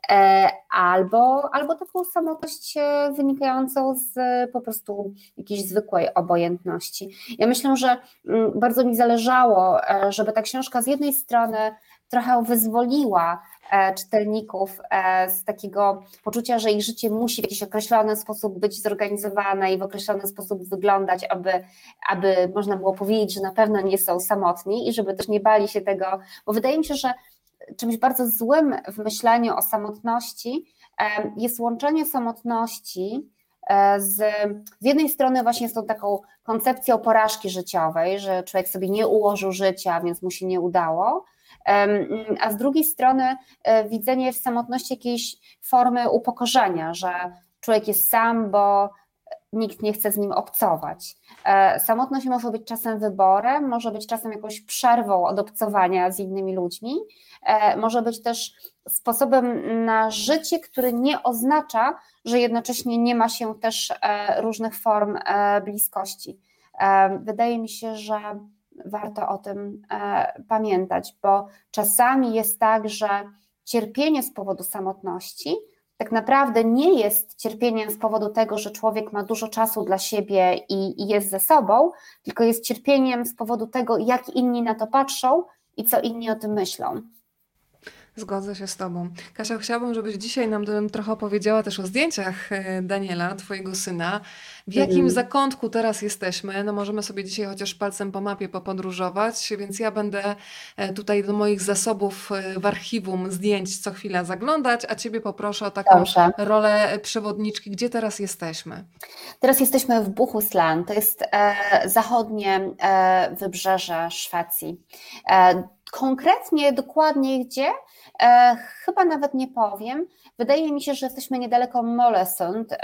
albo taką samotność wynikającą z po prostu jakiejś zwykłej obojętności. Ja myślę, że bardzo mi zależało, żeby ta książka z jednej strony trochę wyzwoliła czytelników z takiego poczucia, że ich życie musi w jakiś określony sposób być zorganizowane i w określony sposób wyglądać, aby można było powiedzieć, że na pewno nie są samotni i żeby też nie bali się tego, bo wydaje mi się, że czymś bardzo złym w myśleniu o samotności jest łączenie samotności z jednej strony właśnie z tą taką koncepcją porażki życiowej, że człowiek sobie nie ułożył życia, więc mu się nie udało, a z drugiej strony widzenie w samotności jakiejś formy upokorzenia, że człowiek jest sam, bo nikt nie chce z nim obcować. Samotność może być czasem wyborem, może być czasem jakąś przerwą od obcowania z innymi ludźmi, może być też sposobem na życie, który nie oznacza, że jednocześnie nie ma się też różnych form bliskości. Wydaje mi się, że warto o tym pamiętać, bo czasami jest tak, że cierpienie z powodu samotności tak naprawdę nie jest cierpieniem z powodu tego, że człowiek ma dużo czasu dla siebie i jest ze sobą, tylko jest cierpieniem z powodu tego, jak inni na to patrzą i co inni o tym myślą. Zgodzę się z Tobą. Kasia, chciałabym, żebyś dzisiaj nam trochę opowiedziała też o zdjęciach Daniela, Twojego syna. W jakim zakątku teraz jesteśmy? No możemy sobie dzisiaj chociaż palcem po mapie popodróżować, więc ja będę tutaj do moich zasobów w archiwum zdjęć co chwila zaglądać, a Ciebie poproszę o taką Dobrze. rolę przewodniczki. Gdzie teraz jesteśmy? Teraz jesteśmy w Bohuslän, to jest zachodnie wybrzeże Szwecji. Konkretnie, dokładnie gdzie? Chyba nawet nie powiem. Wydaje mi się, że jesteśmy niedaleko Mollösund.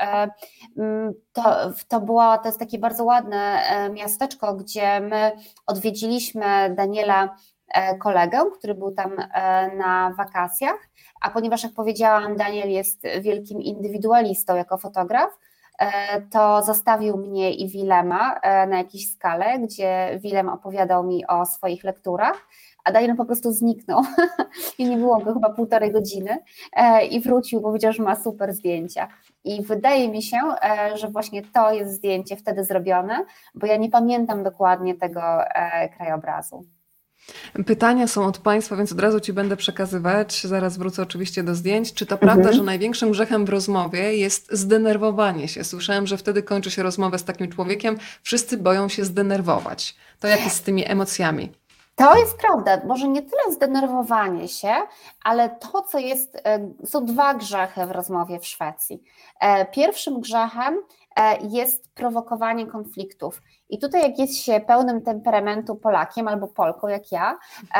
To jest takie bardzo ładne miasteczko, gdzie my odwiedziliśmy Daniela, kolegę, który był tam na wakacjach, a ponieważ, jak powiedziałam, Daniel jest wielkim indywidualistą jako fotograf, to zostawił mnie i Wilema na jakiejś skale, gdzie Wilem opowiadał mi o swoich lekturach, a Daniel po prostu zniknął i nie było go chyba 1,5 godziny i wrócił, powiedział, że ma super zdjęcia. I wydaje mi się, że właśnie to jest zdjęcie wtedy zrobione, bo ja nie pamiętam dokładnie tego krajobrazu. Pytania są od Państwa, więc od razu Ci będę przekazywać. Zaraz wrócę oczywiście do zdjęć. Czy to prawda, że największym grzechem w rozmowie jest zdenerwowanie się? Słyszałem, że wtedy kończy się rozmowę z takim człowiekiem. Wszyscy boją się zdenerwować. To jak jest z tymi emocjami? To jest prawda, może nie tyle zdenerwowanie się, ale to, co jest, są 2 grzechy w rozmowie w Szwecji. Pierwszym grzechem jest prowokowanie konfliktów. I tutaj jak jest się pełnym temperamentu Polakiem albo Polką jak ja,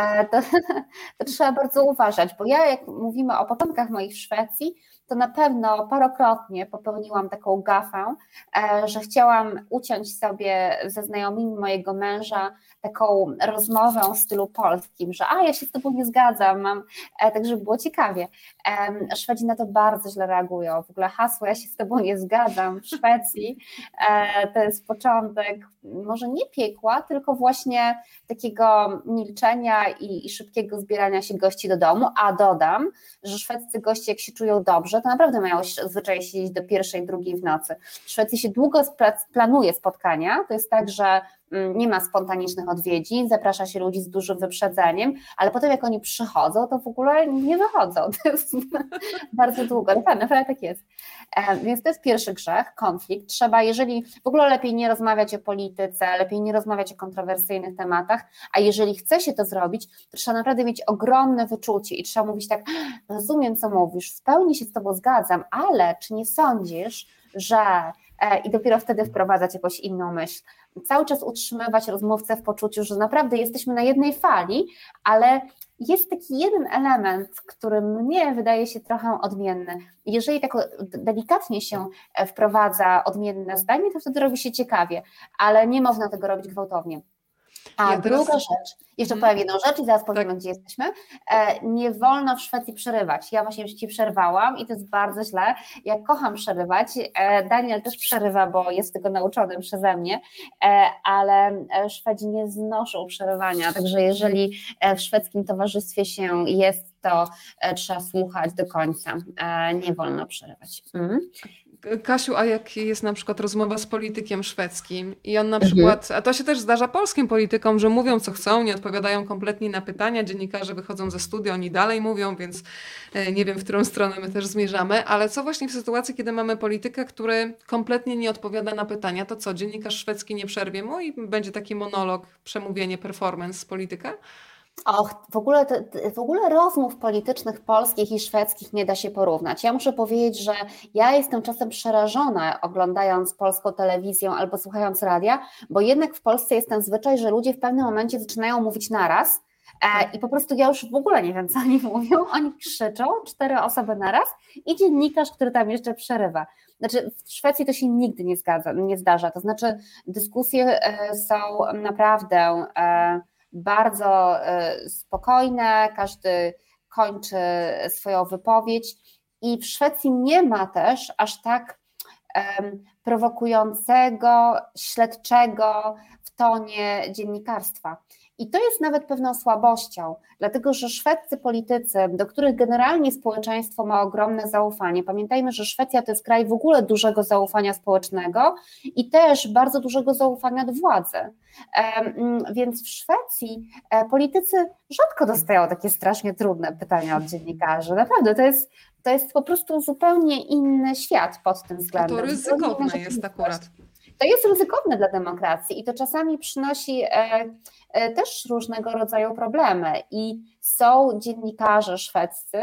to trzeba bardzo uważać, bo ja, jak mówimy o początkach moich w Szwecji, to na pewno parokrotnie popełniłam taką gafę, że chciałam uciąć sobie ze znajomymi mojego męża taką rozmowę w stylu polskim, że ja się z tobą nie zgadzam, tak żeby było ciekawie. Szwedzi na to bardzo źle reagują. W ogóle hasło "ja się z tobą nie zgadzam" w Szwecji to jest początek może nie piekła, tylko właśnie takiego milczenia i szybkiego zbierania się gości do domu, a dodam, że szwedzcy goście, jak się czują dobrze, to naprawdę mają zwyczaj siedzieć do 1, 2 w nocy. W Szwecji się długo planuje spotkania, to jest tak, że nie ma spontanicznych odwiedzin, zaprasza się ludzi z dużym wyprzedzeniem, ale potem jak oni przychodzą, to w ogóle nie wychodzą. To jest bardzo długo, naprawdę tak jest. Więc to jest pierwszy grzech, konflikt. Trzeba, jeżeli w ogóle lepiej nie rozmawiać o polityce, lepiej nie rozmawiać o kontrowersyjnych tematach, a jeżeli chce się to zrobić, to trzeba naprawdę mieć ogromne wyczucie i trzeba mówić tak: rozumiem, co mówisz, w pełni się z tobą zgadzam, ale czy nie sądzisz, że... I dopiero wtedy wprowadzać jakąś inną myśl. Cały czas utrzymywać rozmówcę w poczuciu, że naprawdę jesteśmy na jednej fali, ale jest taki jeden element, który mnie wydaje się trochę odmienny. Jeżeli tak delikatnie się wprowadza odmienne zdanie, to wtedy robi się ciekawie, ale nie można tego robić gwałtownie. A druga rzecz, jeszcze powiem jedną rzecz i zaraz powiemy, gdzie jesteśmy. Nie wolno w Szwecji przerywać. Ja właśnie już Ci przerwałam i to jest bardzo źle. Ja kocham przerywać. Daniel też przerywa, bo jest tego nauczony przeze mnie, ale Szwedzi nie znoszą przerywania, także jeżeli w szwedzkim towarzystwie się jest, to trzeba słuchać do końca. Nie wolno przerywać. Kasiu, a jak jest na przykład rozmowa z politykiem szwedzkim i on na przykład, a to się też zdarza polskim politykom, że mówią co chcą, nie odpowiadają kompletnie na pytania, dziennikarze wychodzą ze studia, oni dalej mówią, więc nie wiem, w którą stronę my też zmierzamy, ale co właśnie w sytuacji, kiedy mamy polityka, który kompletnie nie odpowiada na pytania, to co, dziennikarz szwedzki nie przerwie mu i będzie taki monolog, przemówienie, performance z polityka? Och, w ogóle rozmów politycznych polskich i szwedzkich nie da się porównać. Ja muszę powiedzieć, że ja jestem czasem przerażona oglądając polską telewizję albo słuchając radia, bo jednak w Polsce jest ten zwyczaj, że ludzie w pewnym momencie zaczynają mówić naraz i po prostu ja już w ogóle nie wiem, co oni mówią. Oni krzyczą, 4 osoby naraz i dziennikarz, który tam jeszcze przerywa. Znaczy w Szwecji to się nigdy nie zdarza, to znaczy dyskusje są naprawdę bardzo spokojne, każdy kończy swoją wypowiedź i w Szwecji nie ma też aż tak prowokującego, śledczego w tonie dziennikarstwa. I to jest nawet pewną słabością, dlatego że szwedzcy politycy, do których generalnie społeczeństwo ma ogromne zaufanie, pamiętajmy, że Szwecja to jest kraj w ogóle dużego zaufania społecznego i też bardzo dużego zaufania do władzy. Więc w Szwecji politycy rzadko dostają takie strasznie trudne pytania od dziennikarzy. Naprawdę, to jest po prostu zupełnie inny świat pod tym A względem. to ryzykowne jest akurat. To jest ryzykowne dla demokracji i to czasami przynosi też różnego rodzaju problemy. I są dziennikarze szwedzcy,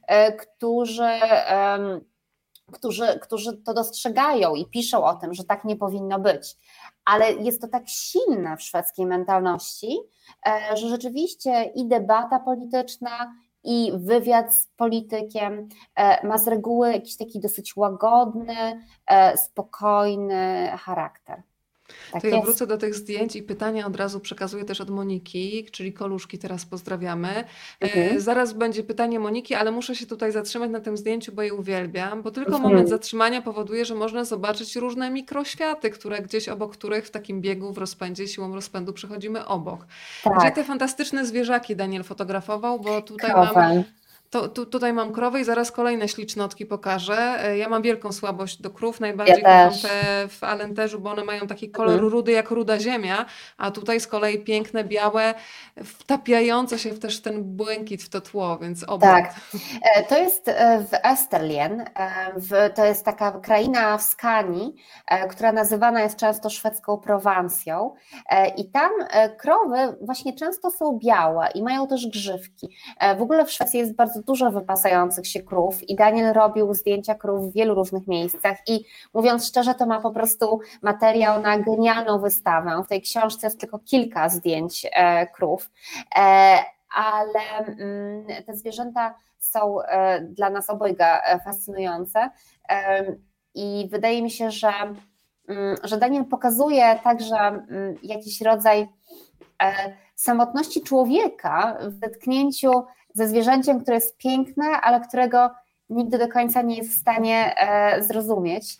którzy to dostrzegają i piszą o tym, że tak nie powinno być. Ale jest to tak silne w szwedzkiej mentalności, że rzeczywiście i debata polityczna, i wywiad z politykiem ma z reguły jakiś taki dosyć łagodny, spokojny charakter. Tak To ja jest. wrócę do tych zdjęć i pytania od razu przekazuję też od Moniki, czyli Koluszki, teraz pozdrawiamy. Zaraz będzie pytanie Moniki, ale muszę się tutaj zatrzymać na tym zdjęciu, bo je uwielbiam, bo tylko moment zatrzymania powoduje, że można zobaczyć różne mikroświaty, które gdzieś obok których w takim biegu, w rozpędzie, siłą rozpędu przechodzimy obok. Tak. Gdzie te fantastyczne zwierzaki Daniel fotografował, bo tutaj tutaj mam krowę i zaraz kolejne ślicznotki pokażę. Ja mam wielką słabość do krów, najbardziej kocham te w Alenteżu, bo one mają taki kolor rudy jak ruda ziemia, a tutaj z kolei piękne, białe, wtapiające się też w ten błękit, w to tło, więc obłęd. Tak, to jest w Österlen, to jest taka kraina w Skanii, która nazywana jest często szwedzką Prowansją i tam krowy właśnie często są białe i mają też grzywki. W ogóle w Szwecji jest bardzo dużo wypasających się krów i Daniel robił zdjęcia krów w wielu różnych miejscach i mówiąc szczerze, to ma po prostu materiał na genialną wystawę. W tej książce jest tylko kilka zdjęć krów, ale te zwierzęta są dla nas obojga fascynujące i wydaje mi się, że Daniel pokazuje także jakiś rodzaj samotności człowieka w zetknięciu ze zwierzęciem, które jest piękne, ale którego nigdy do końca nie jest w stanie zrozumieć.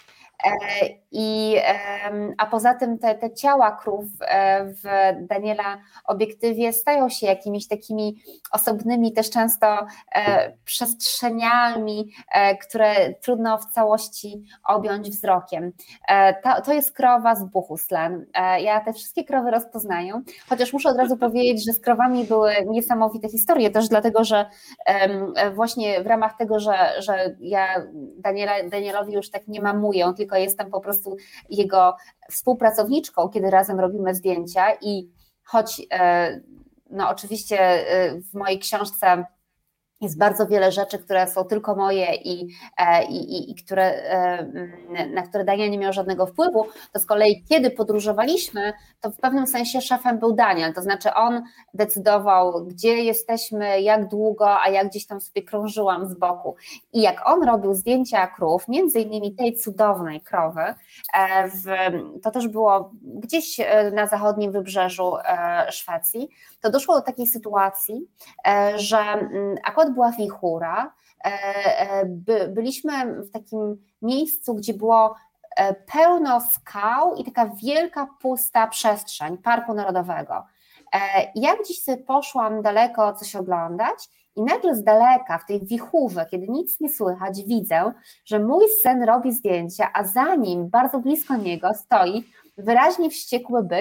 A poza tym te ciała krów w Daniela obiektywie stają się jakimiś takimi osobnymi też często przestrzeniami, które trudno w całości objąć wzrokiem. To jest krowa z Bohuslän. Ja te wszystkie krowy rozpoznaję, chociaż muszę od razu powiedzieć, że z krowami były niesamowite historie, też dlatego, że właśnie w ramach tego, że ja Danielowi już tak nie mamuję, tylko jestem po prostu jego współpracowniczką, kiedy razem robimy zdjęcia i choć no oczywiście w mojej książce jest bardzo wiele rzeczy, które są tylko moje i na które Daniel nie miał żadnego wpływu, to z kolei kiedy podróżowaliśmy, to w pewnym sensie szefem był Daniel, to znaczy on decydował, gdzie jesteśmy, jak długo, a ja gdzieś tam sobie krążyłam z boku. I jak on robił zdjęcia krów, między innymi tej cudownej krowy, to też było gdzieś na zachodnim wybrzeżu Szwecji, to doszło do takiej sytuacji, że akurat była wichura, byliśmy w takim miejscu, gdzie było pełno skał i taka wielka pusta przestrzeń Parku Narodowego. Ja gdzieś sobie poszłam daleko coś oglądać i nagle z daleka w tej wichurze, kiedy nic nie słychać, widzę, że mój syn robi zdjęcia, a za nim bardzo blisko niego stoi wyraźnie wściekły byk,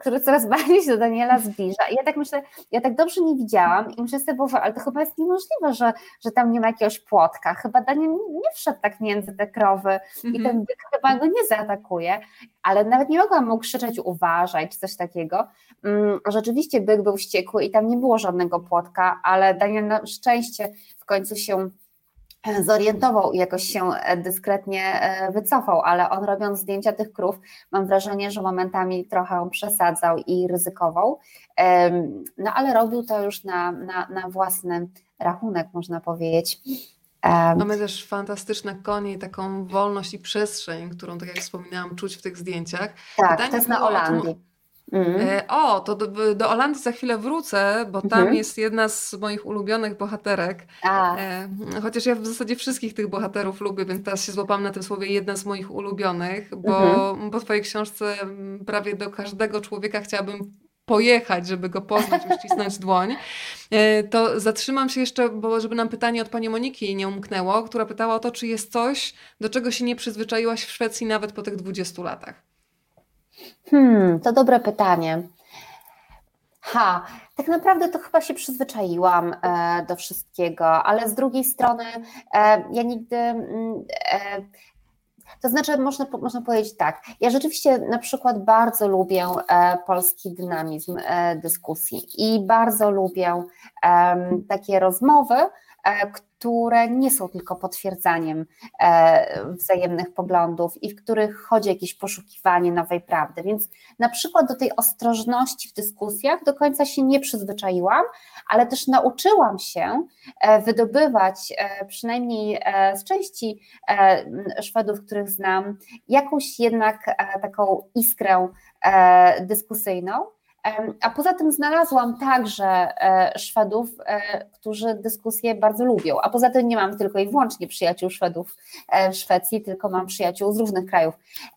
który coraz bardziej się do Daniela zbliża. I ja tak myślę, ja tak dobrze nie widziałam i myślę sobie, Boże, ale to chyba jest niemożliwe, że tam nie ma jakiegoś płotka. Chyba Daniel nie wszedł tak między te krowy i ten byk chyba go nie zaatakuje. Ale nawet nie mogłam mu krzyczeć uważaj, czy coś takiego. Rzeczywiście byk był wściekły i tam nie było żadnego płotka, ale Daniel na szczęście w końcu się zorientował i jakoś się dyskretnie wycofał, ale on robiąc zdjęcia tych krów, mam wrażenie, że momentami trochę przesadzał i ryzykował, no ale robił to już na własny rachunek, można powiedzieć. Mamy też fantastyczne konie i taką wolność i przestrzeń, którą, tak jak wspominałam, czuć w tych zdjęciach. Tak, Pytanie to jest na było o tym, Holandii. to do Holandii za chwilę wrócę, bo tam jest jedna z moich ulubionych bohaterek. Chociaż ja w zasadzie wszystkich tych bohaterów lubię, więc teraz się złapałam na tym słowie jedna z moich ulubionych, bo po twojej książce prawie do każdego człowieka chciałabym pojechać, żeby go poznać, uścisnąć dłoń. To zatrzymam się jeszcze, bo żeby nam pytanie od pani Moniki nie umknęło, która pytała o to, czy jest coś, do czego się nie przyzwyczaiłaś w Szwecji nawet po tych 20 latach. To dobre pytanie. Tak naprawdę to chyba się przyzwyczaiłam do wszystkiego, ale z drugiej strony ja nigdy, to znaczy można powiedzieć tak, ja rzeczywiście na przykład bardzo lubię polski dynamizm dyskusji i bardzo lubię takie rozmowy, które nie są tylko potwierdzaniem wzajemnych poglądów i w których chodzi o jakieś poszukiwanie nowej prawdy, więc na przykład do tej ostrożności w dyskusjach do końca się nie przyzwyczaiłam, ale też nauczyłam się wydobywać przynajmniej z części Szwedów, których znam, jakąś jednak taką iskrę dyskusyjną. A poza tym znalazłam także Szwedów, którzy dyskusję bardzo lubią, a poza tym nie mam tylko i wyłącznie przyjaciół Szwedów w Szwecji, tylko mam przyjaciół z różnych krajów,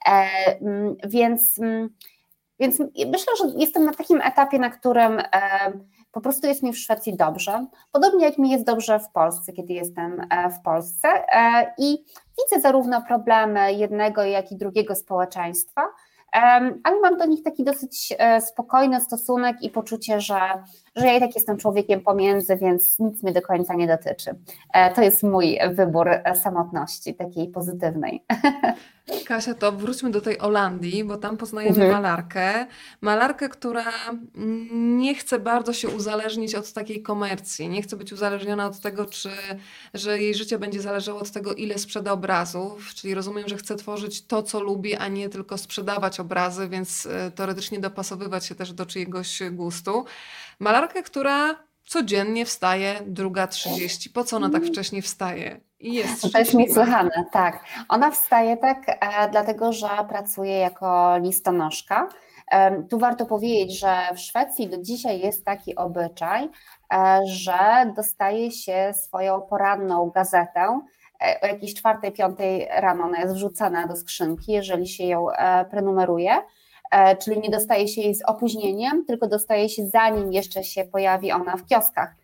więc myślę, że jestem na takim etapie, na którym po prostu jest mi w Szwecji dobrze, podobnie jak mi jest dobrze w Polsce, kiedy jestem w Polsce i widzę zarówno problemy jednego, jak i drugiego społeczeństwa, ale mam do nich taki dosyć spokojny stosunek i poczucie, że ja i tak jestem człowiekiem pomiędzy, więc nic mnie do końca nie dotyczy. To jest mój wybór samotności, takiej pozytywnej. Kasia, to wróćmy do tej Holandii, bo tam poznajemy malarkę, która nie chce bardzo się uzależnić od takiej komercji, nie chce być uzależniona od tego, że jej życie będzie zależało od tego, ile sprzeda obrazów, czyli rozumiem, że chce tworzyć to, co lubi, a nie tylko sprzedawać obrazy, więc teoretycznie dopasowywać się też do czyjegoś gustu. Malarkę, która codziennie wstaje 2:30. Po co ona tak wcześnie wstaje? I jest szczęśliwa. To jest niesłychane, tak. Ona wstaje tak, dlatego że pracuje jako listonoszka. Tu warto powiedzieć, że w Szwecji do dzisiaj jest taki obyczaj, że dostaje się swoją poranną gazetę o jakiejś 4-5 rano. Ona jest wrzucana do skrzynki, jeżeli się ją prenumeruje. Czyli nie dostaje się jej z opóźnieniem, tylko dostaje się zanim jeszcze się pojawi ona w kioskach.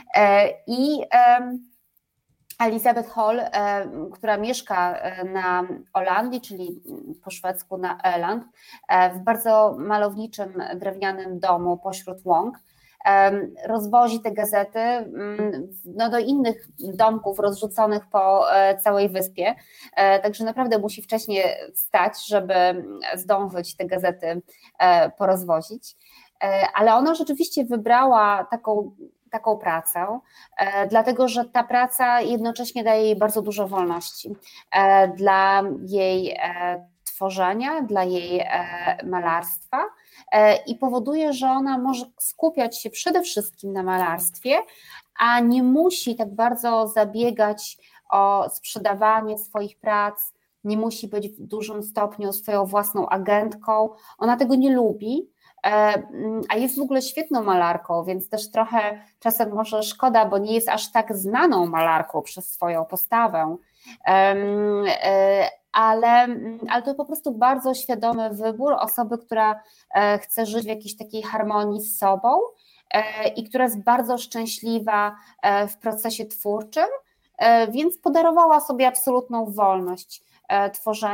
I Elisabeth Hall, która mieszka na Holandii, czyli po szwedzku na Öland, w bardzo malowniczym drewnianym domu pośród łąk, rozwozi te gazety do innych domków rozrzuconych po całej wyspie, także naprawdę musi wcześniej wstać, żeby zdążyć te gazety porozwozić, ale ona rzeczywiście wybrała taką pracę, dlatego że ta praca jednocześnie daje jej bardzo dużo wolności dla jej tworzenia, dla jej malarstwa i powoduje, że ona może skupiać się przede wszystkim na malarstwie, a nie musi tak bardzo zabiegać o sprzedawanie swoich prac, nie musi być w dużym stopniu swoją własną agentką, ona tego nie lubi, a jest w ogóle świetną malarką, więc też trochę czasem może szkoda, bo nie jest aż tak znaną malarką przez swoją postawę, ale to po prostu bardzo świadomy wybór osoby, która chce żyć w jakiejś takiej harmonii z sobą i która jest bardzo szczęśliwa w procesie twórczym, więc podarowała sobie absolutną wolność tworzenia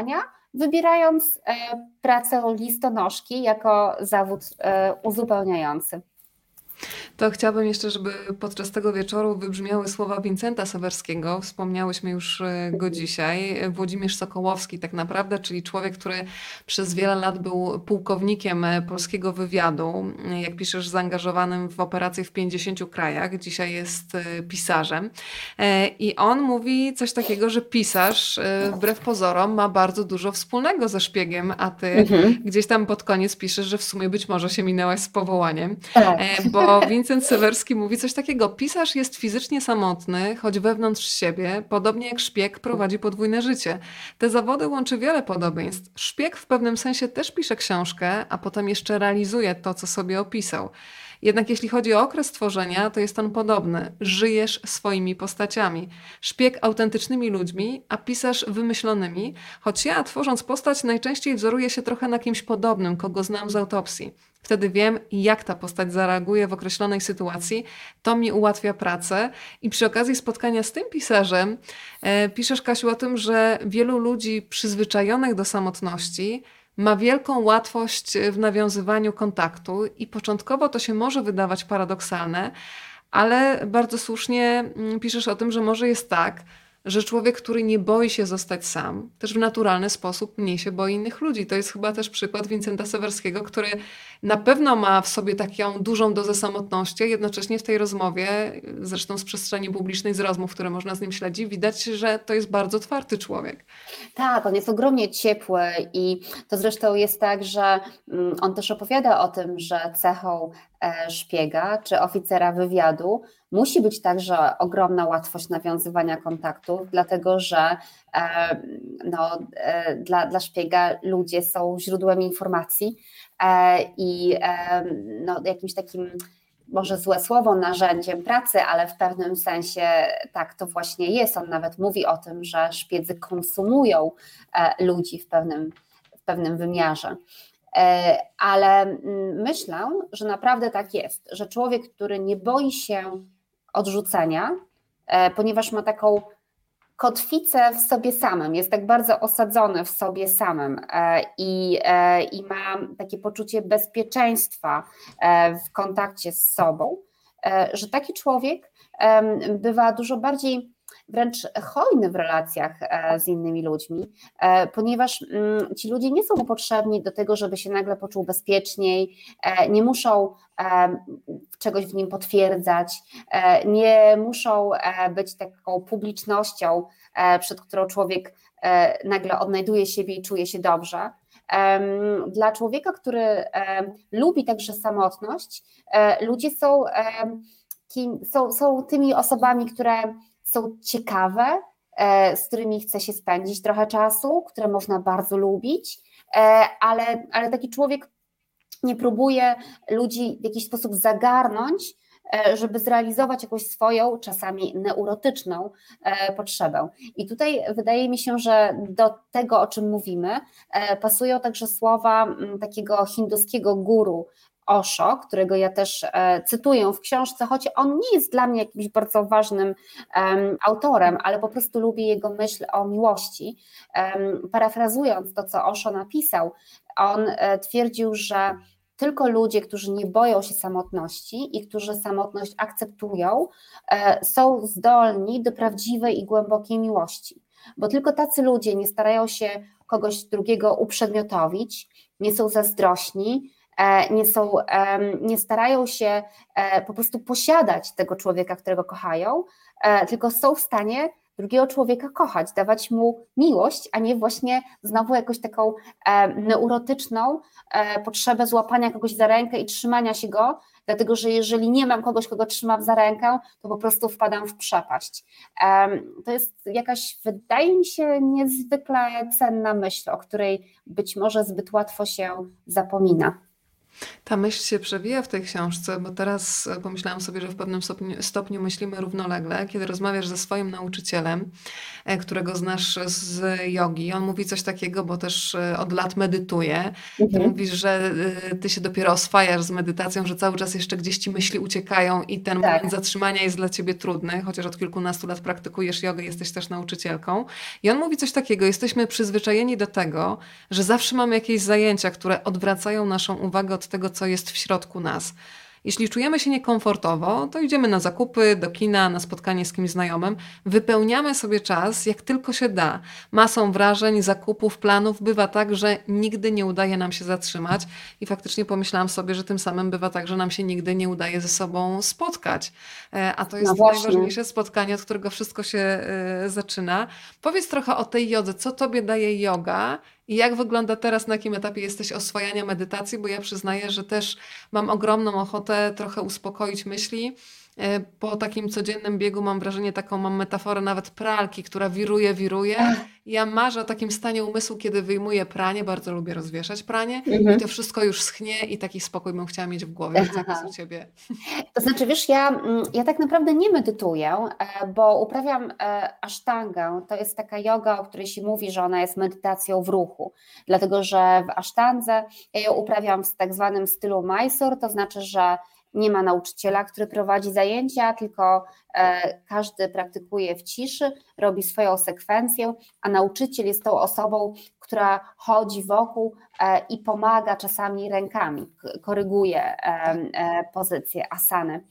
wybierając pracę listonoszki jako zawód uzupełniający. To chciałabym jeszcze, żeby podczas tego wieczoru wybrzmiały słowa Wincenta Sewerskiego. Wspomniałyśmy już go dzisiaj. Włodzimierz Sokołowski tak naprawdę, czyli człowiek, który przez wiele lat był pułkownikiem polskiego wywiadu, jak piszesz, zaangażowanym w operacje w 50 krajach. Dzisiaj jest pisarzem. I on mówi coś takiego, że pisarz wbrew pozorom ma bardzo dużo wspólnego ze szpiegiem, a ty gdzieś tam pod koniec piszesz, że w sumie być może się minęłaś z powołaniem. Tak. Bo Wincent Sewerski mówi coś takiego: pisarz jest fizycznie samotny, choć wewnątrz siebie, podobnie jak szpieg prowadzi podwójne życie. Te zawody łączy wiele podobieństw. Szpieg w pewnym sensie też pisze książkę, a potem jeszcze realizuje to, co sobie opisał. Jednak jeśli chodzi o okres tworzenia, to jest on podobny. Żyjesz swoimi postaciami. Szpieg autentycznymi ludźmi, a pisarz wymyślonymi, choć ja, tworząc postać, najczęściej wzoruję się trochę na kimś podobnym, kogo znam z autopsji. Wtedy wiem, jak ta postać zareaguje w określonej sytuacji. To mi ułatwia pracę. I przy okazji spotkania z tym pisarzem piszesz, Kasiu, o tym, że wielu ludzi przyzwyczajonych do samotności ma wielką łatwość w nawiązywaniu kontaktu i początkowo to się może wydawać paradoksalne, ale bardzo słusznie piszesz o tym, że może jest tak, że człowiek, który nie boi się zostać sam, też w naturalny sposób mniej się boi innych ludzi. To jest chyba też przykład Wincenta Sewerskiego, który na pewno ma w sobie taką dużą dozę samotności, a jednocześnie w tej rozmowie, zresztą z przestrzeni publicznej, z rozmów, które można z nim śledzić, widać, że to jest bardzo otwarty człowiek. Tak, on jest ogromnie ciepły i to zresztą jest tak, że on też opowiada o tym, że cechą szpiega czy oficera wywiadu musi być także ogromna łatwość nawiązywania kontaktów, dlatego że dla szpiega ludzie są źródłem informacji i jakimś takim, może złe słowo, narzędziem pracy, ale w pewnym sensie tak to właśnie jest. On nawet mówi o tym, że szpiedzy konsumują ludzi w pewnym wymiarze. Ale myślę, że naprawdę tak jest, że człowiek, który nie boi się odrzucenia, ponieważ ma taką kotwicę w sobie samym, jest tak bardzo osadzony w sobie samym i ma takie poczucie bezpieczeństwa w kontakcie z sobą, że taki człowiek bywa dużo bardziej wręcz hojny w relacjach z innymi ludźmi, ponieważ ci ludzie nie są mu potrzebni do tego, żeby się nagle poczuł bezpieczniej, nie muszą czegoś w nim potwierdzać, nie muszą być taką publicznością, przed którą człowiek nagle odnajduje siebie i czuje się dobrze. Dla człowieka, który lubi także samotność, ludzie są tymi osobami, które są ciekawe, z którymi chce się spędzić trochę czasu, które można bardzo lubić, ale taki człowiek nie próbuje ludzi w jakiś sposób zagarnąć, żeby zrealizować jakąś swoją, czasami neurotyczną potrzebę. I tutaj wydaje mi się, że do tego, o czym mówimy, pasują także słowa takiego hinduskiego guru Osho, którego ja też cytuję w książce, choć on nie jest dla mnie jakimś bardzo ważnym autorem, ale po prostu lubię jego myśl o miłości. Parafrazując to, co Osho napisał, on twierdził, że tylko ludzie, którzy nie boją się samotności i którzy samotność akceptują, są zdolni do prawdziwej i głębokiej miłości. Bo tylko tacy ludzie nie starają się kogoś drugiego uprzedmiotowić, nie są zazdrośni, nie starają się po prostu posiadać tego człowieka, którego kochają, tylko są w stanie drugiego człowieka kochać, dawać mu miłość, a nie właśnie znowu jakąś taką neurotyczną potrzebę złapania kogoś za rękę i trzymania się go, dlatego że jeżeli nie mam kogoś, kogo trzymam za rękę, to po prostu wpadam w przepaść. To jest jakaś, wydaje mi się, niezwykle cenna myśl, o której być może zbyt łatwo się zapomina. Ta myśl się przewija w tej książce, bo teraz pomyślałam sobie, że w pewnym stopniu myślimy równolegle, kiedy rozmawiasz ze swoim nauczycielem, którego znasz z jogi. On mówi coś takiego, bo też od lat medytuje. Ty Mhm. mówisz, że ty się dopiero oswajasz z medytacją, że cały czas jeszcze gdzieś ci myśli uciekają i ten moment Tak, zatrzymania jest dla ciebie trudny, chociaż od kilkunastu lat praktykujesz jogę, jesteś też nauczycielką. I on mówi coś takiego, jesteśmy przyzwyczajeni do tego, że zawsze mamy jakieś zajęcia, które odwracają naszą uwagę od tego, co jest w środku nas. Jeśli czujemy się niekomfortowo, to idziemy na zakupy, do kina, na spotkanie z kimś znajomym. Wypełniamy sobie czas, jak tylko się da. Masą wrażeń, zakupów, planów. Bywa tak, że nigdy nie udaje nam się zatrzymać i faktycznie pomyślałam sobie, że tym samym bywa tak, że nam się nigdy nie udaje ze sobą spotkać. A to no jest właśnie. najważniejsze spotkanie, od którego wszystko się zaczyna. Powiedz trochę o tej jodze. Co tobie daje joga? I jak wygląda teraz, na jakim etapie jesteś oswajania medytacji? Bo ja przyznaję, że też mam ogromną ochotę trochę uspokoić myśli. Po takim codziennym biegu mam wrażenie, taką mam metaforę nawet pralki, która wiruje, wiruje. Ja marzę o takim stanie umysłu, kiedy wyjmuję pranie, bardzo lubię rozwieszać pranie i to Mhm. wszystko już schnie i taki spokój bym chciała mieć w głowie, więc jak jest u ciebie? To znaczy, wiesz, ja tak naprawdę nie medytuję, bo uprawiam asztangę. To jest taka joga, o której się mówi, że ona jest medytacją w ruchu. Dlatego, że w asztandze ja ją uprawiam w tak zwanym stylu Mysore, to znaczy, że nie ma nauczyciela, który prowadzi zajęcia, tylko każdy praktykuje w ciszy, robi swoją sekwencję, a nauczyciel jest tą osobą, która chodzi wokół i pomaga czasami rękami, koryguje Tak. pozycję asany.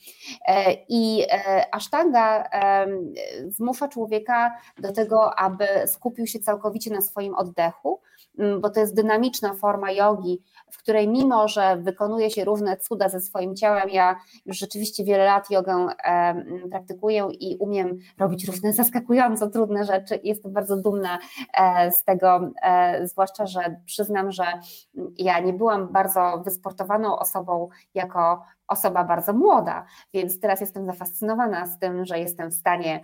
I asztanga zmusza człowieka do tego, aby skupił się całkowicie na swoim oddechu, bo to jest dynamiczna forma jogi, w której mimo, że wykonuje się różne cuda ze swoim ciałem, ja już rzeczywiście wiele lat jogę praktykuję i umiem robić różne zaskakująco trudne rzeczy i jestem bardzo dumna z tego, zwłaszcza, że przyznam, że ja nie byłam bardzo wysportowaną osobą jako osoba bardzo młoda, więc teraz jestem zafascynowana z tym, że jestem w stanie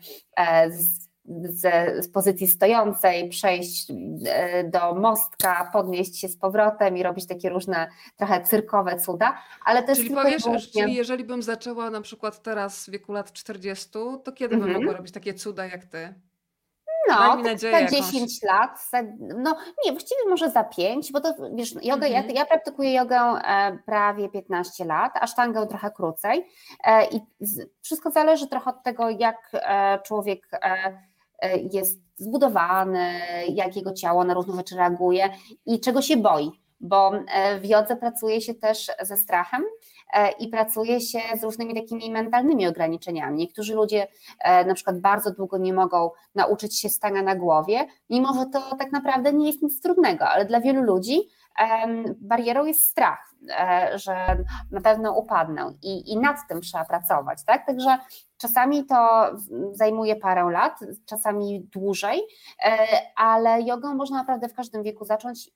z pozycji stojącej przejść do mostka, podnieść się z powrotem i robić takie różne trochę cyrkowe cuda, ale to jest Czyli tylko i powiesz, wyłącznie... czyli jeżeli bym zaczęła na przykład teraz w wieku lat 40, to kiedy bym mogła Mhm. robić takie cuda jak ty? Daj No, mi tak nadzieję za jakąś. 10 lat, no nie, właściwie może za 5, bo to wiesz, jogę, Mhm. ja praktykuję jogę prawie 15 lat, a sztangę trochę krócej i wszystko zależy trochę od tego, jak człowiek jest zbudowany, jak jego ciało na różne rzeczy reaguje i czego się boi, bo w jodze pracuje się też ze strachem i pracuje się z różnymi takimi mentalnymi ograniczeniami. Niektórzy ludzie na przykład bardzo długo nie mogą nauczyć się stania na głowie, mimo że to tak naprawdę nie jest nic trudnego, ale dla wielu ludzi barierą jest strach, że na pewno upadnę i nad tym trzeba pracować, tak? Także czasami to zajmuje parę lat, czasami dłużej, ale jogę można naprawdę w każdym wieku zacząć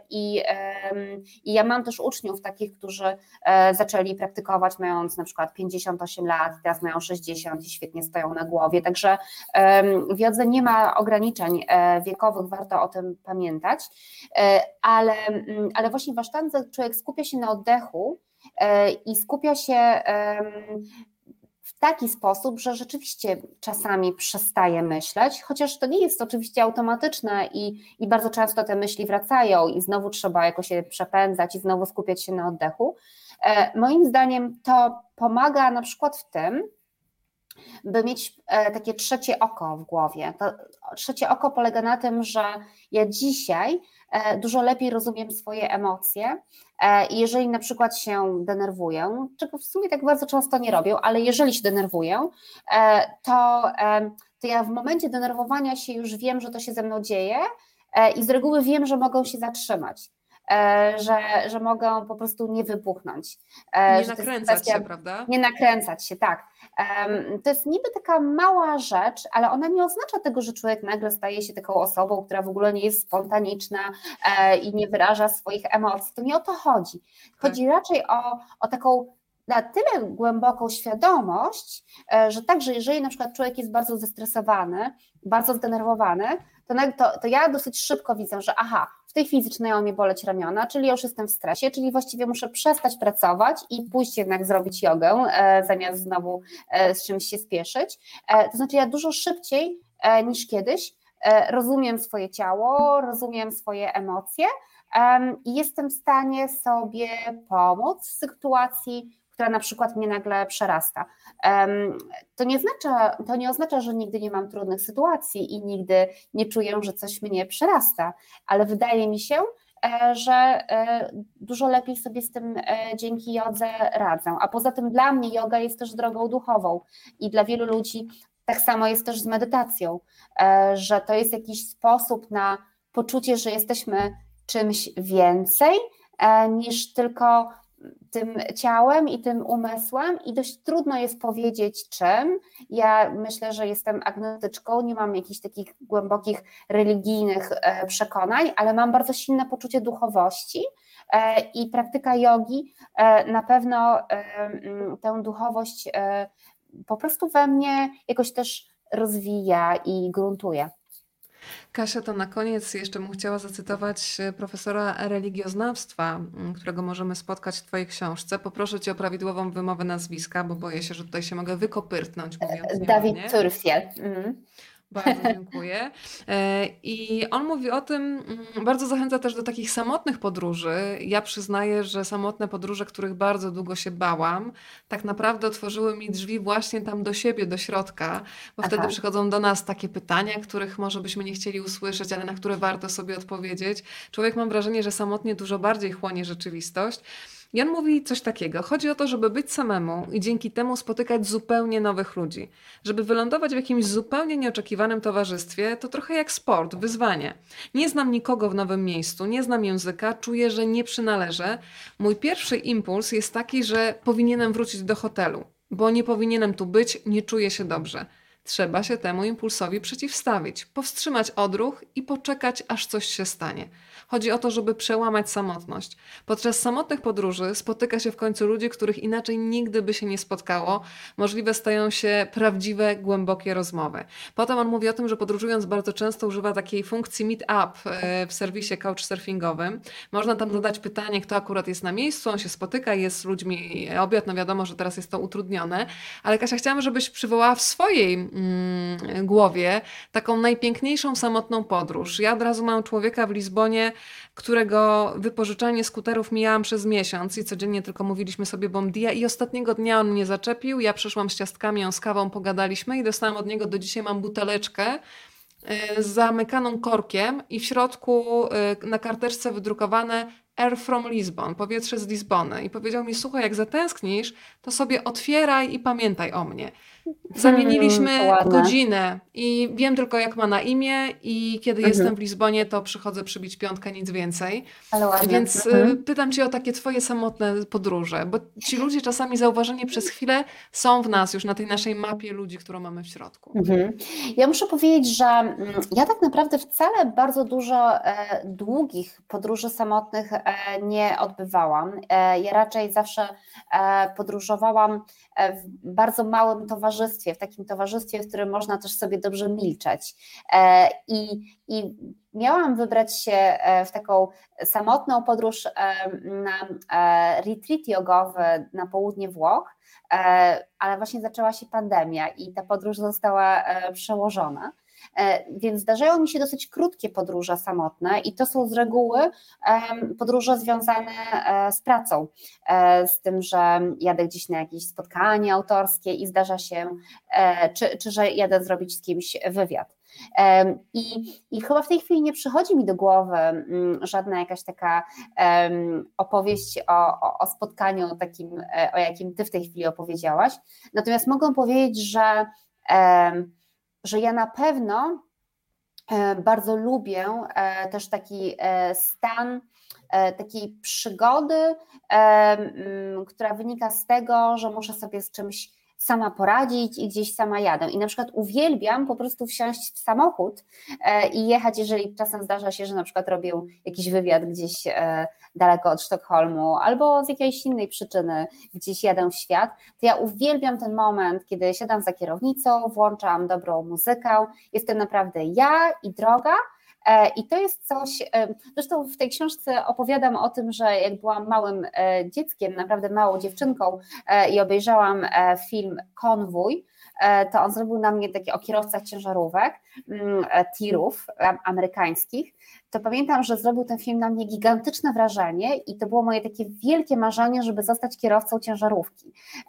i ja mam też uczniów takich, którzy zaczęli praktykować mając na przykład 58 lat, teraz mają 60 i świetnie stoją na głowie, także w jodze nie ma ograniczeń wiekowych, warto o tym pamiętać, ale właśnie w asztandze człowiek skupia się na oddechu i skupia się w taki sposób, że rzeczywiście czasami przestaje myśleć, chociaż to nie jest oczywiście automatyczne i bardzo często te myśli wracają i znowu trzeba jakoś się przepędzać i znowu skupiać się na oddechu. Moim zdaniem to pomaga na przykład w tym, by mieć takie trzecie oko w głowie. To trzecie oko polega na tym, że ja dzisiaj dużo lepiej rozumiem swoje emocje i jeżeli na przykład się denerwuję, czego w sumie tak bardzo często nie robię, ale jeżeli się denerwuję, to ja w momencie denerwowania się już wiem, że to się ze mną dzieje i z reguły wiem, że mogę się zatrzymać. Że mogę po prostu nie wybuchnąć, Nie że to jest nakręcać kwestia się, prawda? nie nakręcać się, tak. To jest niby taka mała rzecz, ale ona nie oznacza tego, że człowiek nagle staje się taką osobą, która w ogóle nie jest spontaniczna i nie wyraża swoich emocji. To nie o to chodzi. Tak. Chodzi raczej o taką na tyle głęboką świadomość, że także jeżeli na przykład człowiek jest bardzo zestresowany, bardzo zdenerwowany, to ja dosyć szybko widzę, że aha, w tej chwili zaczynają mnie boleć ramiona, czyli już jestem w stresie, czyli właściwie muszę przestać pracować i pójść jednak zrobić jogę, zamiast znowu z czymś się spieszyć. To znaczy ja dużo szybciej niż kiedyś rozumiem swoje ciało, rozumiem swoje emocje i jestem w stanie sobie pomóc w sytuacji, która na przykład mnie nagle przerasta. To nie oznacza, że nigdy nie mam trudnych sytuacji i nigdy nie czuję, że coś mnie przerasta, ale wydaje mi się, że dużo lepiej sobie z tym dzięki jodze radzę. A poza tym dla mnie joga jest też drogą duchową i dla wielu ludzi tak samo jest też z medytacją, że to jest jakiś sposób na poczucie, że jesteśmy czymś więcej niż tylko tym ciałem i tym umysłem i dość trudno jest powiedzieć czym. Ja myślę, że jestem agnostyczką, nie mam jakichś takich głębokich religijnych przekonań, ale mam bardzo silne poczucie duchowości i praktyka jogi na pewno tę duchowość po prostu we mnie jakoś też rozwija i gruntuje. Kasia, to na koniec jeszcze bym chciała zacytować profesora religioznawstwa, którego możemy spotkać w Twojej książce. Poproszę Cię o prawidłową wymowę nazwiska, bo boję się, że tutaj się mogę wykopyrtnąć, mówiąc nieładnie. David Turfiel. Bardzo dziękuję. I on mówi o tym, bardzo zachęca też do takich samotnych podróży. Ja przyznaję, że samotne podróże, których bardzo długo się bałam, tak naprawdę otworzyły mi drzwi właśnie tam do siebie, do środka, bo wtedy przychodzą do nas takie pytania, których może byśmy nie chcieli usłyszeć, ale na które warto sobie odpowiedzieć. Człowiek, mam wrażenie, że samotnie dużo bardziej chłonie rzeczywistość. I on mówi coś takiego. Chodzi o to, żeby być samemu i dzięki temu spotykać zupełnie nowych ludzi. Żeby wylądować w jakimś zupełnie nieoczekiwanym towarzystwie, to trochę jak sport, wyzwanie. Nie znam nikogo w nowym miejscu, nie znam języka, czuję, że nie przynależę. Mój pierwszy impuls jest taki, że powinienem wrócić do hotelu, bo nie powinienem tu być, nie czuję się dobrze. Trzeba się temu impulsowi przeciwstawić, powstrzymać odruch i poczekać, aż coś się stanie. Chodzi o to, żeby przełamać samotność. Podczas samotnych podróży spotyka się w końcu ludzi, których inaczej nigdy by się nie spotkało. Możliwe stają się prawdziwe, głębokie rozmowy. Potem on mówi o tym, że podróżując bardzo często używa takiej funkcji meet up w serwisie couchsurfingowym. Można tam dodać pytanie, kto akurat jest na miejscu, on się spotyka, jest z ludźmi obiad. No wiadomo, że teraz jest to utrudnione. Ale Kasia, chciałam, żebyś przywołała w swojej głowie taką najpiękniejszą samotną podróż. Ja od razu mam człowieka w Lizbonie, którego wypożyczanie skuterów mijałam przez miesiąc i codziennie tylko mówiliśmy sobie bom dia i ostatniego dnia on mnie zaczepił, ja przyszłam z ciastkami, on z kawą, pogadaliśmy i dostałam od niego, do dzisiaj mam buteleczkę zamykaną korkiem i w środku na karteczce wydrukowane Air from Lisbon, powietrze z Lizbony. I powiedział mi, słuchaj, jak zatęsknisz, to sobie otwieraj i pamiętaj o mnie. Zamieniliśmy godzinę i wiem tylko, jak ma na imię i kiedy jestem w Lizbonie, to przychodzę przybić piątkę, nic więcej. Ale ładnie. Więc pytam Cię o takie Twoje samotne podróże, bo ci ludzie czasami zauważeni przez chwilę są w nas już na tej naszej mapie ludzi, którą mamy w środku. Ja muszę powiedzieć, że ja tak naprawdę wcale bardzo dużo długich podróży samotnych nie odbywałam. Ja raczej zawsze podróżowałam w bardzo małym towarzystwie, w takim towarzystwie, w którym można też sobie dobrze milczeć. I miałam wybrać się w taką samotną podróż na retreat jogowy na południe Włoch, ale właśnie zaczęła się pandemia i ta podróż została przełożona. Więc zdarzają mi się dosyć krótkie podróże samotne i to są z reguły podróże związane z pracą, z tym, że jadę gdzieś na jakieś spotkanie autorskie i zdarza się, czy że jadę zrobić z kimś wywiad. I chyba w tej chwili nie przychodzi mi do głowy żadna jakaś taka opowieść o spotkaniu takim, o jakim Ty w tej chwili opowiedziałaś. Natomiast mogę powiedzieć, że ja na pewno bardzo lubię też taki stan takiej przygody, która wynika z tego, że muszę sobie z czymś sama poradzić i gdzieś sama jadę. I na przykład uwielbiam po prostu wsiąść w samochód i jechać, jeżeli czasem zdarza się, że na przykład robię jakiś wywiad gdzieś daleko od Sztokholmu albo z jakiejś innej przyczyny gdzieś jadę w świat, to ja uwielbiam ten moment, kiedy siadam za kierownicą, włączam dobrą muzykę, jestem naprawdę ja i droga I to jest coś, zresztą w tej książce opowiadam o tym, że jak byłam małym dzieckiem, naprawdę małą dziewczynką i obejrzałam film Konwój, to on zrobił na mnie takie o kierowcach ciężarówek, tirów amerykańskich, to pamiętam, że zrobił ten film na mnie gigantyczne wrażenie i to było moje takie wielkie marzenie, żeby zostać kierowcą ciężarówki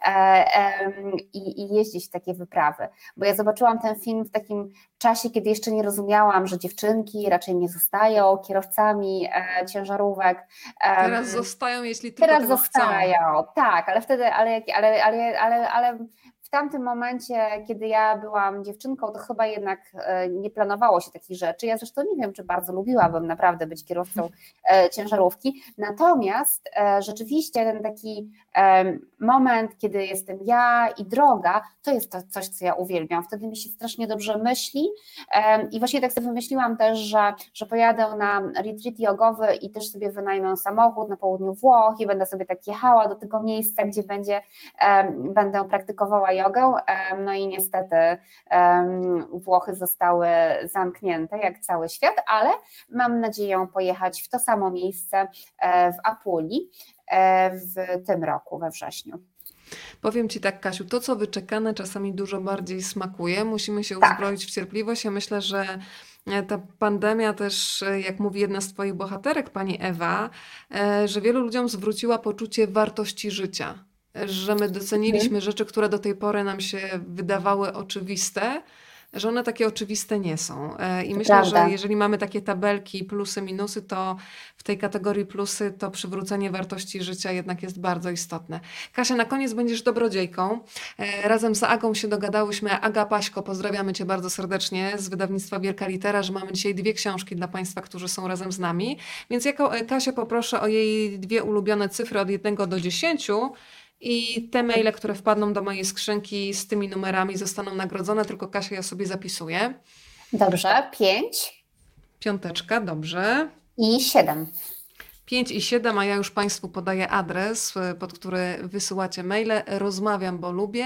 i jeździć w takie wyprawy, bo ja zobaczyłam ten film w takim czasie, kiedy jeszcze nie rozumiałam, że dziewczynki raczej nie zostają kierowcami ciężarówek. Teraz zostają, jeśli tylko Teraz tego zostają, chcą. tak, ale wtedy, ale w tamtym momencie, kiedy ja byłam dziewczynką, to chyba jednak nie planowało się takich rzeczy. Ja zresztą nie wiem, czy bardzo lubiłabym naprawdę być kierowcą ciężarówki. Natomiast rzeczywiście ten taki moment, kiedy jestem ja i droga, to jest to coś, co ja uwielbiam. Wtedy mi się strasznie dobrze myśli i właśnie tak sobie wymyśliłam też, że pojadę na retreat jogowy i też sobie wynajmę samochód na południu Włoch i będę sobie tak jechała do tego miejsca, gdzie będę praktykowała jogę, no i niestety Włochy zostały zamknięte jak cały świat, ale mam nadzieję pojechać w to samo miejsce w Apulii w tym roku, we wrześniu. Powiem Ci tak, Kasiu, to co wyczekane czasami dużo bardziej smakuje. Musimy się Tak. uzbroić w cierpliwość. Ja myślę, że ta pandemia też, jak mówi jedna z Twoich bohaterek, pani Ewa, że wielu ludziom zwróciła poczucie wartości życia. Że my doceniliśmy rzeczy, które do tej pory nam się wydawały oczywiste, że one takie oczywiste nie są. I myślę, Prawda. że jeżeli mamy takie tabelki plusy, minusy, to w tej kategorii plusy to przywrócenie wartości życia jednak jest bardzo istotne. Kasia, na koniec będziesz dobrodziejką. Razem z Agą się dogadałyśmy. Aga Paśko, pozdrawiamy Cię bardzo serdecznie z wydawnictwa Wielka Litera, że mamy dzisiaj 2 książki dla Państwa, którzy są razem z nami. Więc jako Kasię poproszę o jej 2 ulubione cyfry od 1 do 10. I te maile, które wpadną do mojej skrzynki z tymi numerami zostaną nagrodzone, tylko Kasia, ja sobie zapisuję. Dobrze, 5 5, dobrze. i 7. 5 i 7, a ja już Państwu podaję adres, pod który wysyłacie maile. Rozmawiam, bo lubię,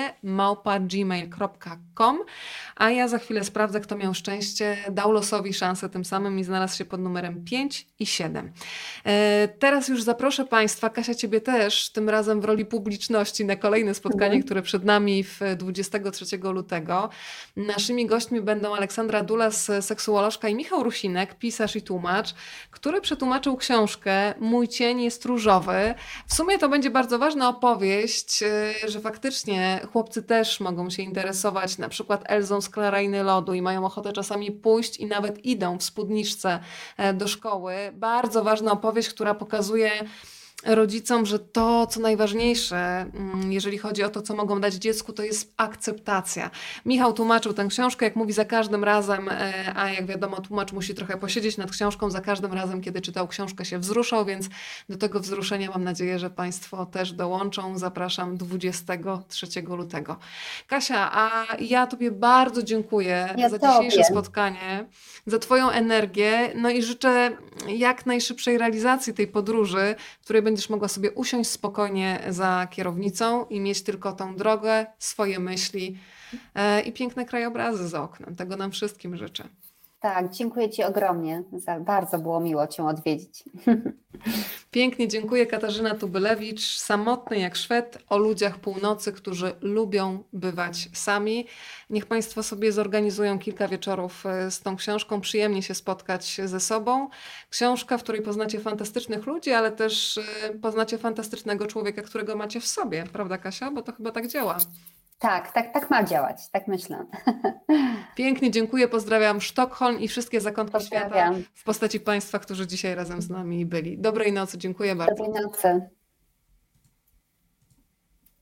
@gmail.com, a ja za chwilę sprawdzę, kto miał szczęście, dał losowi szansę tym samym i znalazł się pod numerem 5 i 7. Teraz już zaproszę Państwa, Kasia, Ciebie też, tym razem w roli publiczności na kolejne spotkanie, które przed nami 23 lutego. Naszymi gośćmi będą Aleksandra Dulas, seksuolożka, i Michał Rusinek, pisarz i tłumacz, który przetłumaczył książkę Mój cień jest różowy. W sumie to będzie bardzo ważna opowieść, że faktycznie chłopcy też mogą się interesować na przykład Elzą z Krainy Lodu i mają ochotę czasami pójść i nawet idą w spódniczce do szkoły. Bardzo ważna opowieść, która pokazuje rodzicom, że to, co najważniejsze, jeżeli chodzi o to, co mogą dać dziecku, to jest akceptacja. Michał tłumaczył tę książkę, jak mówi, za każdym razem, a jak wiadomo, tłumacz musi trochę posiedzieć nad książką, za każdym razem, kiedy czytał książkę, się wzruszał, więc do tego wzruszenia mam nadzieję, że Państwo też dołączą. Zapraszam 23 lutego. Kasia, a ja Tobie bardzo dziękuję za dzisiejsze spotkanie, za Twoją energię, no i życzę jak najszybszej realizacji tej podróży, w której będziesz mogła sobie usiąść spokojnie za kierownicą i mieć tylko tą drogę, swoje myśli i piękne krajobrazy za oknem. Tego nam wszystkim życzę. Tak, dziękuję Ci ogromnie. Bardzo było miło Cię odwiedzić. Pięknie dziękuję. Katarzyna Tubylewicz, Samotny jak Szwed, o ludziach północy, którzy lubią bywać sami. Niech Państwo sobie zorganizują kilka wieczorów z tą książką, przyjemnie się spotkać ze sobą. Książka, w której poznacie fantastycznych ludzi, ale też poznacie fantastycznego człowieka, którego macie w sobie. Prawda, Kasia? Bo to chyba tak działa. Tak ma działać, tak myślę. Pięknie dziękuję, pozdrawiam Sztokholm i wszystkie zakątki świata w postaci Państwa, którzy dzisiaj razem z nami byli. Dobrej nocy, dziękuję bardzo. Dobrej nocy.